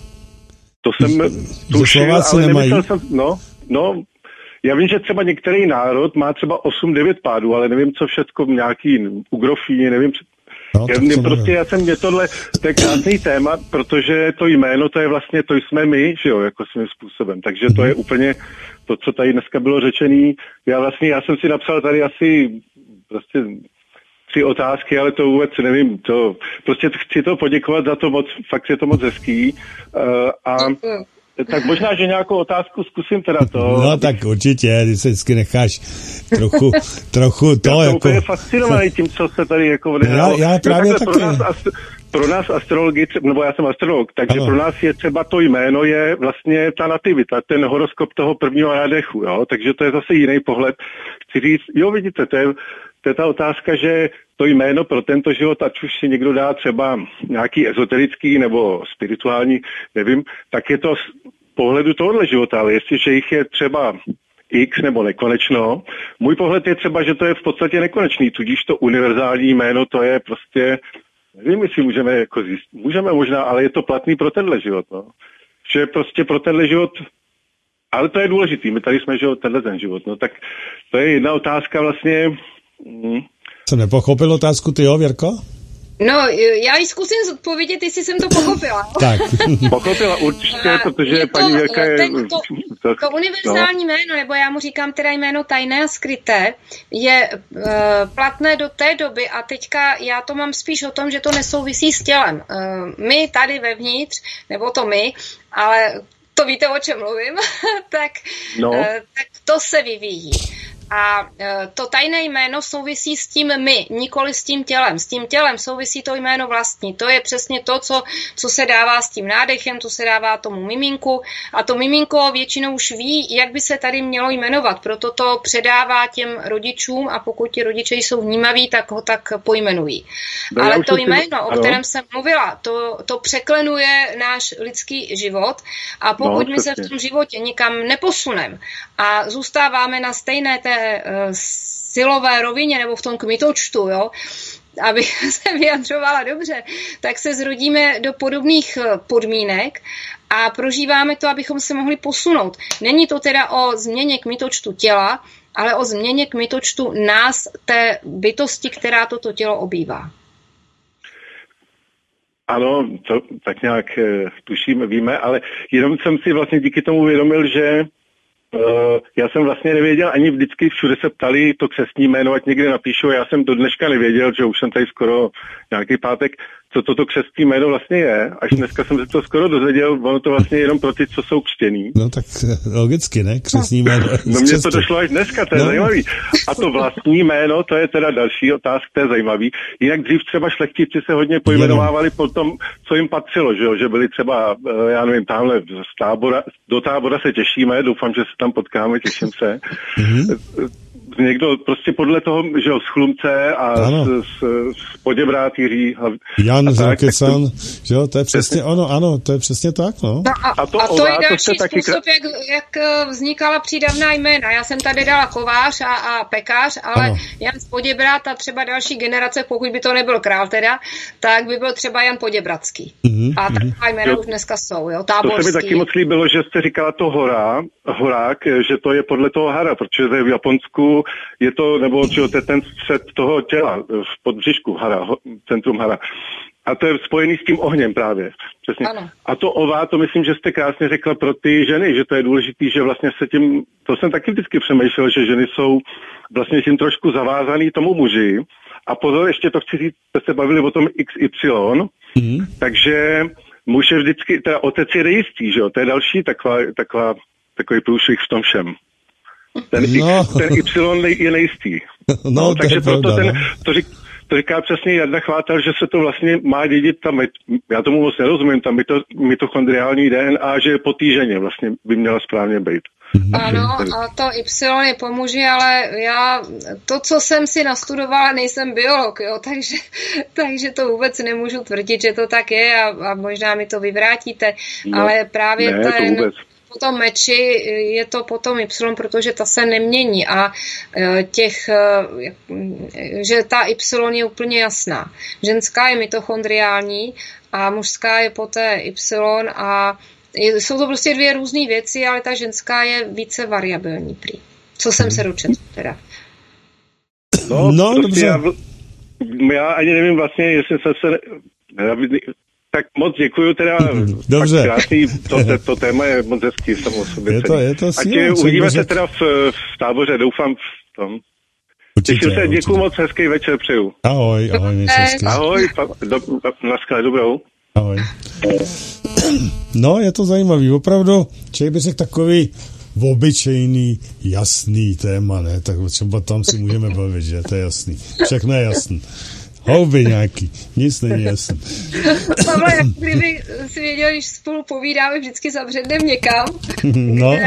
G: To jsem tušil, ale nemyslel jsem, no, no, já vím, že třeba některý národ má třeba osm devět pádů, ale nevím, co všecko, nějaký ugrofíni, nevím,
C: no,
G: já, mě, prostě já jsem, mě tohle, to je krásný téma, protože to jméno, to je vlastně, to jsme my, že jo, jako svým způsobem, takže to je úplně to, co tady dneska bylo řečený. Já vlastně, já jsem si napsal tady asi prostě tři otázky, ale to vůbec nevím, to, prostě chci to poděkovat za to moc, fakt je to moc hezký uh, a tak možná, že nějakou otázku zkusím teda to.
C: No tak určitě, ty se vždycky necháš trochu, trochu to. Já jsem
G: jako...
C: úplně
G: fascinovaný tím, co se tady jako odehrálo.
C: Já, já právě no, taky.
G: Pro nás, ast- pro nás astrologi, nebo já jsem astrolog, takže ano. Pro nás je třeba to jméno je vlastně ta nativita, ten horoskop toho prvního nádechu, jo, takže to je zase jiný pohled. Chci říct, jo vidíte, to je, to je ta otázka, že to jméno pro tento život, ať už si někdo dá třeba nějaký ezoterický nebo spirituální, nevím, tak je to z pohledu tohohle života, ale jestliže jich je třeba X nebo nekonečno, můj pohled je třeba, že to je v podstatě nekonečný, tudíž to univerzální jméno, to je prostě, nevím, jestli můžeme jako zjistit, můžeme možná, ale je to platný pro tenhle život, no. Že prostě pro tenhle život, ale to je důležitý, my tady jsme, že tenhle ten život, no tak to je jedna otázka vlastně. Mm.
C: Jsem nepochopil otázku, ty jo, Věrko?
B: No, já ji zkusím zodpovědět, jestli jsem to pochopila.
C: Tak.
G: Pochopila určitě, protože
B: je
G: paní Věrka je...
B: Ten, to, to, to univerzální no. jméno, nebo já mu říkám teda jméno tajné a skryté, je uh, platné do té doby a teďka já to mám spíš o tom, že to nesouvisí s tělem. Uh, my tady vevnitř, nebo to my, ale to víte, o čem mluvím, tak, no. uh, tak to se vyvíjí. A to tajné jméno souvisí s tím my, nikoli s tím tělem. S tím tělem souvisí to jméno vlastní. To je přesně to, co, co se dává s tím nádechem, co se dává tomu miminku. A to miminko většinou už ví, jak by se tady mělo jmenovat. Proto to předává těm rodičům a pokud ti rodiče jsou vnímaví, tak ho tak pojmenují.
G: No,
B: ale to jméno,
G: si...
B: o kterém jsem mluvila, to, to překlenuje náš lidský život a pokud no, my se v tom životě nikam neposuneme a zůstáváme na stejné té uh, silové rovině nebo v tom kmitočtu, jo, aby se vyjadřovala dobře, tak se zrodíme do podobných podmínek a prožíváme to, abychom se mohli posunout. Není to teda o změně kmitočtu těla, ale o změně kmitočtu nás, té bytosti, která toto tělo obývá.
G: Ano, to tak nějak tušíme, víme, ale jenom jsem si vlastně díky tomu uvědomil, že uh, já jsem vlastně nevěděl, ani vždycky všude se ptali to křestní jméno, ať někde napíšu, já jsem do dneška nevěděl, že už jsem tady skoro nějaký pátek, co toto křestní jméno vlastně je. Až dneska jsem se to skoro dozvěděl, ono to vlastně jenom pro ty, co jsou křtěný.
C: No tak logicky, ne? Křestní jméno.
G: No mně to došlo až dneska, to je no. zajímavý. A to vlastní jméno, to je teda další otázka, to je zajímavý. Jinak dřív třeba šlechtici se hodně pojmenovávali po tom, co jim patřilo, že, jo? Že byli třeba, já nevím, tamhle z tábora, do Tábora se těšíme, doufám, že se tam potkáme, těším se. Mm-hmm. Někdo prostě podle toho, že jo, z Chlumce a z, z, z Poděbrad, Jiří.
C: Jan Zrakecan, že jo, to je přesně ono, ano, to je přesně tak, no.
B: no a, a to, a to ová, je další to způsob, taky... jak, jak vznikala přídavná jména. Já jsem tady dala kovář a, a pekář, ale ano. Jan z Poděbrad a třeba další generace, pokud by to nebyl král teda, tak by byl třeba Jan Poděbradský. Mm-hmm. A taková jména jo. už dneska jsou, jo, Táborský.
G: To se mi taky moc líbilo, že jste říkala to hora, horák, že to je podle toho hara, protože to je v Japonsku je to, nebo čo, to je ten střed toho těla v podbřišku hara, centrum hara. A to je spojený s tím ohněm právě. Přesně.
B: Ano.
G: A to ová, to myslím, že jste krásně řekla pro ty ženy, že to je důležitý, že vlastně se tím, to jsem taky vždycky přemýšlel, že ženy jsou vlastně tím trošku zavázaný tomu muži. A pozor, ještě to chci říct, jste se bavili o tom iks ypsilon, mm. takže muž je vždycky, teda otec je nejistý, že jo, to je další taková, taková, takový průšvih v tom všem. Ten, no. X, ten Y je nejistý.
C: No, no,
G: takže proto
C: pravda,
G: ten,
C: no.
G: to, řík, to říká přesně Jarda Chvátal, že se to vlastně má dědit tam, já tomu moc nerozumím, tam mito, mitochondriální D N A, že je po té ženě vlastně by měla správně být.
B: Ano, a to Y je po muži, ale já, to, co jsem si nastudovala, nejsem biolog, jo, takže, takže to vůbec nemůžu tvrdit, že to tak je a, a možná mi to vyvrátíte, no, ale právě
G: ne,
B: ten... Po tom meči je to potom Y, protože ta se nemění a těch, že ta Y je úplně jasná. Ženská je mitochondriální a mužská je poté Y a jsou to prostě dvě různé věci, ale ta ženská je více variabilní prý. Co jsem se dočetl teda.
G: No, no prostě já, já ani nevím vlastně, jestli jsem se... Tak moc děkuju teda.
C: Dobře.
G: Krásný, to, to, to téma je moc hezký samo o sobě.
C: Je to, je to
G: síle, Ať uvidíme se teda v, v Táboře, doufám v tom. Určitě, Těším se, děkuju moc, hezký večer přeju.
C: Ahoj, ahoj, mějte hezky.
G: Ahoj, pa, do, naschle, dobrou.
C: Ahoj. No, je to zajímavý, opravdu, člověk by řekl takový obyčejný, jasný téma, ne? Tak třeba tam si můžeme bavit, že? To je jasný. Všechno je jasný. Houby nějaký, nic není jasný.
B: Pavle, jak kdyby si věděl, když spolu povídáme, vždycky zabředneme někam.
C: No, kde...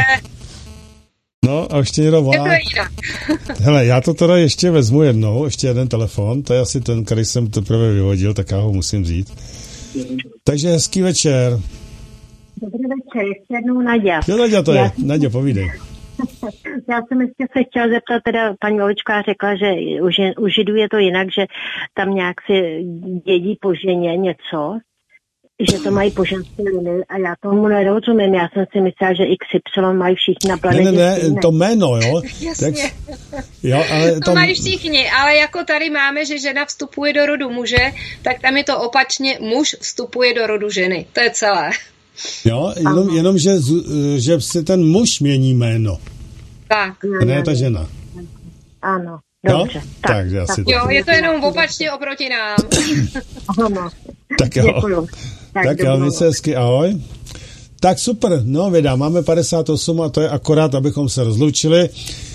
C: no a ještě někdo volá. Hele, já to teda ještě vezmu jednou, ještě jeden telefon, to je asi ten, který jsem teprve vyhodil, tak já ho musím vzít. Takže hezký večer.
F: Dobrý večer, ještě jednou Naďa.
C: Jo, Naďa to je,
F: já...
C: Naďa, povídej.
F: Já jsem ještě se chtěla zeptat, teda paní Olička řekla, že u, žen, u Židů je to jinak, že tam nějak si dědí po ženě něco, že to mají po ženské linii a já tomu nerozumím. Já jsem si myslela, že iks ypsilon mají všichni na planetě.
C: Ne, ne, ne, to jméno, jo.
B: Jasně.
C: Tak, jo, ale
B: to
C: tam...
B: mají všichni, ale jako tady máme, že žena vstupuje do rodu muže, tak tam je to opačně, muž vstupuje do rodu ženy. To je celé.
C: Jo, jenom, jenom že, že si ten muž mění jméno.
B: Tak.
C: A ne ta žena.
F: Ano, dobře.
C: No? Tak, tak, já si
B: jo, je to jenom opačně oproti nám.
F: Ano.
C: Tak jo. Děkuju. Tak, tak jo, mějte se hezky, ahoj. Tak super, no vědá, máme padesát osm a to je akorát, abychom se rozloučili.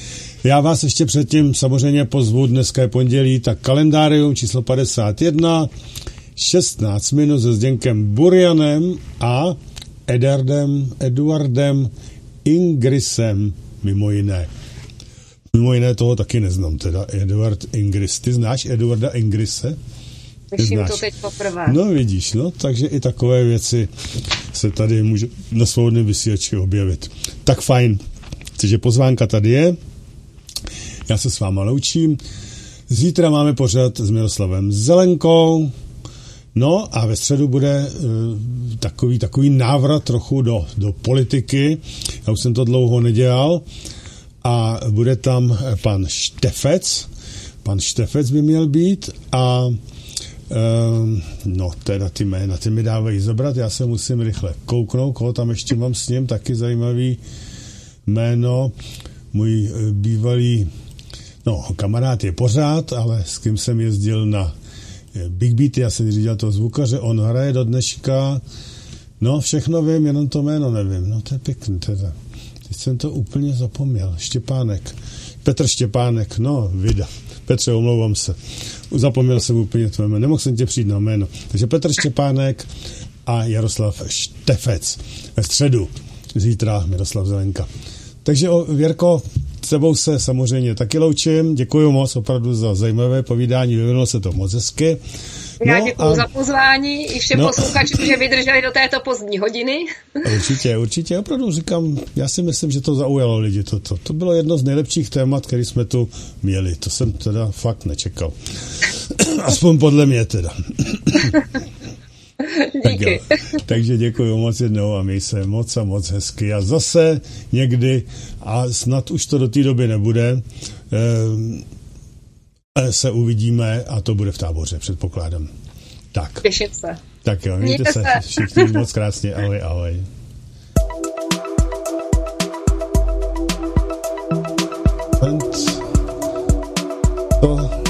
C: Já vás ještě předtím samozřejmě pozvu, dneska je pondělí, tak kalendárium číslo padesát jedna, šestnáct minut se Zdeňkem Burianem a Edardem, Eduardem Ingrisem, mimo jiné. Mimo jiné toho taky neznám, teda Eduard Ingris. Ty znáš Eduarda Ingrise?
B: Slyším to teď poprvé.
C: No vidíš, no, takže i takové věci se tady může na svobodném vysílači objevit. Tak fajn. Takže pozvánka tady je. Já se s váma loučím. Zítra máme pořad s Miroslavem Zelenkou. No a ve středu bude uh, takový, takový návrat trochu do, do politiky. Já už jsem to dlouho nedělal. A bude tam pan Štefec. Pan Štefec by měl být a uh, no teda ty jména, ty mi dávají zabrat. Já se musím rychle kouknout, koho tam ještě mám s ním, taky zajímavý jméno. Můj uh, bývalý no, kamarád je pořád, ale s kým jsem jezdil na Big Beaty, já jsem řídil toho zvukaře, on hraje do dneška, no všechno vím, jenom to jméno nevím, no to je pěkný teda. Teď jsem to úplně zapomněl, Štěpánek, Petr Štěpánek, no vida, Petře, omlouvám se, zapomněl jsem úplně tvé jméno, nemohl jsem tě přijít na jméno, takže Petr Štěpánek a Jaroslav Štefec ve středu, zítra Miroslav Zelenka. Takže o, Věrko, s tebou se samozřejmě taky loučím. Děkuji moc opravdu za zajímavé povídání. Vyvinulo se to moc hezky.
B: Já
C: no
B: děkuji
C: a...
B: za pozvání i všem no. posluchačům, že vydrželi do této pozdní hodiny.
C: Určitě, určitě. Opravdu říkám, já si myslím, že to zaujalo lidi. To, to, to bylo jedno z nejlepších témat, které jsme tu měli. To jsem teda fakt nečekal. Aspoň podle mě teda.
B: Díky.
C: Tak takže děkuji moc jednou a měj se moc a moc hezky. A zase někdy, a snad už to do té doby nebude, eh, se uvidíme a to bude v Táboře, předpokládám. Tak.
B: Těším se.
C: Tak jo, mějte, mějte se. se všichni moc krásně. Ahoj, ahoj. To...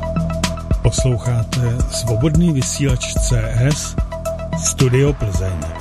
H: Posloucháte Svobodný vysílač C S Studio Plzeň.